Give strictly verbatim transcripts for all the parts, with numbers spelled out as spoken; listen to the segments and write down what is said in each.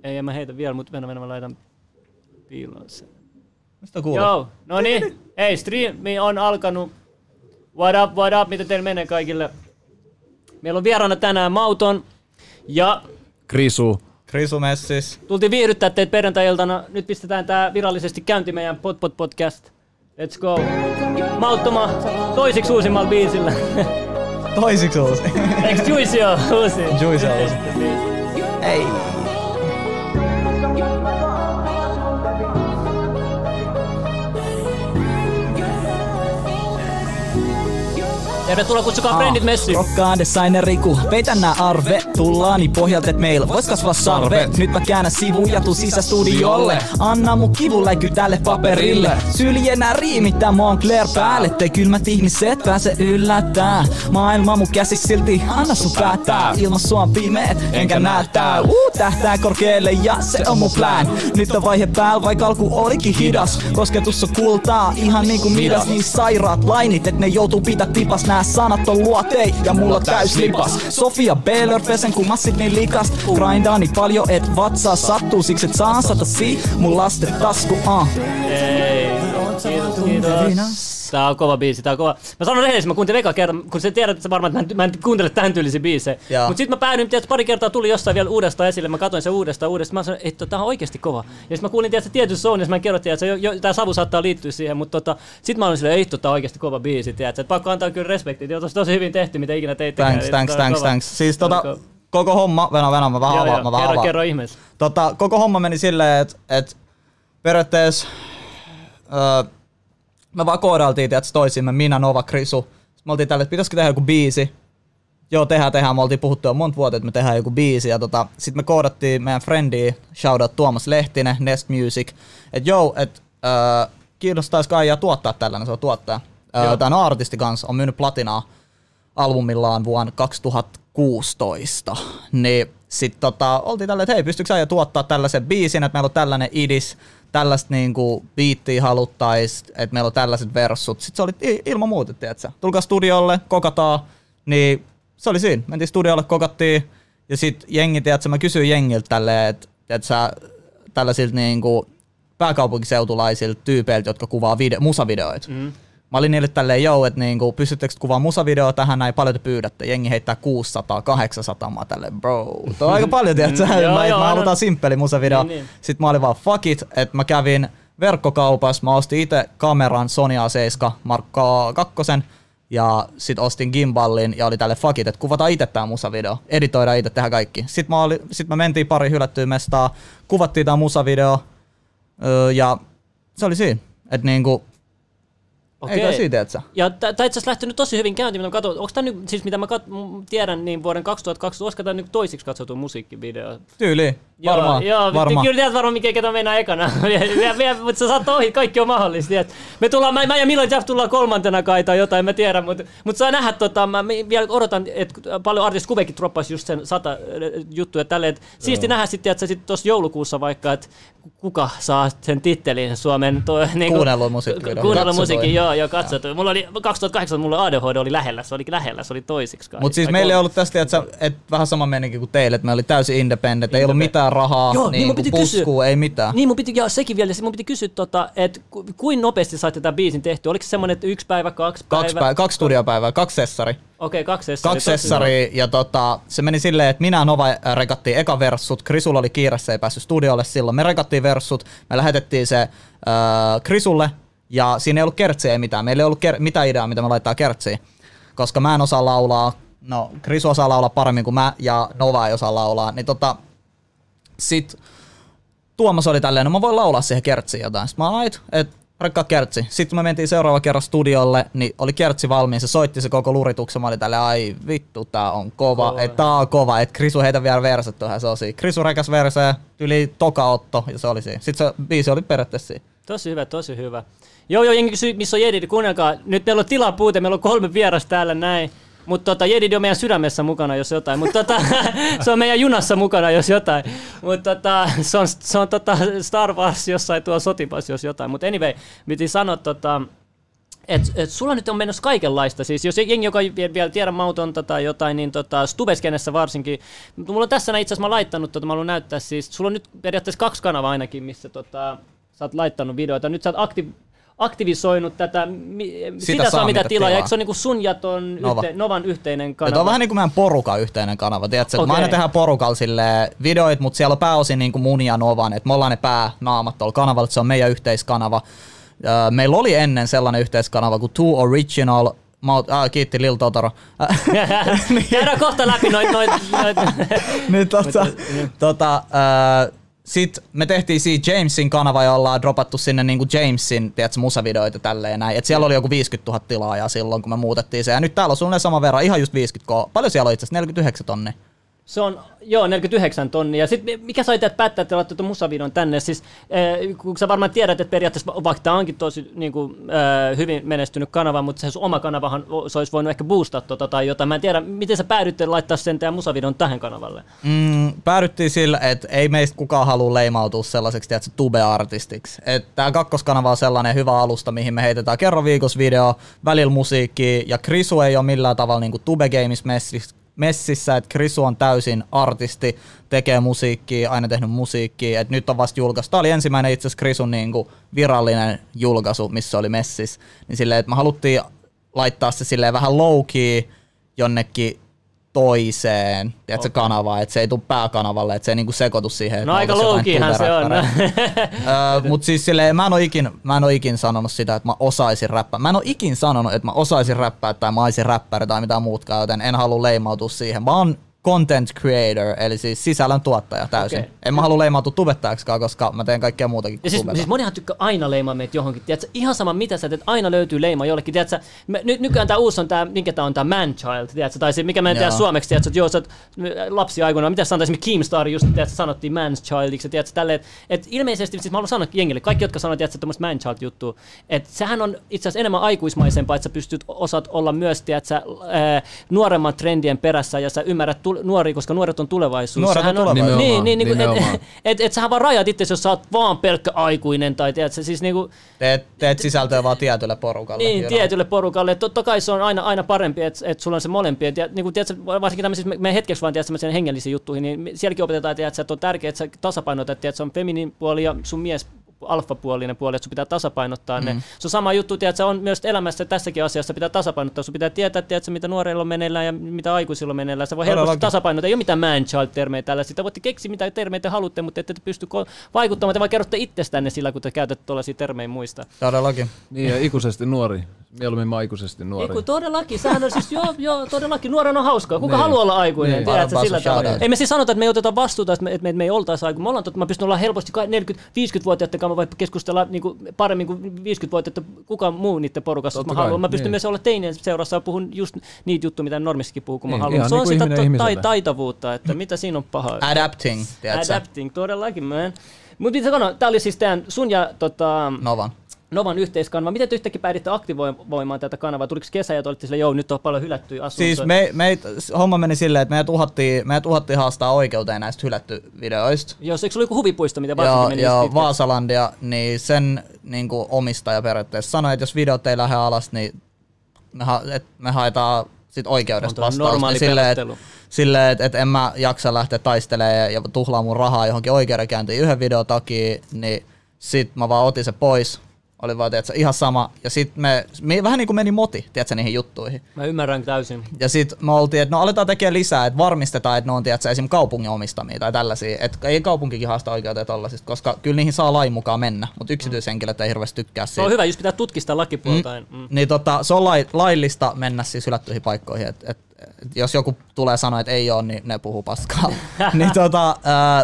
Ei, en mä heitä vielä, mutta mennä, mennä, mä laitan piiloon sen. Mistä kuuluu? Joo, no niin. Hei, striimi on alkanut. What up, what up, mitä teillä menee kaikille? Meillä on vieraana tänään Mauton ja... Krisu. Krisu messis. Tultiin viihdyttää teitä perjantai-iltana. Nyt pistetään tää virallisesti käynti meidän Pod-Pod podcast. Let's go. Mauttoma toisiksi uusimmalla biisillä. Toisiksi uusi. Eiks Juicy oo uusi? Juicy on uusi. Ei. Tervetuloa, kutsukaa frendit messiin. Rokkaan designer Riku, peitä nää arve. Tullaani pohjalta, et meil vois kasvaa sarve. Nyt mä käännän sivuja, tuu sisästudiolle. Anna mun kivuläky tälle paperille. Syljenä riimittää Moncler päälle. Te kylmät ihmiset pääse yllättää. Maailma mun käsis silti, anna sun päättää. Ilman sua on pimeet, enkä näyttää. Uh, tähtää korkealle ja se on mun plan. Nyt on vaihe päällä, vaikka alku olikin hidas. Kosketus on kultaa, ihan niinku midas. Niin sairaat lainit, et ne joutuu pitää tipas. Nää sanat on luotei ja mulla täys lipas. Sofia Baylor pesen kun massit niin likast. Grindaani paljon et vatsaa sattuu. Siksi et saa ansata si mun lasten tasku. uh. Ei, kiitos, kiitos. Tää on kova biisi, tää on kova. Mä sanon rehellisesti, mä kuuntelin eka kerran, kun sä tiedät, että sä varmaan, että mä en kuuntele tämän tyylisiä biisejä. Jaa. Mut sit mä päädyin, että pari kertaa tuli jossain vielä uudestaan esille, mä katsoin sen uudestaan uudestaan. Mä sanoin, että tää on oikeesti kova. Ja sit mä kuulin, että tietyssä zoonissa, mä en kerro, että jo, jo, tää savu saattaa liittyä siihen, mutta tota, sit mä olin silleen, että tää on oikeesti kova biisi, tiedätkö. Pakko antaa kyllä respektiä, tää on tosi, tosi hyvin tehty, mitä ikinä teittekään. Thanks, thanks, thanks, thanks. Siis tota, koko homma, venä, venä, mä vähän joo, avaan, joo, mä vähän kerro, avaan. kerro ihmeessä. Tota, koko homma meni silleen, että et periaatteessa öö, me vaan koodailtiin, tiiätkö, toisimme, minä, Nova, Krisu. Me oltiin tälle, että pitäisikö tehdä joku biisi. Joo, tehdään, tehdään. Me oltiin puhuttu jo monta vuotta, että me tehdään joku biisi. Ja tota, sit me koodattiin meidän friendiä, shoutout Tuomas Lehtinen, Nest Music. Että joo, että öö, kiinnostaisiko aijaa tuottaa tällainen, se on tuottaja. Öö, Tämä on artisti kanssa, on myynyt platinaa albumillaan vuonna kaksituhattakuusitoista. Niin sit tota, oltiin tälleen, että hei, pystyykö aijaa tuottaa tällaisen biisin, että meillä on tällainen idis. Tällaista niinku biittiä haluttais, että meillä on tällaiset versut. Sitten se oli ilman muuta, tiiätsä. Tulkaa studiolle, kokataan, niin se oli siinä. Mentiin studiolle, kokattiin, ja sit jengi, tiiätsä, mä kysyin jengiltä tälleen, että tiiätsä, tällaisilta niinku pääkaupunkiseutulaisilta tyypeiltä, jotka kuvaa video, musavideoita. Mm. Mä olin niille tälleen, joo, että niinku, pystyttekö kuvaa musavideoa tähän näin, paljon te pyydätte. Jengi heittää kuusisataa, kahdeksansataa, mä tälleen, bro. Tuo on aika paljon, tiiätsä. mä, mä halutaan simppeli musavideo. Niin, niin. Sitten mä olin vaan, fuck it, että mä kävin verkkokaupassa, mä ostin itse kameran Sony A seitsemän Mark kaksi, ja sit ostin gimballin, ja oli tälle fuck it, että kuvataan itse tää musavideo. Editoidaan itse, tehdään kaikki. Sitten mä, oli, sit mä mentiin pari hylättyä mestaa, kuvattiin tää musavideo, ja se oli siinä. Että niinku, okei. Ei siitä, et sä. Ja tää itse asiassa lähtenyt tosi hyvin käyntiin, mitä mä katson. Onko tää nyt, siis mitä mä kat, tiedän, niin vuoden kaksituhattakaksitoista, olisiko tää nyt toisiksi katsottu musiikkivideo? Tyyliin, varmaan. Joo, varmaan. Kyllä tiedät varmaan, mikä ketä mennään ekana. Mutta sä saat ohi, kaikki on mahdollista. Tiedät. Me tullaan, mä, mä ja Milo Jeff tullaan kolmantena kai tai jotain, mä tiedän, mutta mut saa nähdä, tota, mä vielä odotan, että paljon artist Kubekin droppaisi just sen sata juttuja tälleen. Siisti nähdä sitten, että sit tuossa joulukuussa vaikka, että kuka saa sen tittelin Suomen to, niin kuunnellun musiikkiin. Kuunnellun musiikin, joo, joo, katsottu. Mulla oli kaksituhattakahdeksan, mulla A D H D oli lähellä, se oli lähellä, se oli toisiksi kai. Mut siis meillä ei ollut tästä, että et vähän sama meininki kuin teille, että me oli täysin independent, ei ollut mitään rahaa, joo, niin, niin puskuu, ei mitään. Niin mun piti, ja sekin vielä, mun piti kysyä, tota, että ku, kuin nopeasti saitte tämän biisin tehtyä? Oliko se semmoinen, että yksi päivä, kaksi päivää? Kaksi, päivä, kaksi studiopäivää, kaksi sessari. Okei, okay, kaksi sessari. Kaksi sessari, ja tota, se meni silleen, että minä ja Nova rekattiin eka verssut, Krisulla oli kiire, se ei päässyt studiolle silloin. Me rekattiin verssut, me lähetettiin se äh, Krisulle, ja siinä ei ollut kertsiä, ei mitään. Meillä ei ollut ker- mitään ideaa, mitä me laittaa kertsiin, koska mä en osaa laulaa, no Krisu osaa laulaa paremmin kuin mä, ja Nova ei osaa laulaa, niin tota, sit Tuomas oli tälleen, no mä voin laulaa siihen kertsiin jotain. Sitten mä ait, että rakkaa kertsi. Sitten me mentiin seuraava kerran studiolle, niin oli kertsi valmiin, se soitti se koko lurituksen, mä olin tälleen, ai vittu, tää on kova, kova. että tää on kova, että Krisu heitä vielä verset tuohon, se on siinä. Krisu rekäs verseen, yli toka-otto, ja se oli siinä. Sitten se biisi oli periaatteessa siinä. Tosi hyvä, tosi hyvä. Joo, joo, jengi kysyy, missä on Jedidi, kuunnelkaa. Nyt meillä on tilaa puute, meillä on kolme vierasta täällä näin. Mutta tota, Jedidi on meidän sydämessä mukana, jos jotain. Mutta tota, se on meidän junassa mukana, jos jotain. Mutta tota, se on, se on tota Star Wars jossain tuolla sotipas, jos jotain. Mutta anyway, piti sanoa, tota, Et, et sulla nyt on menossa kaikenlaista, siis jos jengi, joka ei vielä tiedä Mautonta tai jotain, niin tota, Stubeskenessä varsinkin, mulla on tässä itse asiassa mä laittanut, tota, mä haluan näyttää siis, sulla on nyt periaatteessa kaksi kanavaa ainakin, missä tota, sä oot laittanut videoita, nyt sä oot akti- aktivisoinut tätä, mi, sitä, sitä saa mitä tilaa, ja eikö se on niinku sun ja ton Nova. Yhte, Novan yhteinen kanava? Tuo on vähän niin kuin meidän porukan yhteinen kanava, tiedätkö? Okay. Me aina tehdään porukalla videoita, mutta siellä on pääosin niin kuin mun ja Novan, että me ollaan ne päänaamat tuolla kanavalla, se on meidän yhteiskanava. Meillä oli ennen sellainen yhteiskanava kuin Two Original. Mä oot, ah, kiitti Lil Totoro. Käydään kohta läpi noit... noit, noit. Niin, tota, tota, äh, Sitten me tehtiin siinä Jamesin kanava ja ollaan dropattu sinne niinku Jamesin tiedätkö, musavideoita tälleen näin. Et siellä oli joku viisikymmentätuhatta tilaajaa silloin, kun me muutettiin se. Ja nyt täällä on suunnilleen sama verran, ihan just viisikymmentä. Paljon siellä on itse asiassa? neljäkymmentäyhdeksän tonnia. Se on, joo, neljäkymmentäyhdeksän tonnia. Ja sit mikä sai teidät päättää, että laittatte musavideon tänne? Siis, äh, kun sä varmaan tiedät, että periaatteessa, vaikka tämä onkin tosi niin kuin, äh, hyvin menestynyt kanava, mutta se sun oma kanavahan se olisi voinut ehkä boostaa tota tai jotain. Mä en tiedä, miten sä päädytte laittaa sen teidän musavideon tähän kanavalle? Mm, päädyttiin sillä, että ei meistä kukaan halua leimautua sellaiseksi, tiedätkö, tube-artistiksi. Tämä kakkoskanava on sellainen hyvä alusta, mihin me heitetään kerran viikossa video, välillä musiikkia, ja Krisu ei ole millään tavalla niin kuin Tube Games messissä. messissä, että Krisu on täysin artisti, tekee musiikkia, aina tehnyt musiikkia, että nyt on vasta julkaistu. Tämä oli ensimmäinen itse asiassa Krisun niinku virallinen julkaisu, missä oli messissä. Niin silleen, että me haluttiin laittaa se silleen vähän low-key jonnekin toiseen, tiedätkö, okay. kanavaan, että se ei tule pääkanavalle, että se ei niinku sekoitu siihen. No aika low-keyhän se on. öö, Mutta siis silleen, mä en ole ikin, mä en ole ikin sanonut sitä, että mä osaisin räppää. Mä en ole ikin sanonut, että mä osaisin räppää tai mä olisin räppäri tai mitään muutkaan, joten en halua leimautua siihen. Mä oon content creator, eli siis sisällön tuottaja täysin. Okay. En mä halua leimautua tubettajaksikaan, koska mä teen kaikkea muutakin kuin siis, siis monihan tykkää aina leimaa meitä johonkin. Tiedätkö, ihan sama mitä sä teet, aina löytyy leima jollekin. Tiedätkö, me, ny, nykyään tää uusi on tää, minkä tää on tää man-child, tiedätkö, tai se, mikä me en tiedä suomeksi, tiedätkö, että joo, sä oot lapsi aikoina, mitä sanotaan esimerkiksi Keemstar just, tiedätkö, sanottiin man-childiksi, tiedätkö, tälleen, että et ilmeisesti, siis mä haluan sanoa jengille, kaikki, jotka sanoo, tiedätkö, tämmöistä man-child-juttua, että sehän on itse asiassa enemmän aikuismaisempaa, että sä pystyt, osaat olla myös, tiedätkö, ää, nuoremman trendien perässä ja sä ymmärrät nuoria, koska nuoret on tulevaisuus. Nuoret on tulevaisuus. Niin, niin, niin et, et, et, et sähän vaan rajat itse, jos sä oot vaan pelkkä aikuinen tai tiedät sä siis niinku... Teet, teet sisältöä vaan tietylle porukalle. Niin, tietylle porukalle. Totta kai se on aina, aina parempi, että et sulla on se molempia. Et, ja, niin tiedät, varsinkin tämmöisissä, me hetkeksi vaan tiedät hengellisiin juttuihin, niin sielläkin opetetaan, tiedät, että on tärkeää, että sä tasapainotat, että se on feminiin puoli ja sun mies alfapuolinen puoli, että sun pitää tasapainottaa mm. ne. Se on sama juttu, että se on myös elämässä tässäkin asiassa pitää tasapainottaa. Sun pitää tietää, tiedätkö, mitä nuorilla on meneillään ja mitä aikuisilla on meneillään. Se voi helposti tasapainottaa. Ei ole mitään man-child-termejä tällä. Sitä voitte keksiä, mitä termejä te haluatte, mutta ette te pysty vaikuttamaan. Te vaan kerrotte itsestänne sillä, kun te käytätte tuollaisia termejä muista. Todellakin. Niin, ja ikuisesti nuori. Mieluummin mä aikuisesti nuori. Eiku, todellakin. Sehän on siis, joo, joo, todellakin. Nuoren on hauskaa. Kuka niin. haluaa olla aikuinen? Niin. Tiedätkö, sillä tavalla. Ei me siis sanota, että me ei oteta vastuuta, että me, että me ei oltaisi aikuinen. Me ollaan totta, mä pystyn olla helposti neljäkymmentä-viisikymmentävuotiaiden kanssa vaikka keskustella niin kuin paremmin kuin viisikymmentävuotiaiden kukaan muu niiden porukassa, jos mä haluan. Mä pystyn niin. myös olla teinien seurassa ja puhun just niitä juttuja, mitä normissakin puhuu, kun niin, mä haluan. Se on niin sitä tai, taitavuutta, että mitä siinä on pahaa. Adapting, tiedätkö? Adapting, todellakin, man. Mutta mitä sanoa, tää oli siis teidän sun ja tota... Novan. Novan yhteiskanava. Miten te yhtäkkiä pääditte aktivoimaan tätä kanavaa? Tuliko kesä ja te olitte silleen, joo, nyt on paljon hylättyjä asuntoja? Siis me, me, homma meni silleen, että meidät uhattiin, meidät uhattiin haastaa oikeuteen näistä hylätty videoista. Joo, eikö se oli joku huvipuisto, mitä varsinkin meni? Joo, Vaasalandia, niin sen niin kuin omistaja periaatteessa sanoi, että jos videot ei lähde alas, niin me, ha, et me haetaan sit oikeudesta vastausta. Normaali niin perustelu. Silleen, että et en mä jaksa lähteä taistelemaan ja tuhlaa mun rahaa johonkin oikeudenkäyntiin yhden videon takia, niin sit mä vaan otin se pois. Oli vaan, tiedätkö, ihan sama. Ja sit me, me vähän niin kuin meni moti, tiedätkö, niihin juttuihin. Mä ymmärrän täysin. Ja sit me oltiin, että no aletaan tekemään lisää, että varmistetaan, että ne on, tiedätkö, esimerkiksi kaupungin omistamia tai tällaisia. Että ei kaupunkikin haasta oikeuteen tollasista, koska kyllä niihin saa lain mukaan mennä, mutta yksityishenkilöt ei hirveästi tykkää siitä. Se on hyvä, just pitää tutkistaa lakipuoltain. Mm. Mm. Niin tota, se on lai, laillista mennä siis hylättyihin paikkoihin. Et, et, et, jos joku tulee sanoa, että ei ole, niin ne puhuu paskaa. niin tota... Ää,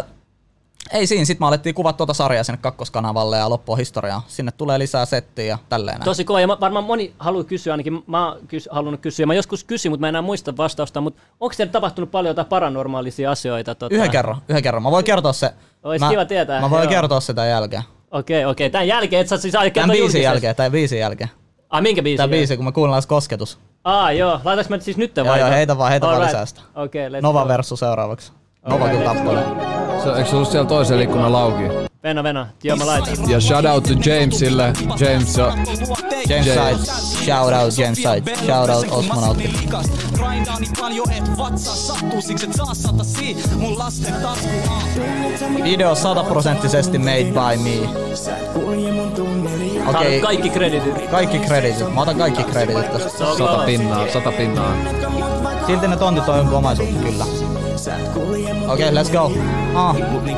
Ei siinä, sit me alettiin kuvata tuota sarjaa sinne kakkoskanavalle ja loppua historiaa. Sinne tulee lisää settiä ja tälleen. Tosi kova, ja varmaan moni haluaa kysyä, ainakin mä oon kys, halunnut kysyä. Mä joskus kysyin, mutta mä enää muista vastausta, mutta onko teillä tapahtunut paljon jotain paranormaalisia asioita? Tota... Yhden kerran, yhden kerran. Mä voin kertoa se. Ois kiva tietää. Mä voin joo. kertoa sitä jälkeen. Okei, okay, okei. Okay. Tän jälkeen, et sä siis aina kertoa julkisesti. Tämän biisin jälkeen, tämän biisin jälkeen. Ah, minkä biisin? Tämä biisi, kun me kuunnellaan kosketus. Ah, joo. Laitaks mä siis nyt vai? Joo, joo, heitä vaan, heitä vaan lisää sitä. Okay, Nova versus seuraavaksi. Nova kyllä tappoi. Se, eikö se ollut siellä toisen ikkunan lauki? Venä, venä. Joo, mä laitan. Ja shout out to Jamesille. James ja... James Side. Shout out James Side. Shout out Osmonautti. Video sataprosenttisesti made by me. Okei. Okay. Kaikki kreditit. Kaikki kreditit. Mä otan kaikki kreditit tästä. Sata pinnaa, sata pinnaa. Silti ne tontit on jonkun omaisuutta, kyllä. Okei, okay, let's go. Ah.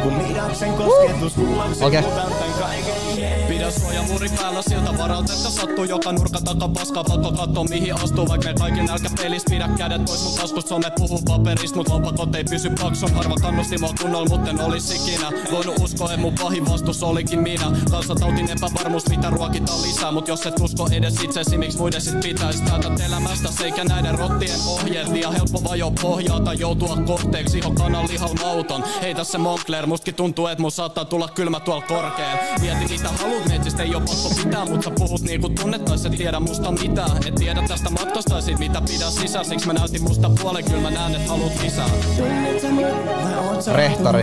Okei. Okay. Pidä suojamuuri päällä siltä varalta, että sattuu joka nurka taka paska. Pakko katto mihin astuu, vaik me kaikki nälkä pelis. Pidä kädet pois mun taskut, some puhuu paperista. Mut lompakot ei pysy paksun. Harva kannusti mua kunnolla, mutten olis ikinä voinut uskoa, et mun pahin vastus olikin minä. Kansantautin epävarmuus, mitä ruokitaan lisää. Mut jos et usko edes itsesi, miksi muiden sit pitäis täältä elämästä. Eikä näiden rottien ohjeet, liian helppo vajo pohjaa tai joutua kohteeksi. Iho kanan lihal mauton. Hei tässä Moncler, mustakin tuntuu, et mun saattaa tulla kylmä tuolla korkeen. Mieti mitä haluut, metsistä ei oo pakko pitää. Mut sä puhut niinku tunnettais, et tiedä musta mitään. Et tiedä tästä matkasta ja sit mitä pidä sisään. Siks mä näytin musta puolen, kyl mä näen et haluut lisää. Rehtori.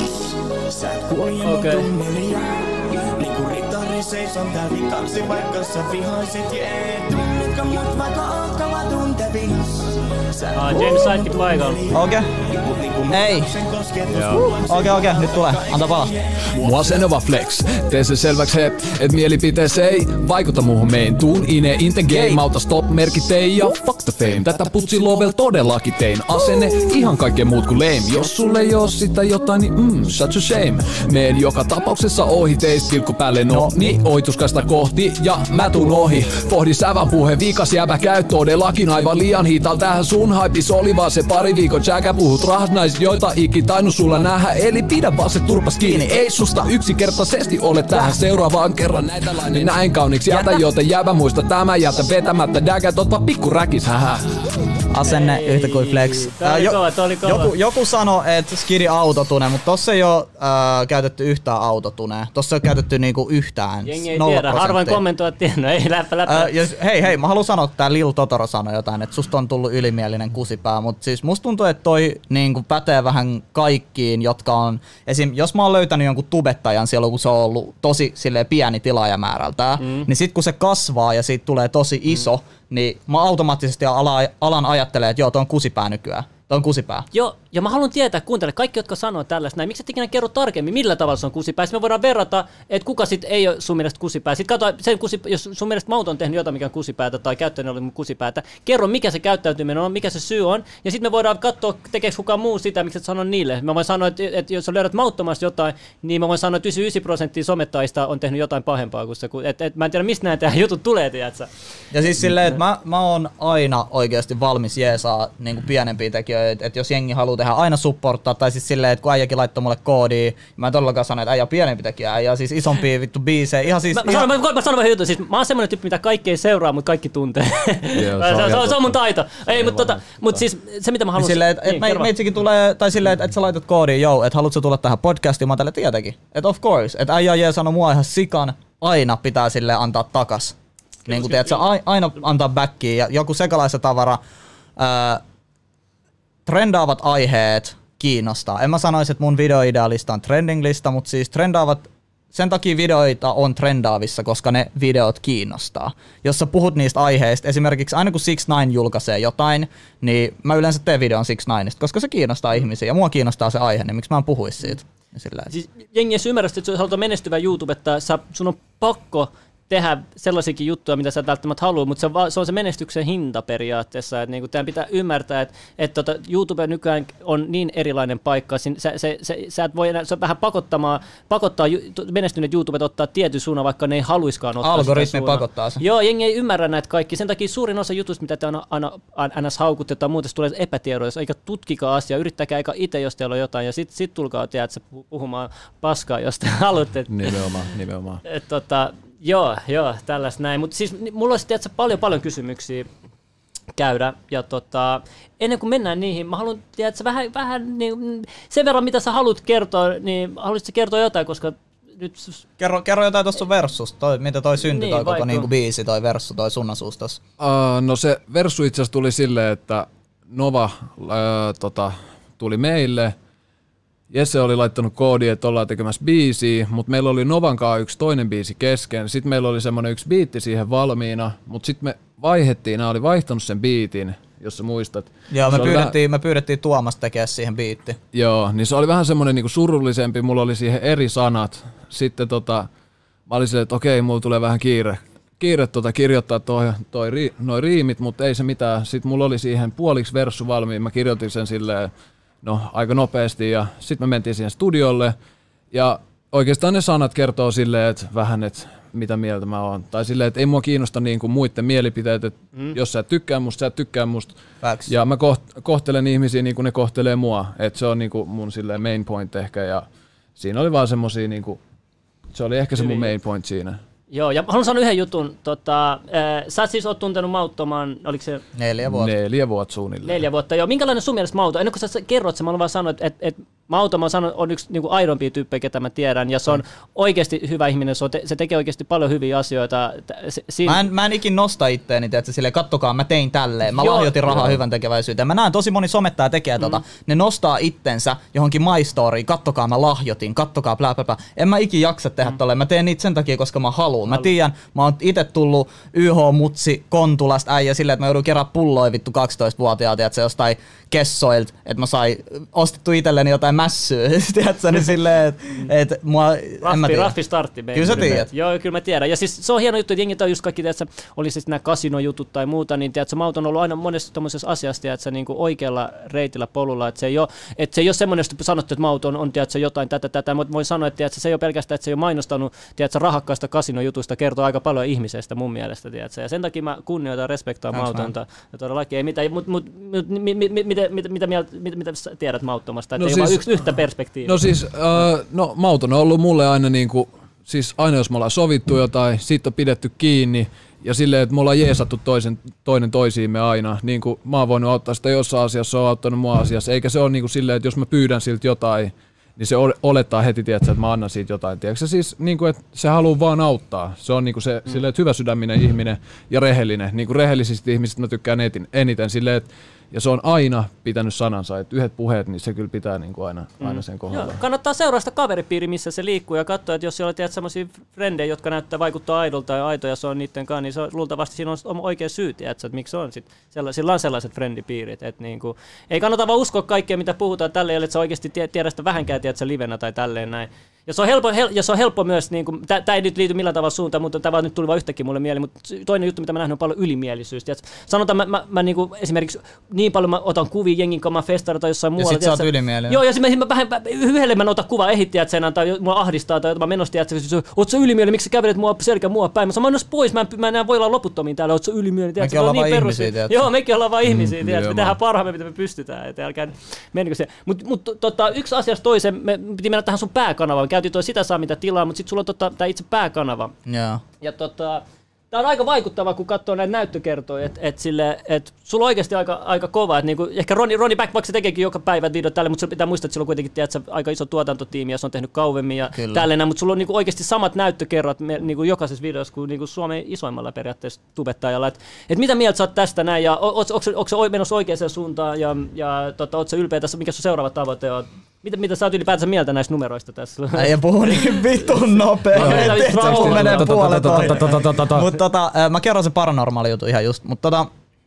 Okei. Okay. Niinku ritari seison tääl vikaksi, vaikka sä vihaisit jee. Tunnetko mut vaikka alkava tuntevinas. Ah, James Sidekin paikalla. Okei. Ei. Okei, okei, nyt tulee. Anta palaa. Mua se Nova Flex. Tee se selväks he, et mielipiteessä ei vaikuta muuhun mein. Tuun ine inte game, auta stop merkki tein ja fuck the fame. Tätä putsi lovel todellakin tein. Asenne ihan kaikkea muut kuin lame. Jos sulle ei oo sitä jotain, niin mm, such a shame. Meen joka tapauksessa ohi teist tilkku päälle no, niin oituskasta kohti ja mä tuun ohi. Pohdi sävän puhe, viikas jäbä käy todellakin aivan liian hiital. Tähän sun haipis oli vaan se pari viikon jäkä. Puhut rahasnaiset, joita ikin tainnut sulla nähdä. Eli pidä vaan se turpas kiinni, ei susta yksinkertaisesti ole tähän seuraavaan kerran näitä lainen näin kauniiksi. Jätä joten jäbä muista tämä, jätä vetämättä dägät, oot vaan pikku räkis, hähä. Asenne yhtä kuin flex. Tää oli kova, tää oli kova. Joku, joku sanoi, että skidi autotune, mutta tossa ei oo äh, käytetty yhtään autotunea. Tossa ei oo käytetty niinku yhtään. Jengi ei tiedä, harvoin kommentoi, että tiedä. No ei, läppä läppä. Äh, ja, hei hei, mä haluan sanoa, että tää Lil Totoro sanoi jotain, että susta on tullut ylimielinen kusipää, mutta siis musta tuntuu, että toi niinku pätee vähän kaikkiin, jotka on, esim. Jos mä oon löytänyt jonkun tubettajan silloin, kun se on ollut tosi silleen pieni tilaajamäärältään, mm. niin sit kun se kasvaa ja siitä tulee tosi iso, mm. niin mä automaattisesti ala, alan ajattelee, että joo, toi on kusipää nykyään. Toi on kusipää. Joo, ja mä haluan tietää, kuuntele, kaikki, jotka sanoo tällaista näin, miksi et ikinä kerro tarkemmin, millä tavalla se on kusipää. Sitten me voidaan verrata, että kuka sit ei ole sun mielestä kusipää. Sitten katso, sen kusipää, jos sun mielestä Mauto on tehnyt jotain, mikä on kusipäätä, tai käyttäjänä oli kusipäätä, kerro, mikä se käyttäytyminen on, mikä se syy on, ja sitten me voidaan katsoa, tekeekö kukaan muu sitä, miksi et sano niille. Mä voin sanoa, että, että jos sä löydät mauttomasti jotain, niin mä voin sanoa, että yhdeksänkymmentäyhdeksän prosenttia somettajista on tehnyt jotain pahempaa kuin se. Että et, mä en tiedä, mistä näin tehdään jutut tulee, tiedätkö? Ja siis silleen, että mä, mä oon aina oikeasti valmis jeesaa niin kuin pienempiä tekijöitä, että jos jengi haluaa tehdä aina supporttaa, tai siis silleen, että kun äijäkin laittoi mulle koodia, mä en todellakaan sano, että äijä on pienempi tekijä, äijä on siis isompia vittu biisejä, ihan siis... Mä, ihan... mä, sanon, mä sanon vähän jutun, siis mä oon semmonen tyyppi, mitä kaikki ei seuraa, mutta kaikki tuntee. Joo, se, on, se, on, se on mun taito. Ei, mutta tota, mut siis se mitä mä haluan... Silleen, että niin, et meitsikin tulee, tai silleen, että et sä laitat koodiin, joo, että haluatko tulla tähän podcastiin, mä oon tälle tietenkin. Että of course, että äijä on jeesannut mua ihan sikan, aina pitää silleen antaa takas. Niin kuin tiedät, sä aina antaa backiin ja joku sekalaisen tavara, ää, trendaavat aiheet kiinnostaa. En mä sanoisi, että mun videoidealista on trending-lista, mutta siis trendaavat, sen takia videoita on trendaavissa, koska ne videot kiinnostaa. Jos sä puhut niistä aiheista, esimerkiksi aina kun six nine julkaisee jotain, niin mä yleensä teen videon six nineista, koska se kiinnostaa ihmisiä ja mua kiinnostaa se aihe, niin miksi mä en puhuisi siitä. Siis jengi ei ymmärrä, että jos halutaan menestyvä YouTube, että sä, sun on pakko tehdä sellaisiakin juttuja, mitä sä et välttämättä halua, mutta se, se on se menestyksen hinta periaatteessa. Että niinku teidän pitää ymmärtää, että, että tota, YouTube nykyään on niin erilainen paikka. Se, se, se, sä et voi enää, se on vähän pakottamaan, pakottaa menestyneet YouTubet ottaa tietyn suunnan, vaikka ne ei haluiskaan ottaa algoritmi sitä suunnan. Pakottaa se. Joo, jengi ei ymmärrä näitä kaikki. Sen takia suurin osa jutuista, mitä te aina, aina, aina haukutte tai muuta, tulee epätiedoissa. Eikä tutkikaa asiaa, yrittäkää eikä itse, jos teillä on jotain. Ja sitten sit tulkaa tiedätkö, puhumaan paskaa, jos te haluatte. Nimenomaan, nimenomaan. Et, tota, Joo, joo, tällaista näin. Mutta siis mulla olisi tiedätkö, paljon, paljon kysymyksiä käydä. Ja tota, ennen kuin mennään niihin, mä haluan tiedätkö, vähän, vähän niin, sen verran, mitä sä haluat kertoa, niin haluaisitko kertoa jotain, koska nyt... Kerro, kerro jotain tuossa versusta, toi, mitä toi syntyi, niin, toi koko niinku biisi, toi versu, toi sunnasuus tossa. Uh, no se versu itse asiassa tuli silleen, että Nova uh, tota, tuli meille Jesse oli laittanut koodi, että ollaan tekemässä biisiä, mutta meillä oli Novan kanssa yksi toinen biisi kesken. Sitten meillä oli semmoinen yksi biitti siihen valmiina, mutta sitten me vaihdettiin, nämä oli vaihtanut sen biitin, jos sä muistat. Joo, me pyydettiin, vähän... me pyydettiin Tuomasta tekemään siihen biitti. Joo, niin se oli vähän semmoinen niinku surullisempi, mulla oli siihen eri sanat. Sitten tota, mä olin silleen, että okei, mulla tulee vähän kiire. Kiire tota, kirjoittaa toi, toi, noi riimit, mutta ei se mitään. Sitten mulla oli siihen puoliksi verssu valmiin, mä kirjoitin sen silleen, no aika nopeasti ja sitten me mentiin siihen studiolle ja oikeastaan ne sanat kertoo silleen, että vähän, että mitä mieltä mä oon. Tai silleen, että ei mua kiinnosta niin kuin muiden mielipiteet, että mm. jos sä et tykkää musta, sä et tykkää musta. Facts. Ja mä kohtelen ihmisiä niin kuin ne kohtelee mua, että se on niin kuin mun silleen main point ehkä ja siinä oli vaan semmosia niin kuin, se oli ehkä se mun main point siinä. Joo, ja haluan sanoa yhden jutun. Tota, äh, sä siis oot tuntenut Mauttomaan, oliko se? Neljä vuotta. Neljä vuotta suunnilleen. Neljä vuotta, joo. Minkälainen sun mielestä Mauto? Ennen kuin sä kerrot sen, mä haluan vaan sanoa, että et, et Mautoma on, on yksi niinku aidompia tyyppejä, ketä mä tiedän, ja se on mm. oikeasti hyvä ihminen, se, te, se tekee oikeasti paljon hyviä asioita. Se, siinä... mä, en, mä en ikin nosta itteeni, että silleen, kattokaa, mä tein tälleen, mä joo, lahjoitin rahaa joo. hyvän tekeväisyyteen. Mä näen tosi moni somettaa tekee mm. tota, ne nostaa itsensä johonkin my storyin, kattokaa, mä lahjoitin, kattokaa, plää, plää, plää. En mä ikin jaksa tehdä mm. tolleen, mä teen niitä sen takia, koska mä haluun. Mä tiedän, mä oon itse tullut Y H-mutsi Kontulasta äijä silleen, että mä joudun kerran pulloja vittu kaksitoistavuotiaalta, että se jostain kessoilta, että mä sain ostettu itselleni jotain mässyä, tiedätkö, niin silleen, että et mua, Raffi, en mä tiedä. Raffi startti. Kyllä sä tiedät. Joo, kyllä mä tiedän. Ja siis se on hieno juttu, että jengit on just kaikki, tiedätkö, oli siis nämä kasinojutut tai muuta, niin tiedätkö, Maut on ollut aina monessa tommosessa asiassa, tiedätkö, niin kuin oikealla reitillä polulla, että se ei ole, että se ei ole semmoinen, että sanottu, että Maut on, on tiedätkö, jotain tätä, tätä, mutta voin sanoa, että tiedätkö, se ei ole pelkästään, että se ei ole mainostanut, tiedätkö, rahakkaasta kasinojutusta, kertoo aika paljon ihmisestä mun mielestä, tiedätkö, ja sen takia mä kunnioitan ja respektoin Mautonta, ja todellakin ei mitään, mutta mut, mut, mit, mit, mit, mit, mit, mitä mieltä Mitä, mitä sä tiedät Mauttomasta? No ei siis, ole yksi, yhtä perspektiiviä. No siis, äh, no Mauton on ollut mulle aina niinku, siis aina jos me ollaan sovittu jotain, siitä on pidetty kiinni ja silleen, että me ollaan jeesattu toisen, toinen toisiimme aina. Niin kuin mä oon voinut auttaa sitä jossain asiassa, se on auttanut mua asiassa. Eikä se ole niinku silleen, että jos mä pyydän siltä jotain, niin se olettaa heti, tiedätkö, että mä annan siitä jotain. Tiedätkö? Siis, niin kuin, että se haluaa vaan auttaa. Se on niin kuin se, mm. silleen, että hyväsydäminen ihminen ja rehellinen. Niin kuin rehellisistä ihmisistä mä tykkään eniten. Silleen, että ja se on aina pitänyt sanansa, että yhdet puheet, niin se kyllä pitää niin kuin aina, mm. aina sen kohdalla. Joo, kannattaa seuraa sitä kaveripiiri, missä se liikkuu ja katsoa, että jos siellä tiedät sellaisia frendejä, jotka näyttää vaikuttaa aidolta ja aitoja se on niiden kanssa, niin se on, luultavasti siinä on oikea syy, että, että miksi on sit sella, sillä on sellaiset frendipiirit. Että niin kuin, ei kannata vaan uskoa kaikkea, mitä puhutaan tälleen, että sä oikeasti tiedä sitä vähänkään, tiedät sä livenä tai tälleen näin. Ja se on helppo, hel, ja se on helppo myös, niin kuin, tämä ei nyt liity millään tavalla suuntaan, mutta tämä nyt tuli vaan yhtäkkiä mulle mieleen, mutta toinen juttu, mitä mä nähnyt, on paljon ylimielisyys. Tiedät, sanotaan, mä, mä, mä niin kuin, esimerkiksi niin paljon mä otan kuvia jengin kanssa, mä festaan tai jossain muualla. Ja sit sä oot ylimielinen. Joo, ja sitten mä vähän yhdelle mä otan kuvaa ehittiä, että sen antaa, mua ahdistaa tai mä menossa, että oot sä ylimielinen, miksi sä kävelet mua selkä mua päin? Mä sanon, mä menossa pois, mä en, mä en enää voi olla loputtomiin täällä, oot sä ylimielinen. Mekin ollaan vaan ihmisiä, tiedätkö? Joo, mekin ollaan vaan ihmisiä, tiedätkö? Me tehdään parhaamme, mitä me pystytään, että älkää menikö se. Mutta mut, tota, yksi asiasta toisen, me piti mennä tähän sun pääkanavaan, käytiin toi sitä saa mitä tilaa, mutta sitten sulla on tota, tää itse pääkanava. Joo. Ja tota, tää on aika vaikuttava, kun katsoo näitä näyttökertoja, että et sille, et sulla on oikeasti aika, aika kova. Et niinku, ehkä Ronnie, Ronnie Back, vaikka se tekeekin joka päivä videot tälle, mutta sulla pitää muistaa, että sulla on kuitenkin tiedät, aika iso tuotantotiimi ja se on tehnyt kauemmin ja tälleen, mutta sulla on niinku oikeasti samat näyttökerrat niinku jokaisessa videossa kuin niinku Suomen isoimmalla periaatteessa tubettajalla. Et, et mitä mieltä sä oot tästä näin ja onko se menossa oikeaan suuntaan ja, ja tota, oot sä ylpeä tässä, mikä sun seuraava tavoite on? Mitä, mitä sä oot ylipäätänsä mieltä näistä numeroista tässä? Äijä puhuu niin vitun nopea. Menee puolet ohi. Mut tota, mä kerron se paranormaali juttu ihan just, mut tota...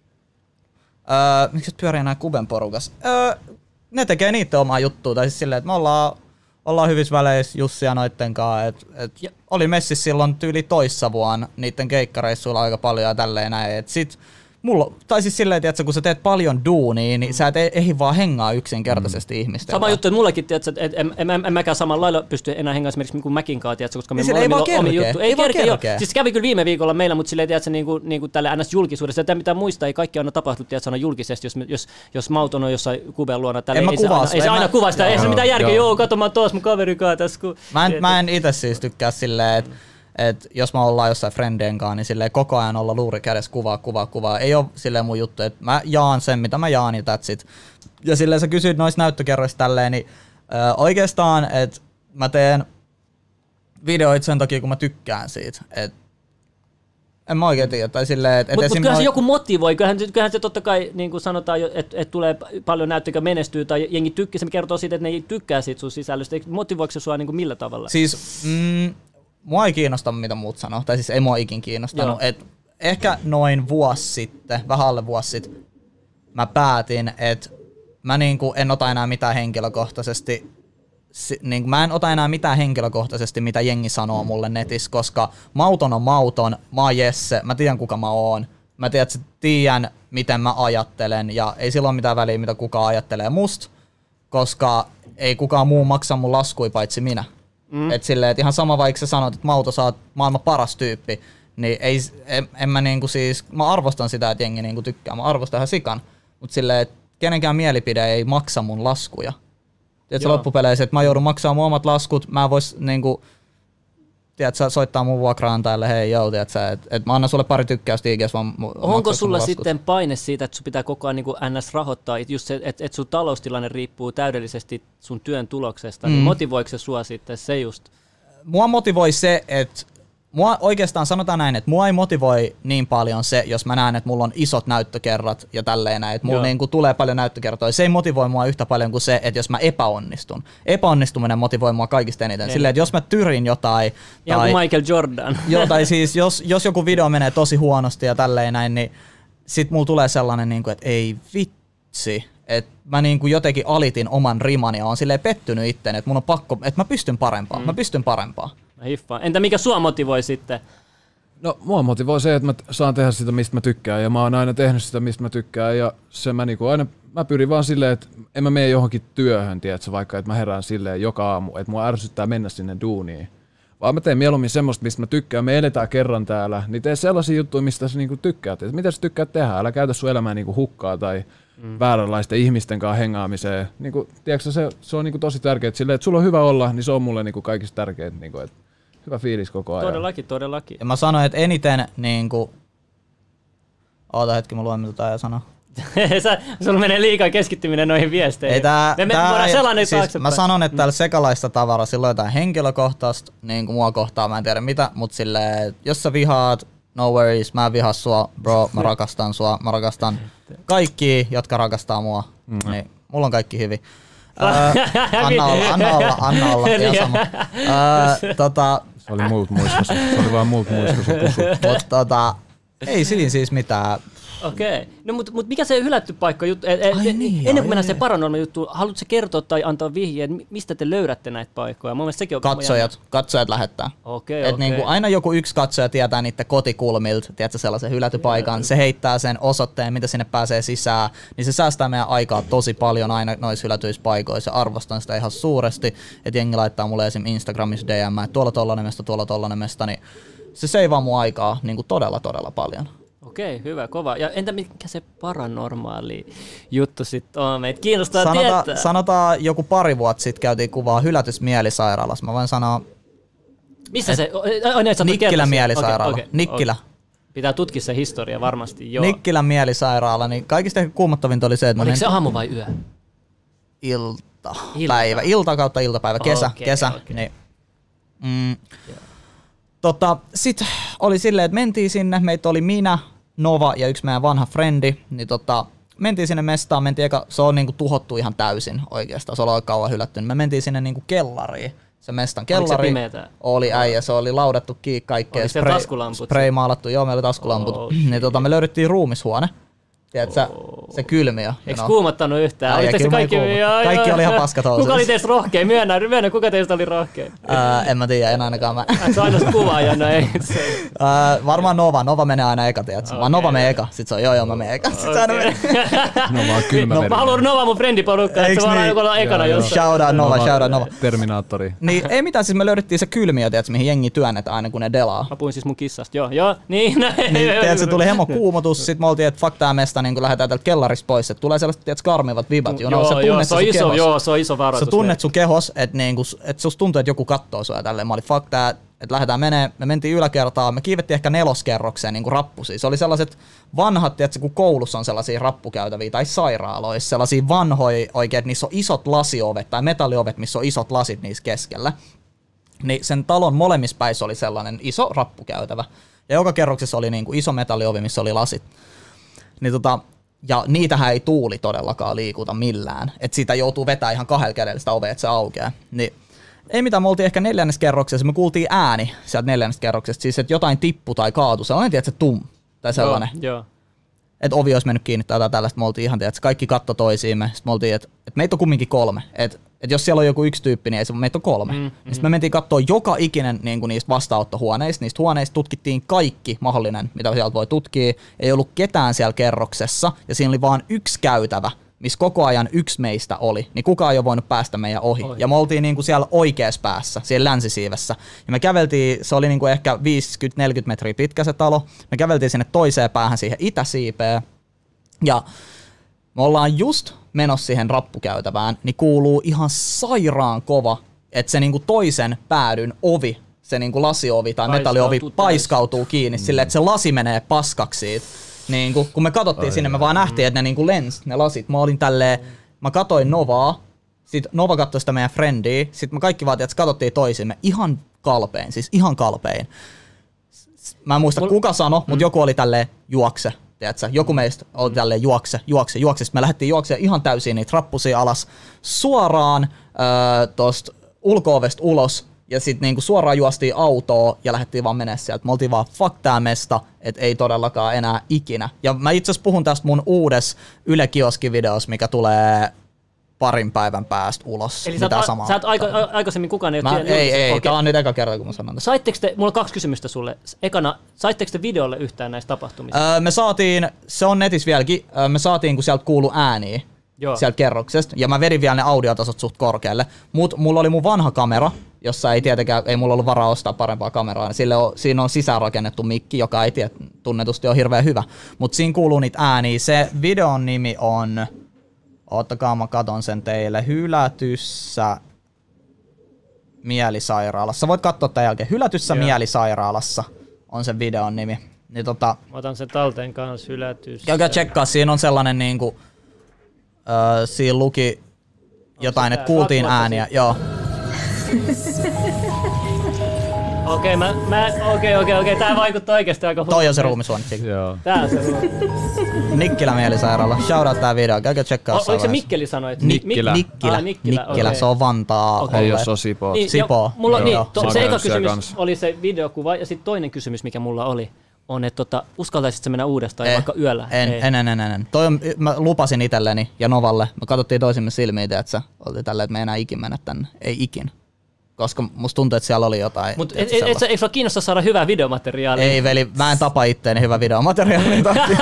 Miksi et pyörii enää Kuben porukas? Ne tekee niitten omaa juttua, tai siis silleen, että me ollaan, ollaan hyvissä väleissä Jussi ja noitten kanssa, et, et oli messissä silloin tyyli toissa vuonna niitten keikkareissuilla aika paljon ja tälleen näin, et sit mulla, tai siis silleen, että kun sä teet paljon duunia, niin sä et ehdi vaan hengaa yksinkertaisesti mm. ihmisten. Sama juttu, että mullakin, tiedätkö, että en, en, en, en mäkään samalla lailla pysty enää hengaa esimerkiksi kuin mäkin kanssa, tiedätkö, koska me niin ei vaan omi juttu. Ei, ei vaan kerkeä, kerkeä. Siis kävi kyllä viime viikolla meillä, mutta silleen, tiedätkö, niin kuin, niin kuin tälle N S-julkisuudessa, että mitä muistaa, ei kaikki aina tapahtunut, tiedätkö, aina julkisesti, jos, jos, jos Mauton on jossain Kuben luona. Tälle, en ei, mä kuvaa se, ei se aina kuvaa sitä, ei se mitään järkeä, joo, kato mä toos mun kaveri kanssa tässä. Kun, mä en, mä en itse siis tykkää silleen, että et jos mä ollaan jossain friendien kanssa, niin silleen koko ajan olla luuri kädessä kuvaa, kuvaa, kuvaa. Ei ole silleen mun juttu, että mä jaan sen, mitä mä jaan, ja that's it. Ja silleen sä kysyit noista näyttökerroista tälleen, niin ö, oikeastaan, että mä teen videoita sen takia, kun mä tykkään siitä. Et En mä oikein tiedä. Tai silleen, et, et Mutta mut kyllähän noi... se joku motivoi. Kyllähän, kyllähän se totta kai, niin kuin sanotaan, että et tulee paljon näyttöjä menestyy, tai jengi tykkää, se kertoo siitä, että ne ei tykkää siitä sun sisällöstä. Motivoiko se sua niin kuin millä tavalla? Siis, mm, mua ei kiinnosta, mitä muut sanoo. Tai siis ei mua ikin kiinnostanut. Et ehkä noin vuosi sitten, vähän alle vuosi sitten, mä päätin, että mä niinku en ota enää mitään henkilökohtaisesti. Si, niin mä en ota enää mitään henkilökohtaisesti, mitä jengi sanoo mulle netissä, koska mauton on mauton, mä oon Jesse, mä tiedän kuka mä oon. Mä tiedän, että tiedän, miten mä ajattelen, ja ei sillä ole mitään väliä, mitä kukaan ajattelee musta, koska ei kukaan muu maksa mun laskui paitsi minä. Mm. Et silleen, et ihan sama vaikka sä sanot, että Mauto, sä oot maailman paras tyyppi, niin ei, en, en mä niinku siis, mä arvostan sitä, että jengi niinku tykkää, mä arvostan ihan sikan, mutta silleen, että kenenkään mielipide ei maksa mun laskuja. Tiedätkö loppupeleissä, että mä joudun maksaa mun omat laskut, mä vois niinku, tiedätkö, soittaa mun vuokraantajalle, hei joo, tiedätkö, että et mä annan sulle pari tykkäystä I G:ssä, vaan onko sulla sitten paine siitä, että sun pitää koko ajan niin kuin N S rahoittaa, just se, että, että sun taloustilanne riippuu täydellisesti sun työn tuloksesta, mm. niin motivoiko se sua sitten se just? Mua motivoi se, että mua oikeastaan sanotaan näin, että mua ei motivoi niin paljon se, jos mä näen, että mulla on isot näyttökerrat ja tälleen näin, että mulla niinku tulee paljon näyttökertoja. Se ei motivoi mua yhtä paljon kuin se, että jos mä epäonnistun. Epäonnistuminen motivoi mua kaikista eniten. Silleen, että jos mä tyrin jotain... Ja tai, Michael Jordan. Joo, tai siis jos, jos joku video menee tosi huonosti ja tälleen näin, niin sit mulla tulee sellainen, niin kuin, että ei vitsi. Että mä niinku jotenkin alitin oman rimani ja oon silleen pettynyt itteen, että mun on pakko, että mä pystyn parempaan. Mm. Mä pystyn parempaan. Hiffaan. Entä mikä sua motivoi sitten? No mua motivoi se, että mä saan tehdä sitä, mistä mä tykkään, ja mä oon aina tehnyt sitä, mistä mä tykkään, ja se mä niinku aina, mä pyrin vaan silleen, että en mä mene johonkin työhön, tiedätkö, vaikka että mä herään silleen joka aamu, että mua ärsyttää mennä sinne duuniin. Vaan mä teen mieluummin semmoista, mistä mä tykkään, me eletään kerran täällä, niin tee sellaisia juttuja, mistä sä niinku tykkäät, että mitä sä tykkäät tehdä, älä käytä sun elämää niinku hukkaa tai mm. vääränlaisten ihmisten kanssa hengaamiseen. Niinku, tiedätkö, se, se on niinku tosi tärkeää, silleen, että sulla on hyvä olla, niin se on mulle niinku kaikista tärkeintä, niinku, että hyvä fiilis koko ajan. Todellakin, todellakin. Ja mä sanoin, että eniten niinku... Oota hetki, mä luen mitä tää sanoo. Sulla menee liikaa keskittyminen noihin viesteihin. Ei tää, me, me tää, voidaan sellainen siis mä sanon, että täällä sekalaista tavaraa, silloin jotain henkilökohtaista, niin kuin mua kohtaa, mä en tiedä mitä, mut silleen, jos sä vihaat, no worries, mä en vihaa sua, bro, mä rakastan sua, mä rakastan kaikki, jotka rakastaa mua, mm. niin mulla on kaikki hyvin. Öö, anna olla, anna olla, anna olla, ihan sama. Öö, tota, se oli muut muistossa, se oli vaan muut muistossa pusu. Mut tota, ei siinä siis mitään. Okei. Okay. No mut, mut mikä se hylätty paikka juttu? Et, et, niin, ennen kuin mennään se paranormal juttuun, haluatko kertoa tai antaa vihjeet, mistä te löydätte näitä paikkoja? Mun mielestä sekin on katsojat, katsojat lähettää. Okei, okay, okei. Okay. Niinku aina joku yksi katsoja tietää niiden kotikulmilta, tiedätkö, sellaisen hylätty paikan, se heittää sen osoitteen, mitä sinne pääsee sisään, niin se säästää meidän aikaa tosi paljon aina noissa hylätyissä paikoissa. Arvostan sitä ihan suuresti, että jengi laittaa mulle esim. Instagramissa D M, että tuolla tollanen mesta, tuolla tollanen mesta, niin se seivaa mun aikaa niin kuin todella todella paljon. Okei, hyvä, kova. Ja entä mikä se paranormaali juttu sitten on? Meitä kiinnostaa Sanota, tietää. Sanotaan joku pari vuotta sitten käytiin kuvaa hylätys mielisairaalassa. Mä voin sanoa... Missä se? Oh, näin, Nikkilän mielisairaala. Okay, okay, Nikkilä. Okay. Pitää tutkia se historia varmasti, joo. Nikkilän mielisairaala, niin kaikista ehkä kuumottavinta oli se, että... Oliko se aamu vai yö? Ilta. Ilta. Päivä. Ilta kautta iltapäivä. Kesä. Okay, kesä. Okay. Niin. Mm. Yeah. Tota, sit oli silleen, että mentiin sinne, meitä oli minä, Nova ja yksi meidän vanha frendi, niin tota, mentiin sinne mestaan, mentiin eka, se on niinku tuhottu ihan täysin oikeastaan, se oli aika kauan hylätty, niin me mentiin sinne niinku kellariin, se mestan kellari. Oliko se pimeätä? Oli äijä, se oli laudattu kiinni kaikkea. Oliko spray, taskulamput? Spray maalattu, joo meillä oli taskulamput, oh, niin tota, me löydettiin ruumishuone. Tiedätkö, oh. se kylmiö. Eikö no. kuumattanut yhtään? Ai, se kaikki, joo, kaikki oli ihan paskatousuissa. Kuka oli teistä rohkein? Myönnä, myönnä, kuka teistä oli rohkein? Ää, en mä tiedä, en ainakaan mä. Se on aina se kuvaaja, no ei. Ää, varmaan Nova. Nova menee aina eka, tiedätkö? Okay. Vaan Nova menee eka. Sitten se on joo joo mä menen eka. Sitten se aina menee. Nova on kylmä no, veri. Mä haluan Nova mun friendiporukka, että se vaan joku olla ekana jossain. Shout out Nova, shout out Nova. Terminaattori. Niin ei mitään, siis me löydettiin se kylmiö, tiedätkö, mihin jengi työnnetään aina kun ne delaa. Mä puhuin siis mun kissasta, joo, joo, niin. Niin, tiedätkö, se tuli hemo kuumotus, sit me oltiin, että fuck tää mesta, niin kun lähdetään täältä kellarista pois, että tulee sellaiset, tiedätkö, karmivat vibat, you know, joo, sä tunnet joo, se, se on sun iso, kehos. joo, se on iso varoitus. Sä tunnet sun kehos, että niinku, et susta tuntuu, että joku kattoo sua tälleen. Mä olin, fuck tää, että lähdetään menee, me mentiin yläkertaan, me kiivettiin ehkä neloskerrokseen niinku rappusia. Se oli sellaiset vanhat, tiedätkö, kun koulussa on sellaisia rappukäytäviä tai sairaaloissa, sellaisia vanhoja oikein, että niissä on isot lasiovet tai metalliovet, missä on isot lasit niissä keskellä. Niin sen talon molemmissa päissä oli sellainen iso rappukäytävä. Ja joka kerroksessa oli niinku iso metalliovi, missä oli lasit. Niin tota, ja niitähän ei tuuli todellakaan liikuta millään. Että sitä joutuu vetämään ihan kahdella kädellä sitä ovea, että se aukeaa. Niin ei mitään, me oltiin ehkä neljännes kerroksessa, me kuultiin ääni sieltä neljännestä kerroksesta, siis että jotain tippu tai kaatu, sellainen, tiedätkö, tum, tai sellainen. Joo, joo. Että ovi olisi mennyt kiinni tai jotain tällaista, me oltiin ihan, tiedätkö, kaikki katto toisiimme, sitten me oltiin, että et meitä on kumminkin kolme, että et jos siellä on joku yksi tyyppi, niin ei se, meitä on kolme. Mm, mm. Sitten me mentiin katsoa joka ikinen niin kuin niistä vastaanottohuoneista, niistä huoneista tutkittiin kaikki mahdollinen, mitä sieltä voi tutkia, ei ollut ketään siellä kerroksessa, ja siinä oli vaan yksi käytävä, missä koko ajan yksi meistä oli, niin kukaan ei ole voinut päästä meidän ohi. ohi. Ja me oltiin niinku siellä oikeassa päässä, siellä länsisiivessä. Ja me käveltiin, se oli niinku ehkä viisikymmentä neljäkymmentä metriä pitkä se talo. Me käveltiin sinne toiseen päähän siihen itäsiipeen. Ja me ollaan just menossa siihen rappukäytävään, niin kuuluu ihan sairaan kova, että se niinku toisen päädyn ovi, se niinku lasiovi tai metalliovi paiskautuu kiinni mm. silleen, että se lasi menee paskaksi siitä. Niin kun, kun me katsottiin Ai sinne, me vaan nähtiin, että ne niinku lens, ne lasit. Mä olin tälleen, mä katoin Novaa, sit Nova katsoi sitä meidän friendiä, sit me kaikki vaan, että katsottiin toisimme ihan kalpein, siis ihan kalpein. Mä en muista kuka sanoi, mutta joku oli tälleen juokse, tiedätkö? Joku meistä oli tälleen juokse, juokse, juokse. Sitten me lähdettiin juoksemaan ihan täysin niitä rappusia alas suoraan öö, tosta ulko-ovesta ulos. Ja sit niinku suoraan juostiin autoon ja lähdettiin vaan menee sieltä. Me oltiin vaan fuck tää mesta, et ei todellakaan enää ikinä. Ja mä itse asiassa puhun tästä mun uudes Yle Kioski-videos, mikä tulee parin päivän päästä ulos. Eli sä oot, sä oot aika, aikaisemmin kukaan ei ole Ei, ei, okay. Tää on nyt eka kerta, kun mä sanon tästä. Saitteko te, mulla on kaksi kysymystä sulle. Ekana, saitteko te videolle yhtään näistä tapahtumista? Öö, me saatiin, se on netissä vieläkin, öö, me saatiin kun sieltä kuului ääniä. Joo. Sieltä kerroksesta, ja mä vedin vielä ne audiotasot suht korkealle. Mut mulla oli mun vanha kamera, jossa ei tietenkään, ei mulla ollut varaa ostaa parempaa kameraa. Sille on, siinä on sisäänrakennettu mikki, joka ei tiedä, tunnetusti on hirveän hyvä. Mut siinä kuuluu niitä ääniä. Se videon nimi on, ottakaa mä katon sen teille, Hylätyssä mielisairaalassa. Voit katsoa tämän jälkeen. Hylätyssä Joo. mielisairaalassa on sen videon nimi. Niin tota, mä otan sen talteen kanssa, Hylätyssä. Käykää tsekkaa, siinä on sellainen niinku, Öö, siinä luki jotain, että kuultiin ääniä. Joo. Okei, mä, mä, okei, okei, okei. Tää vaikuttaa oikeesti aika huonosti. Toi on se ruumisuoni. Joo. Tää on se ruumisuoni. Nikkilä mielisairaala. Shoutout tää video. Käykää tsekkaa. Oliko se Mikkeli sanoit? Nikkilä. Nikkilä. Ah, Nikkilä. Nikkilä. Okay. Se on Vantaa. Okay. Ei jos on Sipoo. Niin, Sipoo. Mulla, niin, to, se eka kysymys kans. Oli se videokuva ja sitten toinen kysymys, mikä mulla oli, on, että tota, uskaltaisit sä mennä uudestaan eh, vaikka yöllä? En, en, en, en, en. Toi on, mä lupasin itselleni ja Novalle. Me katsottiin toisimme silmiin, että sä oltiin tälleen, että me ei enää ikin mennä tänne. Ei ikin. Koska musta tuntuu, että siellä oli jotain. Mutta et, et, et, eikö sua kiinnostaa saada hyvää videomateriaalia? Ei veli, mä en tapa itteeni hyvää videomateriaalia.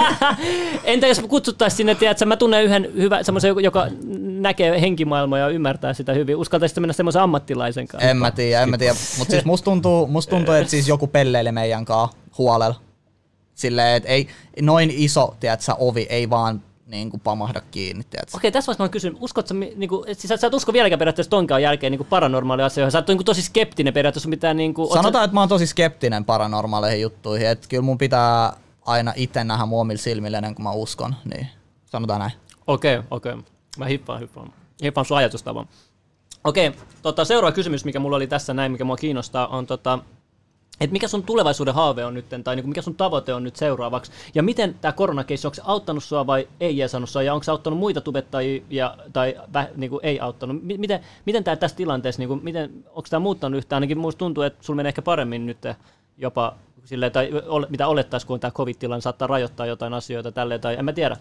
Entä jos kutsuttaisiin sinne, tiedätkö, mä tunnen yhden hyvä, semmoisen, joka näkee henkimaailmaa ja ymmärtää sitä hyvin. Uskaltaisitko mennä semmoisen ammattilaisen kanssa? En mä tiedä, en mä tiedä. Mutta siis musta tuntuu, musta tuntuu, että siis joku pelleili meidän kanssa huolella. Silleen, että ei, noin iso, tiedätkö, ovi ei vaan niinku pamahda kiinni, tiedätkö? Okei, tässä vaiheessa mä kysyn, uskotko, niinku, siis sä, sä et usko vieläkään periaatteessa tonkaan jälkeen niinku paranormaalia asioihin, sä oot niinku tosi skeptinen periaatteessa mitään niinku... Sanotaan, sä... että mä oon tosi skeptinen paranormaaleihin juttuihin, että kyllä mun pitää aina itse nähdä mun omilla silmillä ennen kuin mä uskon, niin sanotaan näin. Okei, okei. Mä hippaan, hippaan. Hippaan sun ajatustavan. Okei, tota, seuraava kysymys, mikä mulla oli tässä näin, mikä mua kiinnostaa, on tota... että mikä sun tulevaisuuden haave on nyt, tai mikä sun tavoite on nyt seuraavaksi, ja miten tämä koronakeissi, onko se auttanut sua vai ei jeesannut sua, ja onko se auttanut muita tubettajia, tai väh, niin kuin ei auttanut? Miten, miten tämä tässä tilanteessa, niin kuin, miten, onko tämä muuttanut yhtään? Ainakin musta tuntuu, että sulla menee ehkä paremmin nyt jopa, silleen, tai mitä olettaisiin, kun tämä covid-tilanne saattaa rajoittaa jotain asioita tälleen, tai en mä tiedä.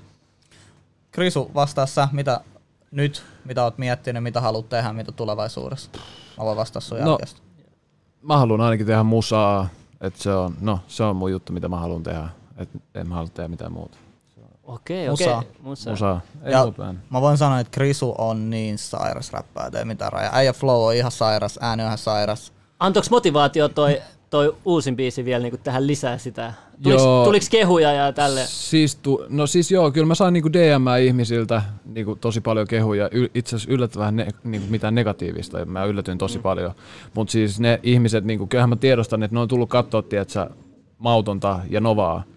Krisu, vastaa sä, mitä nyt, mitä oot miettinyt, mitä haluat tehdä, mitä tulevaisuudessa? Mä voin vastaa sun jälkeestä. No. Mä haluan ainakin tehdä musaa, että se on, no, se on mun juttu, mitä mä haluan tehdä, että en mä halua tehdä mitään muuta. Okei, okei. Musaa. Musaa. Musaa. Ei ja muuta. Mä voin sanoa, että Krisu on niin sairas räppää, ei mitään rajaa. Äijä flow on ihan sairas, ääni on ihan sairas. Antoiko motivaatio toi, toi uusin biisi vielä niin tähän lisää sitä? Tuliko, tuliko kehuja ja tälleen? Siis tu, no siis joo, kyllä mä sain niinku D M:ää ihmisiltä niinku tosi paljon kehuja. Y, itse asiassa yllättävän ne, niinku mitään negatiivista, mä yllätyin tosi mm. paljon. Mutta siis ne ihmiset, niinku, kyllähän mä tiedostan, että ne on tullut katsoa, tiedätkö, Mautonta ja Novaa.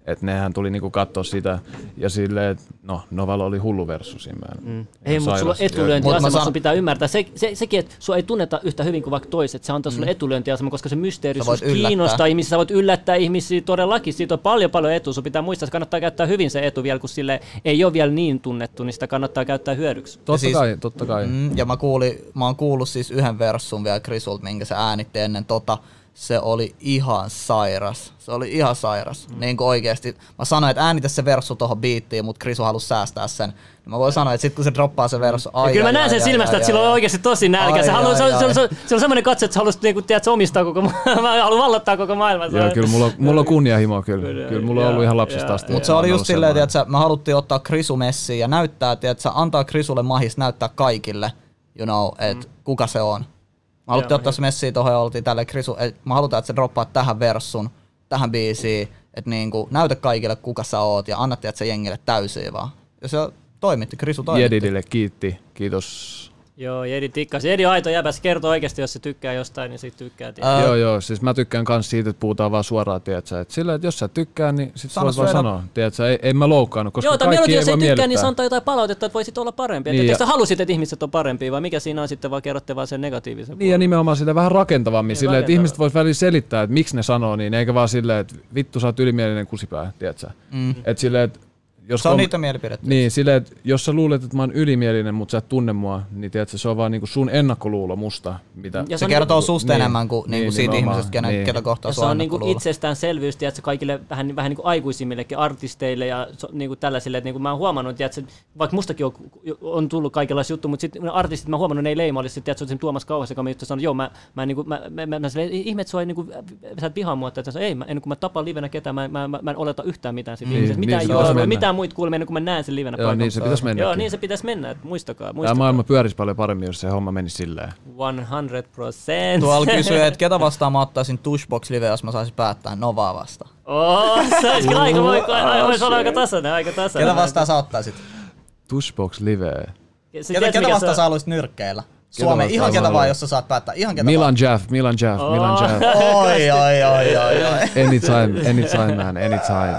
Että nehän tuli niinku katsoa sitä ja silleen, että no, Novalla oli hullu verssu siinä. Mm. Ei, mutta sulla on etulyöntiasema, san... sun pitää ymmärtää. Se, se, sekin, että sua ei tunneta yhtä hyvin kuin vaikka toiset, se antaa mm. sulle etulyöntiasema, koska se mysteerisuus kiinnostaa ihmisiä, sä voit yllättää ihmisiä todellakin. Siitä on paljon paljon etua, sun pitää muistaa, että kannattaa käyttää hyvin se etu vielä, kun sille ei ole vielä niin tunnettu, niin sitä kannattaa käyttää hyödyksi. Totta siis, kai, totta kai. Mm, ja mä, kuulin, mä oon kuullut siis yhden verssun vielä Krisulta, minkä se äänitti ennen tota. Se oli ihan sairas. Se oli ihan sairas. Mm. Niin kuin oikeesti. Mä sanoin, että äänitä se verssu tohon biittiin, mutta Krisu halusi säästää sen. Mä voin sanoa, että sit kun se droppaa se verssu, ai, kyllä ai, mä näen sen ai, silmästä, ai, että sillä on oikeesti tosi nälkä. Se, halu, se, se, se, se on semmoinen katse, että sä haluaisit niinku, tiedät, omistaa koko maailman. Mä haluan vallottaa koko maailman. Joo, kyllä mulla, mulla on kunniahimo kyllä. Kyllä, kyllä mulla on ollut ihan lapsesta asti. Mutta se oli just silleen, että me haluttiin ottaa Krisu messiin ja näyttää, että antaa Krisulle mahis näyttää kaikille, you know, että mm. kuka se on. Mä haluttiin ottaa se messiin tohon ja oltiin tälleen Krisu, et mä halutaan, että se droppaa tähän versun, tähän biisiin, että niinku näytä kaikille kuka sä oot ja annat että se jengille täysiä vaan. Ja se toimitti, Krisu toimitti. Jedidille kiitti, kiitos. Joo, Jedi tikkas. Jedi aito jäbäs, kertoo oikeesti, jos se tykkää jostain, niin siitä tykkää. Uh, joo, joo, siis mä tykkään kans siitä, että puhutaan vaan suoraan, tiiätsä. Että sillä, että jos sä tykkää, niin sit sä voit vaan sanoa, tiiätsä, ei, ei mä loukkaannut, koska joo, kaikki ei voi miellyttää. Joo, jos ei tykkää, niin sanotaan jotain palautetta, että voisit olla parempi. Niin, että sä halusit, että ihmiset on parempia, vai mikä siinä on sitten, vaan kerrotte vaan sen negatiivisen puolen. Niin, ja nimenomaan sitä vähän rakentavammin, niin, silleen, että ihmiset vois välillä selittää, että miksi ne sanoo niin, eikä vaan silleen, että vittu sä oot ylimielinen kusipää, tiiätsä. Mm. Että silleen, että jos se on kom... niitä mielipidettä. Niin, silleen, että jos sä luulet, että mä oon ylimielinen, mutta sä et tunne mua, niin tiedätkö, se on vaan niinku sun ennakkoluulo musta. Mitä... Se, se kertoo niinku, susta niin, enemmän kuin, niin, niinku siitä niin, ihmisestä, kenen, niin. ketä kohtaa sua ennakkoluulo. Se on niinku itsestäänselvyys, tiedätkö, kaikille vähän, vähän niinku aikuisimmillekin artisteille ja niinku tällaisille. Että niinku mä oon huomannut, tiedätkö, vaikka mustakin on, on tullut kaikenlaisia juttuja, mutta sitten artistit mä oon huomannut, ne ei leima, olisi tiedätkö, sen Tuomas Kauhas, joka mä sanoi, joo, mä, mä, niinku, mä, mä, mä, mä ihme, että sua ei niinku, sä et vihaa mua, että ei, mä, ennen kuin mä tapaan livenä ketään, mä, mä, mä, mä en oleta yhtään mitään siitä ihmisestä, mitään joo, mitään muita kuulemma ennen kuin mä näen sen livenä. Joo, niin se pitäisi mennä. Joo, niin se pitäisi mennä, että muistakaa, muistakaa. Tämä maailma pyörisi paljon paremmin, jos se homma menisi silleen. sata prosenttia. Tuolla kysyy, että ketä vastaan mä ottaisin Tushbox Live, jos mä saisin päättää Novaa vastaan. Oh, se olisikin aika, voisi olla aika tasainen, aika tasainen. Ketä vastaan sä ottaisit? Tushbox Live. Ketä, ketä vastaan sä haluaisit nyrkkeillä? Suomen, ihan ketä vaan, jos sä saat päättää. Ihan ketä Milan vaan. Jaff, Milan Jaff, oh. Milan Jaff. Oi, oi, oi, oi, oi. Anytime, anytime man, anytime.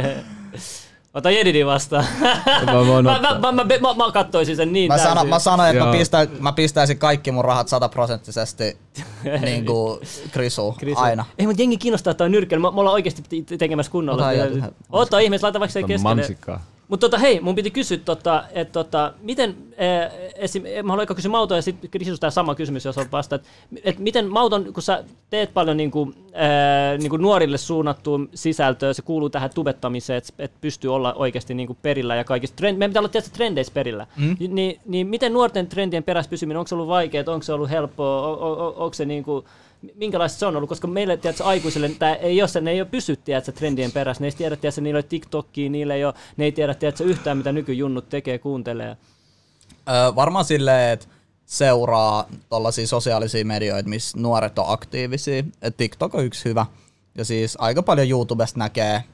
Ota Jedidin vastaan. mä, mä, mä, mä, mä, mä kattoisin sen niin mä täysin. Sano, mä sanoin, että mä, pistä, mä pistäisin kaikki mun rahat sataprosenttisesti niinku Krisuun aina. Ei, mutta jengi kiinnostaa toi nyrkkeily. Me ollaan oikeesti tekemässä kunnolla. Ota ihmeessä, laita vaikka se keskelle. Mansikkaa. Mutta tota, hei, mun piti kysyä, tota, että tota, miten, äh, esim, mä haluan kysyä Mautoa ja sitten Krisusta tämä sama kysymys, jos olet vasta, että et miten Mauton, kun sä teet paljon niinku, äh, niinku nuorille suunnattua sisältöä, se kuuluu tähän tubettamiseen, että et pystyy olla oikeasti niinku perillä ja kaikista, trend, meidän pitää olla tietysti trendeissä perillä, mm. Ni, niin, niin miten nuorten trendien perässä pysyminen, onko se ollut vaikeaa, onko se ollut helppoa, on, on, on, onko se niinku, minkälaista se on ollut, koska meille tiedätkö, aikuisille tämä ei ole se, ne ei ole pysy tiedätkö, trendien perässä, ne ei tiedä, tiedätkö, niillä ei ole TikTokia, niillä ei ole, ne ei tiedä tiedätkö, yhtään mitä nykyjunnut tekee, kuuntelee. Öö, varmaan silleen, että seuraa tollaisia sosiaalisia medioita, missä nuoret on aktiivisia. Et TikTok on yksi hyvä. Ja siis aika paljon YouTubesta näkee,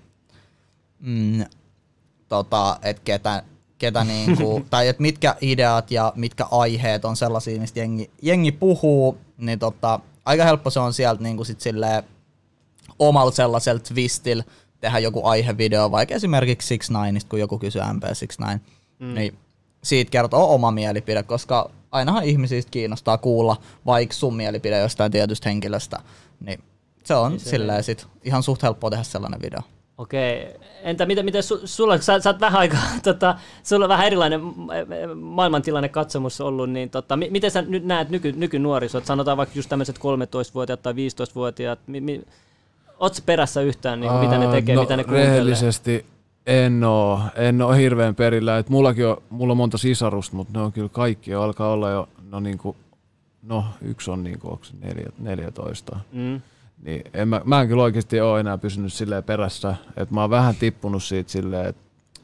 mm, tota, että ketä, ketä niinku, tai et mitkä ideat ja mitkä aiheet on sellaisia, mistä jengi, jengi puhuu, niin tota, aika helppo se on sieltä niinku sit silleen omalla sellaisella twistillä tehdä joku aihevideo, vaikka esimerkiksi six nineista, kun joku kysyy M P six nine, mm. niin siitä kertoo oma mielipide, koska ainahan ihmisistä kiinnostaa kuulla vaikka sun mielipide jostain tietystä henkilöstä, niin se on niin se silleen sit ihan suht helppoa tehdä sellainen video. Okei. Entä miten, miten su, sulla, sä, sä oot vähän aikaa, tota, sulla on vähän erilainen maailmantilanne katsomus ollut, niin tota, miten sä nyt näet nyky, nykynuorisot, sanotaan vaikka just tämmöiset kolmetoistavuotiaat tai viisitoistavuotiaat, mi, mi, oot sä perässä yhtään, niin, mitä ne tekee, no, mitä ne kuuntelee? Rehellisesti en oo, en oo hirveän perillä, et mullakin on, mulla on monta sisarusta, mutta ne on kyllä kaikki jo, alkaa olla jo, no niinku, no yksi on niinku, onko se neljätoista. Mm. Niin en mä, mä en kyllä oikeasti ole enää pysynyt silleen perässä, että mä oon vähän tippunut siitä silleen, että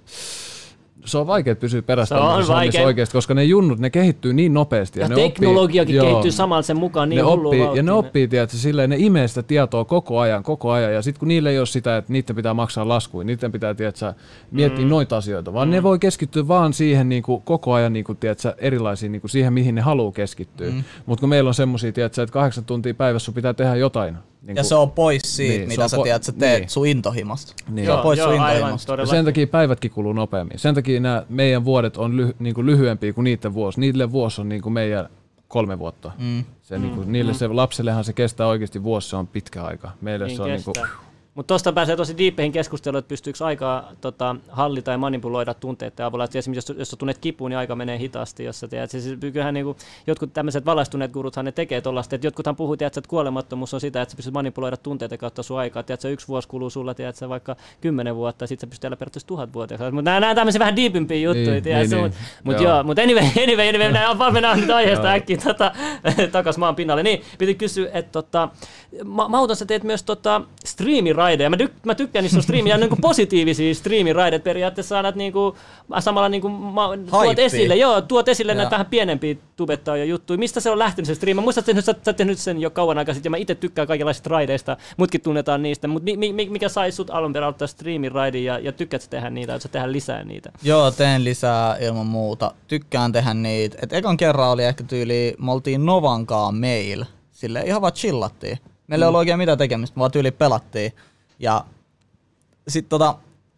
se on vaikea pysyä perässä oikeasti, koska ne junnut, ne kehittyy niin nopeasti. Ja, ja teknologiakin oppii, kehittyy samalla sen mukaan niin hullua vauhtia. Ja ne oppii, tiedätkö, silleen, ne imee sitä tietoa koko ajan, koko ajan, ja sitten kun niillä ei ole sitä, että niiden pitää maksaa laskuja, niiden pitää, tiedätkö, miettiä mm. noita asioita, vaan mm. ne voi keskittyä vaan siihen niin kuin, koko ajan niin kuin, tiedätkö, erilaisiin, niin kuin, siihen, mihin ne haluaa keskittyä. Mm. Mutta kun meillä on semmoisia, tiedätkö, että kahdeksan tuntia päivässä sun pitää tehdä jotain, Niin ja se on pois siitä, niin, mitä sä, po- tiedät, sä teet niin. sun intohimosta. Niin. Se on pois joo, sun intohimosta. Ja sen takia päivätkin kuluu nopeammin. Sen takia nämä meidän vuodet on lyhy- niinku lyhyempiä kuin niiden vuosi. Niille vuosi on niinku meidän kolme vuotta. Mm. Se, niinku, mm. Niille mm. se lapsellehan se kestää oikeasti vuosi, se on pitkä aika. Meille niin se on niinku... Mutta tuosta pääsee tosi diippeihin keskusteluun, että pystyykö aikaa tota, hallita ja manipuloida tunteiden avulla. Et esimerkiksi jos, jos sä tunnet kipuun, niin aika menee hitaasti. Jos sä tiedät. Siis, kyllähän niinku, jotkut tämmöiset valaistuneet guruthan ne tekee tollaista. Et jotkuthan puhuu, tiedät, että kuolemattomuus on sitä, että sä pystyt manipuloida tunteiden kautta sun aikaa. Tiedät, yksi vuosi kuluu sulla, tiedät, sä vaikka kymmenen vuotta, ja sit sä pystyt elää periaatteessa tuhat vuotta. Mutta nämä on tämmöisiä vähän diipimpiä juttuja. Niin, niin, niin. Mutta joo, mutta anyway, anyway, anyway mennään, mennään nyt aiheesta äkkiä tota, takas maan pinnalle. Niin, piti kysyä, että tota, ma- Mauton sä teet myös tota, striimiraideja. Mä, tyk- mä tykkään niistä striimiä, niinku positiivisia striimiraideja periaatteessa annat niinku, samalla niinku, ma- tuot esille, joo, tuot esille ja. näitä vähän pienempiä tubettajia juttuja. Mistä se on lähtenyt se striimi? Mä muistan, että sä oot tehnyt sen jo kauan aikaa sitten, ja mä itse tykkään kaikenlaisista raideista, mutkin tunnetaan niistä, mutta mi- mi- mikä sai sut alun perin aloittaa striimiraidin, ja, ja tykkäät sä tehdä niitä, että sä tehdä lisää niitä? Joo, teen lisää ilman muuta. Tykkään tehdä niitä. Et ekan kerran oli ehkä tyyli, me oltiin Novankaan mail, silleen ihan vaan chillattiin. Meillä ei mm. ollut oikein mitään tekemistä, vaan tyyli pelattiin. Ja sit tota,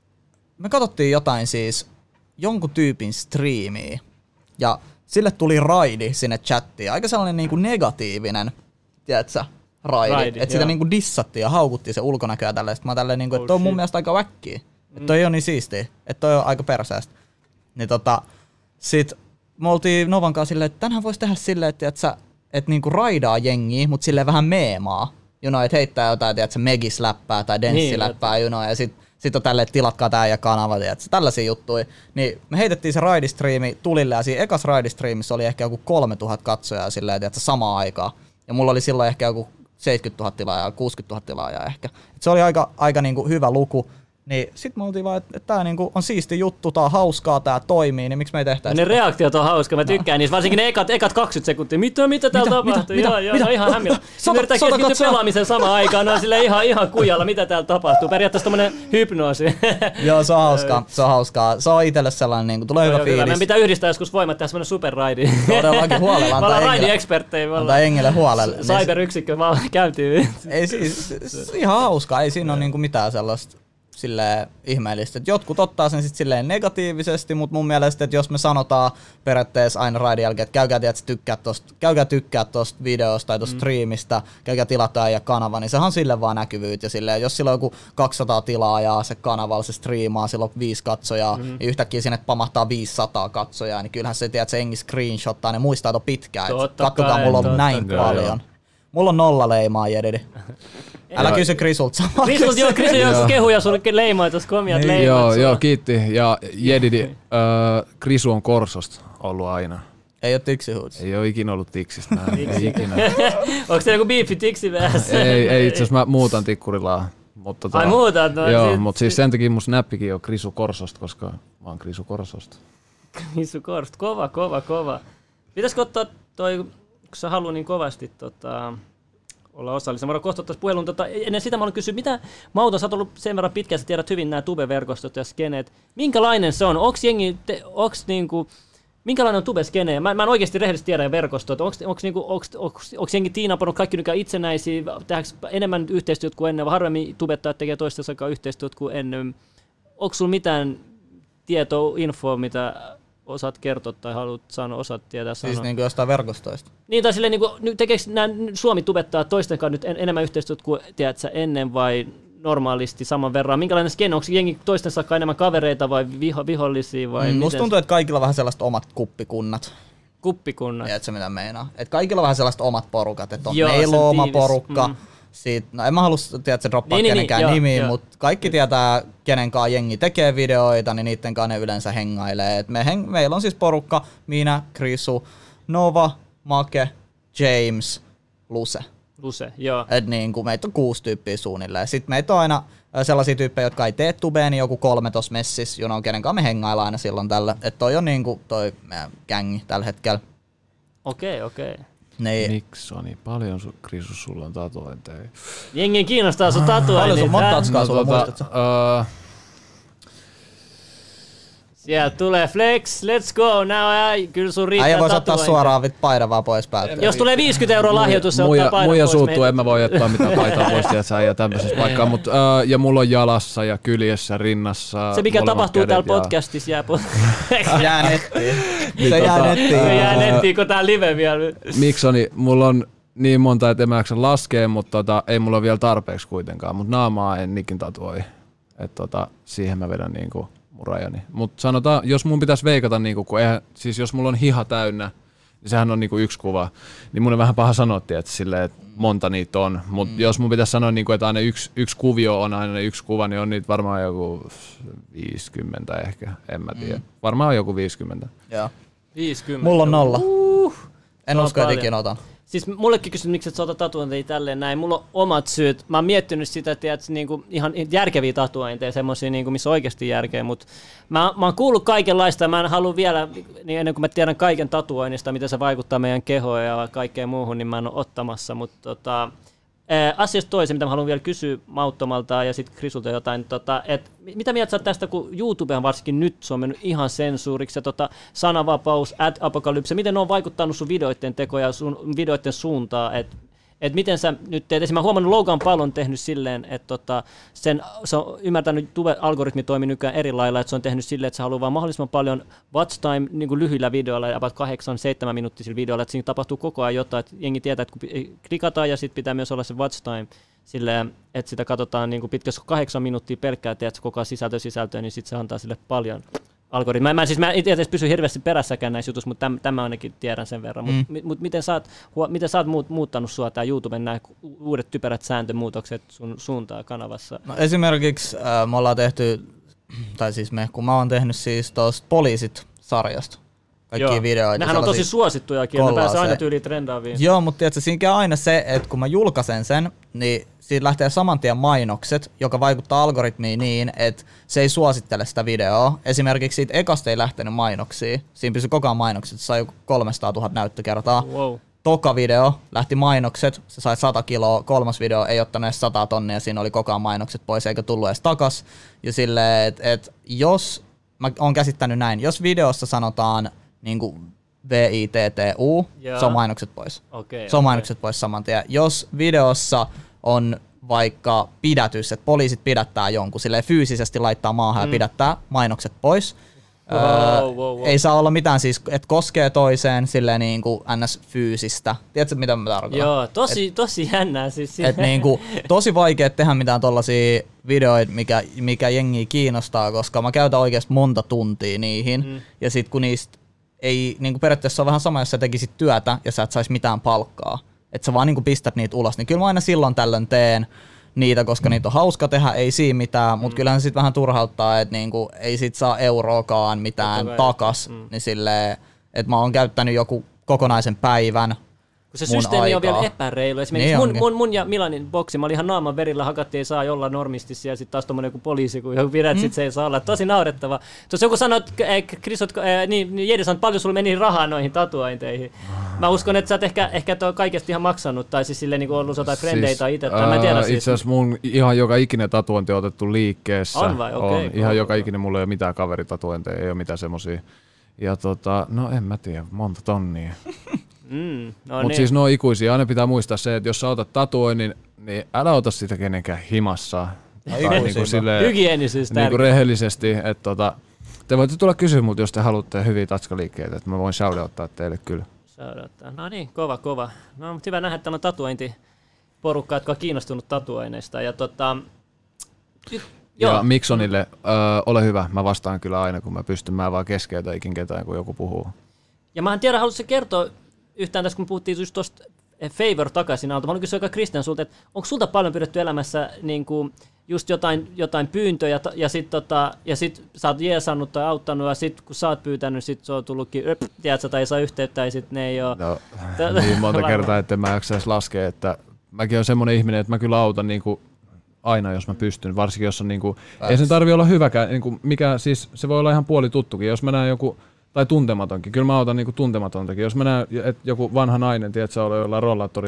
me katsottiin jotain siis, jonkun tyypin striimiä, ja sille tuli raidi sinne chattiin, aika sellainen niinku negatiivinen, tiedätkö, raidi, raidi että sitä niinku dissattiin ja haukuttiin se ulkonäköä tälleen, sit mä tälleen niinku, että toi on mun mielestä aika väkkiä, mm. että toi on niin siistiä, että toi on aika perseestä. Niin tota, sit me oltiin Novan kanssa silleen, että tänhän vois tehdä silleen, että tiedätkö, että niinku raidaa jengiä, mut silleen vähän meemaa. You know, että heittää jotain, tiedätkö, megisläppää tai denssiläppää, niin, you know, ja sit, sit on tälleen, että tilatkaa tää ja kanava, tiedätkö, tällaisia juttuja. Niin me heitettiin se raidistriimi tulille, ja siinä ekas raidistriimissä oli ehkä joku kolmetuhatta katsojaa silleen, tiedätkö, samaan aikaan. Ja mulla oli silloin ehkä joku seitsemänkymmentätuhatta tilaajaa, kuusikymmentätuhatta tilaajaa ehkä. Et se oli aika, aika niinku hyvä luku. Niin sit me oltiin vaan, että et tää niinku on siisti juttu, tää on hauskaa, tää toimii, niin miksi me ei tehtäisi? Ne reaktiot on hauska, mä tykkään no. niistä, varsinkin ne ekat, ekat kaksikymmentä sekuntia. Mitä, mitä täällä mitä, tapahtuu? Mitä, joo, mitä, joo, mitä? Ihan hämmillä. Sitten yritetään keskittyä pelaamisen samaan aikaan, ne on silleen ihan, ihan kujalla, mitä täällä tapahtuu. Periaatteessa tommonen hypnoosi. Joo, se on hauskaa, se on hauskaa. Se on itselle sellainen, niinku, tulee hyvä fiilis. Meidän pitää yhdistää joskus voimat tehdä semmonen superraidi. Todellakin huolella. Me ollaan raidi-eksperttejä. Antaa Engelle huolella. Cyber-yksikkö, mä käytiin. Ei siis, ihan hauskaa, ei siinä ole niinku mitään sellaista. Silleen ihmeellistä. Et jotkut ottaa sen sit silleen negatiivisesti, mutta mun mielestä, että jos me sanotaan periaatteessa aina raidin jälkeen, että käykää, tiedät, tykkää tosta, käykää tykkää tosta videosta tai tosta mm. striimistä, käykää tilattaa ja kanava, niin sehän on sille vaan näkyvyyttä. Ja silleen, jos sillä on joku kaksisataa tilaajaa se kanavalla, se striimaa, sillä on viisi katsojaa, mm. niin yhtäkkiä sinne pamahtaa viisisataa katsojaa, niin kyllähän se tiedät, että se engi screenshottaa, ne muistaa, että on pitkään. Katsokaa, mulla on totta, näin totta, paljon. Joo. Mulla on nolla leimaa, Jedidi. Älä kysy Krisulta samaa. Krisulta joo, Krisul joo, kehuja sulle leimaa, tuossa komiat niin. leimat. Joo, joo, kiitti. Ja Jedidi, äh, Krisu on Korsosta ollut aina. Ei oo Tiksihuuts. Ei oo ikinä ollut Tiksistä. Ei ikinä. Onko se joku biifi Tiksi vähässä? Ei, ei itse asiassa mä muutan Tikkurilaa. Mutta Ai muutat? No, joo, sit, mutta siis sen takia mun snappikin on Krisu Korsosta, koska mä oon Krisu Korsosta. Krisu Korsosta, kova, kova, kova. Pitäisikö ottaa toi, kun sä haluat niin kovasti tota, olla osallisen. Mä voin kohta ottaa puhelun. Tota, ennen sitä mä haluan kysyä, mitä Mauton, sä oot ollut sen verran pitkään, sä tiedät hyvin nämä tube-verkostot ja skeneet. Minkälainen se on? Onks jengi, te, onks niinku, minkälainen on tube-skene? Mä, mä en oikeasti rehellisesti tiedä verkostot. Onks, onks, niinku, onks, onks, onks jengi tiinapannut kaikki nykyään itsenäisiä? Tehdäänkö enemmän yhteistyöt kuin ennen? Vai harvemmin tubettajat tekee toistensa kanssa yhteistyöt kuin ennen? Onks sulla mitään tietoa, infoa, mitä osaat kertoa tai haluat sanoa, osaat tietää sanoa? Siis niin kuin jostain verkostoista? Niin, tai silleen, niin kuin, tekeekö nämä Suomi-tubettaa toisten kanssa nyt en, enemmän yhteistyötä kuin tiedätkö, ennen vai normaalisti saman verran? Minkälainen skene? Onko jengi toistensa enemmän kavereita vai viho, vihollisia? Vai mm, musta tuntuu, että kaikilla on vähän sellaiset omat kuppikunnat. Kuppikunnat? Tiedätkö mitä meinaa? Että kaikilla on vähän sellaiset omat porukat, että on meillä on oma tiivis. porukka. Mm. Siitä, no en mä halua tiedätkö, droppaa niin, kenenkään niin, nimiä, mutta kaikki tietää, kenen kanssa jengi tekee videoita, niin niiden kanssa ne yleensä hengailee. Et me heng- meillä on siis porukka, minä, Krisu, Nova, Make, James, Luse. Luse, joo. Et niin kuin meitä on kuusi tyyppiä suunnilleen. Sitten meitä on aina sellaisia tyyppejä, jotka ei tee tubea, niin joku kolme tossa messissä, you know, kenen kanssa me hengaillaan aina silloin tällä. Että toi on niin kuin toi meidän gängi tällä hetkellä. Okei, okay, okei. Okay. Niin. Niksoni, paljon su, Krisu sulla on tatuointeja. Jengi kiinnostaa sun tatuointeja. Paljon sun montatskaa no, sulla tota, muistatko? Uh, Sieltä tulee flex, let's go, now I, kyllä sun riittää äijä vois tatuointia. ottaa suoraan vit paidan vaan pois päältä. Jos tulee viisikymmentä euroa lahjoitus, se muja, ottaa paidan muja pois. suuttuu, en mä voi ottaa mitään paitaa pois, tiiätsä, ja tämmöisessä paikkaa. Mut, uh, ja mulla on jalassa ja kyljessä, rinnassa. Se mikä tapahtuu täällä ja... podcastissa jää pois. Jää nettiin. Niin, se jää tota, nettiin. Se jää nettiin, kun tää live vielä. Miksoni, mulla on niin monta, että en mä jaksa laskea, mutta tota, ei mulla ole vielä tarpeeksi kuitenkaan. Mutta naamaa en nikin tatuoi. Et tota, siihen mä vedän niinku mun rajani. Mutta sanotaan, jos mun pitäisi veikata, niinku, kun eihän, siis jos mulla on hiha täynnä, niin sehän on niinku yksi kuva. Niin mun on vähän paha sanoa, että silleen, että monta niitä on. Mutta mm. jos mun pitäisi sanoa, niinku, että aina yksi, yksi kuvio on aina yksi kuva, niin on niitä varmaan joku viisikymmentä ehkä. En mä tiedä. Mm. Varmaan joku viisikymmentä. Joo. viisikymmentä. Mulla on nolla. Uh, en usko, että ikinä otan. Siis mullekin kysyt, miksi et sä otat tatuointeja tälleen näin. Mulla on omat syyt. Mä oon miettinyt sitä, että niinku ihan järkeviä tatuointeja, semmosia niinku, missä on oikeasti järkeä, mutta mä, mä oon kuullut kaikenlaista ja mä en halua vielä, niin ennen kuin mä tiedän kaiken tatuoinnista, miten se vaikuttaa meidän kehoon ja kaikkeen muuhun, niin mä en ole ottamassa, mutta tota, asiasta toisen, mitä mä haluan vielä kysyä Mauttomalta ja sitten Krisulta jotain, tota, että mitä mieltä sä oot tästä, kun YouTubehan varsinkin nyt se on mennyt ihan sensuuriksi ja tota, sananvapaus, ad-apokalypse, miten ne on vaikuttanut sun videoiden tekoon ja sun videoiden suuntaan, että et miten sä nyt teet, esimerkiksi mä oon huomannut Logan Paul on tehnyt silleen, että tota, sen, se on ymmärtänyt, Tube-algoritmi toimii nykyään eri lailla, että se on tehnyt silleen, että se haluaa vaan mahdollisimman paljon watch time niin kuin lyhyillä videoilla ja about kahdeksan seitsemän minuuttisilla videoilla, että siinä tapahtuu koko ajan jotain, että jengi tietää, että kun klikataan ja sitten pitää myös olla se watch time silleen, että sitä katsotaan niin kuin pitkässä kahdeksan minuuttia pelkkää, että koko ajan sisältö sisältöä, niin sitten se antaa sille paljon algoritmi. Mä, mä, siis, mä itse asiassa pysy hirveästi perässäkään näissä jutuissa, mutta tämän, tämän ainakin tiedän sen verran. Mm. Mutta mut, miten sä oot, miten sä oot muut, muuttanut sua tää YouTuben nämä uudet typerät sääntömuutokset sun suuntaan kanavassa? No esimerkiksi äh, me ollaan tehty, tai siis me, kun mä oon tehnyt siis tuosta Poliisit-sarjasta kaikkia videoita. Nehän on tosi suosittujakin, ja ne pääsee aina tyyliin trendaaviin. Joo, mutta tiedätkö, siinä käy aina se, että kun mä julkaisen sen, niin siitä lähtee saman tien mainokset, joka vaikuttaa algoritmiin niin, että se ei suosittele sitä videoa. Esimerkiksi siitä ekasta ei lähtenyt mainoksia. Siinä pysyi koko ajan mainokset, se sai joku kolmesataatuhatta näyttökertaa. Wow. Toka video lähti mainokset, se sai sata kiloa, kolmas video ei ottanut edes sata tonnia, siinä oli koko ajan mainokset pois eikä tullut edes takas. Ja silleen, että et jos, mä oon käsittänyt näin, jos videossa sanotaan niinku V I T T U, yeah. se on mainokset pois. Okay, se on okay. mainokset pois saman tien. Jos videossa on vaikka pidätys, että poliisit pidättää jonkun, silleen fyysisesti laittaa maahan mm. ja pidättää, mainokset pois. Wow, öö, wow, wow. Ei saa olla mitään siis, että koskee toiseen silleen niin kuin ns. Fyysistä. Tiedätkö mitä mä tarkoitan? Joo, tosi, et, tosi jännää siis. Et niin kuin, tosi vaikea tehdä mitään tollasia videoita, mikä, mikä jengiä kiinnostaa, koska mä käytän oikeasti monta tuntia niihin. Mm. Ja sit kun niistä ei, niin kuin periaatteessa on vähän sama, jos sä tekisit työtä ja sä et sais mitään palkkaa. Että sä vaan niin kuin pistät niitä ulos, niin kyllä mä aina silloin tällöin teen niitä, koska mm. niitä on hauska tehdä, ei siinä mitään, mutta mm. kyllähän sit vähän turhauttaa, että niinku, ei sit saa euroakaan mitään takas, mm. niin silleen, että mä oon käyttänyt joku kokonaisen päivän. Se systeemi aikaa. On vielä epäreilu. Esimerkiksi niin mun, mun, mun ja Milanin boksi, mä olin ihan naaman verillä, hakattiin, ei saa olla normistisia, ja sitten taas tommonen joku poliisi, kun joku pidät, mm. sit se ei saa olla. Tosi naurettava. Tuossa joku sanoi, että Krisot, äh, niin Jedi sanoi, että paljon sulla meni rahaa noihin tatuointeihin. Mä uskon, että sä oot ehkä, ehkä tuo kaikesta ihan maksanut, tai siis silleen niin kuin ollut jotain frendeitä siis, itse, tai mä en tiedä siis. Itse asiassa mun ihan joka ikinen tatuointi on otettu liikkeessä. On vai? Okei. Okay, on. Ihan joka ikinen, mulla ei ole mitään kaveritatuointeja, ei ole mitään semmosia. Ja tota, no en mä tiedä, monta tonnia. Mm, no Mutta niin. Siis ne on ikuisia. Aina pitää muistaa se, että jos sä otat tatuoinnin, niin älä ota sitä kenenkään himassa. Tai niinku silleen, hygienisyys niinku rehellisesti. Että tota, te voitte tulla kysyä mut, jos te haluatte hyviä tatskaliikkeitä. Että mä voin shoutouttaa teille kyllä. Shoutouttaa. No niin, kova, kova. No, mutta hyvä nähdä, että on tatuointiporukka, jotka on kiinnostunut tatuoineista. Ja, tota, y- ja Miksonille, öö, ole hyvä. Mä vastaan kyllä aina, kun mä pystyn. Mä vaan keskeytä ikin ketään, kun joku puhuu. Ja mä en tiedä, haluatko kertoa yhtään tässä, kun puhuttiin just tuosta Favor takaisin alta. Mä haluan kysyä Kristian sulta, että onko sulta paljon pyydetty elämässä niin kuin just jotain, jotain pyyntöjä ja sit, tota, ja sit sä oot jeesannut tai auttanut ja sit kun sä oot pyytänyt, sit se on tullutkin, öp, tiedätkö, tai ei saa yhteyttä ja sit ne ei oo. No, niin monta kertaa, että mä jaksaisi laskea, että mäkin on semmoinen ihminen, että mä kyllä autan niin kuin aina, jos mä pystyn, varsinkin jos on niinku, ei sen tarvi olla hyväkään, niinku, mikä siis, se voi olla ihan puoli tuttukin, jos mä näen joku, tai tuntematonkin, kyllä mä autan niinku tuntematontakin, jos mä näen, että joku vanha nainen, tiedät sä ole jollain rollaattorilla, niin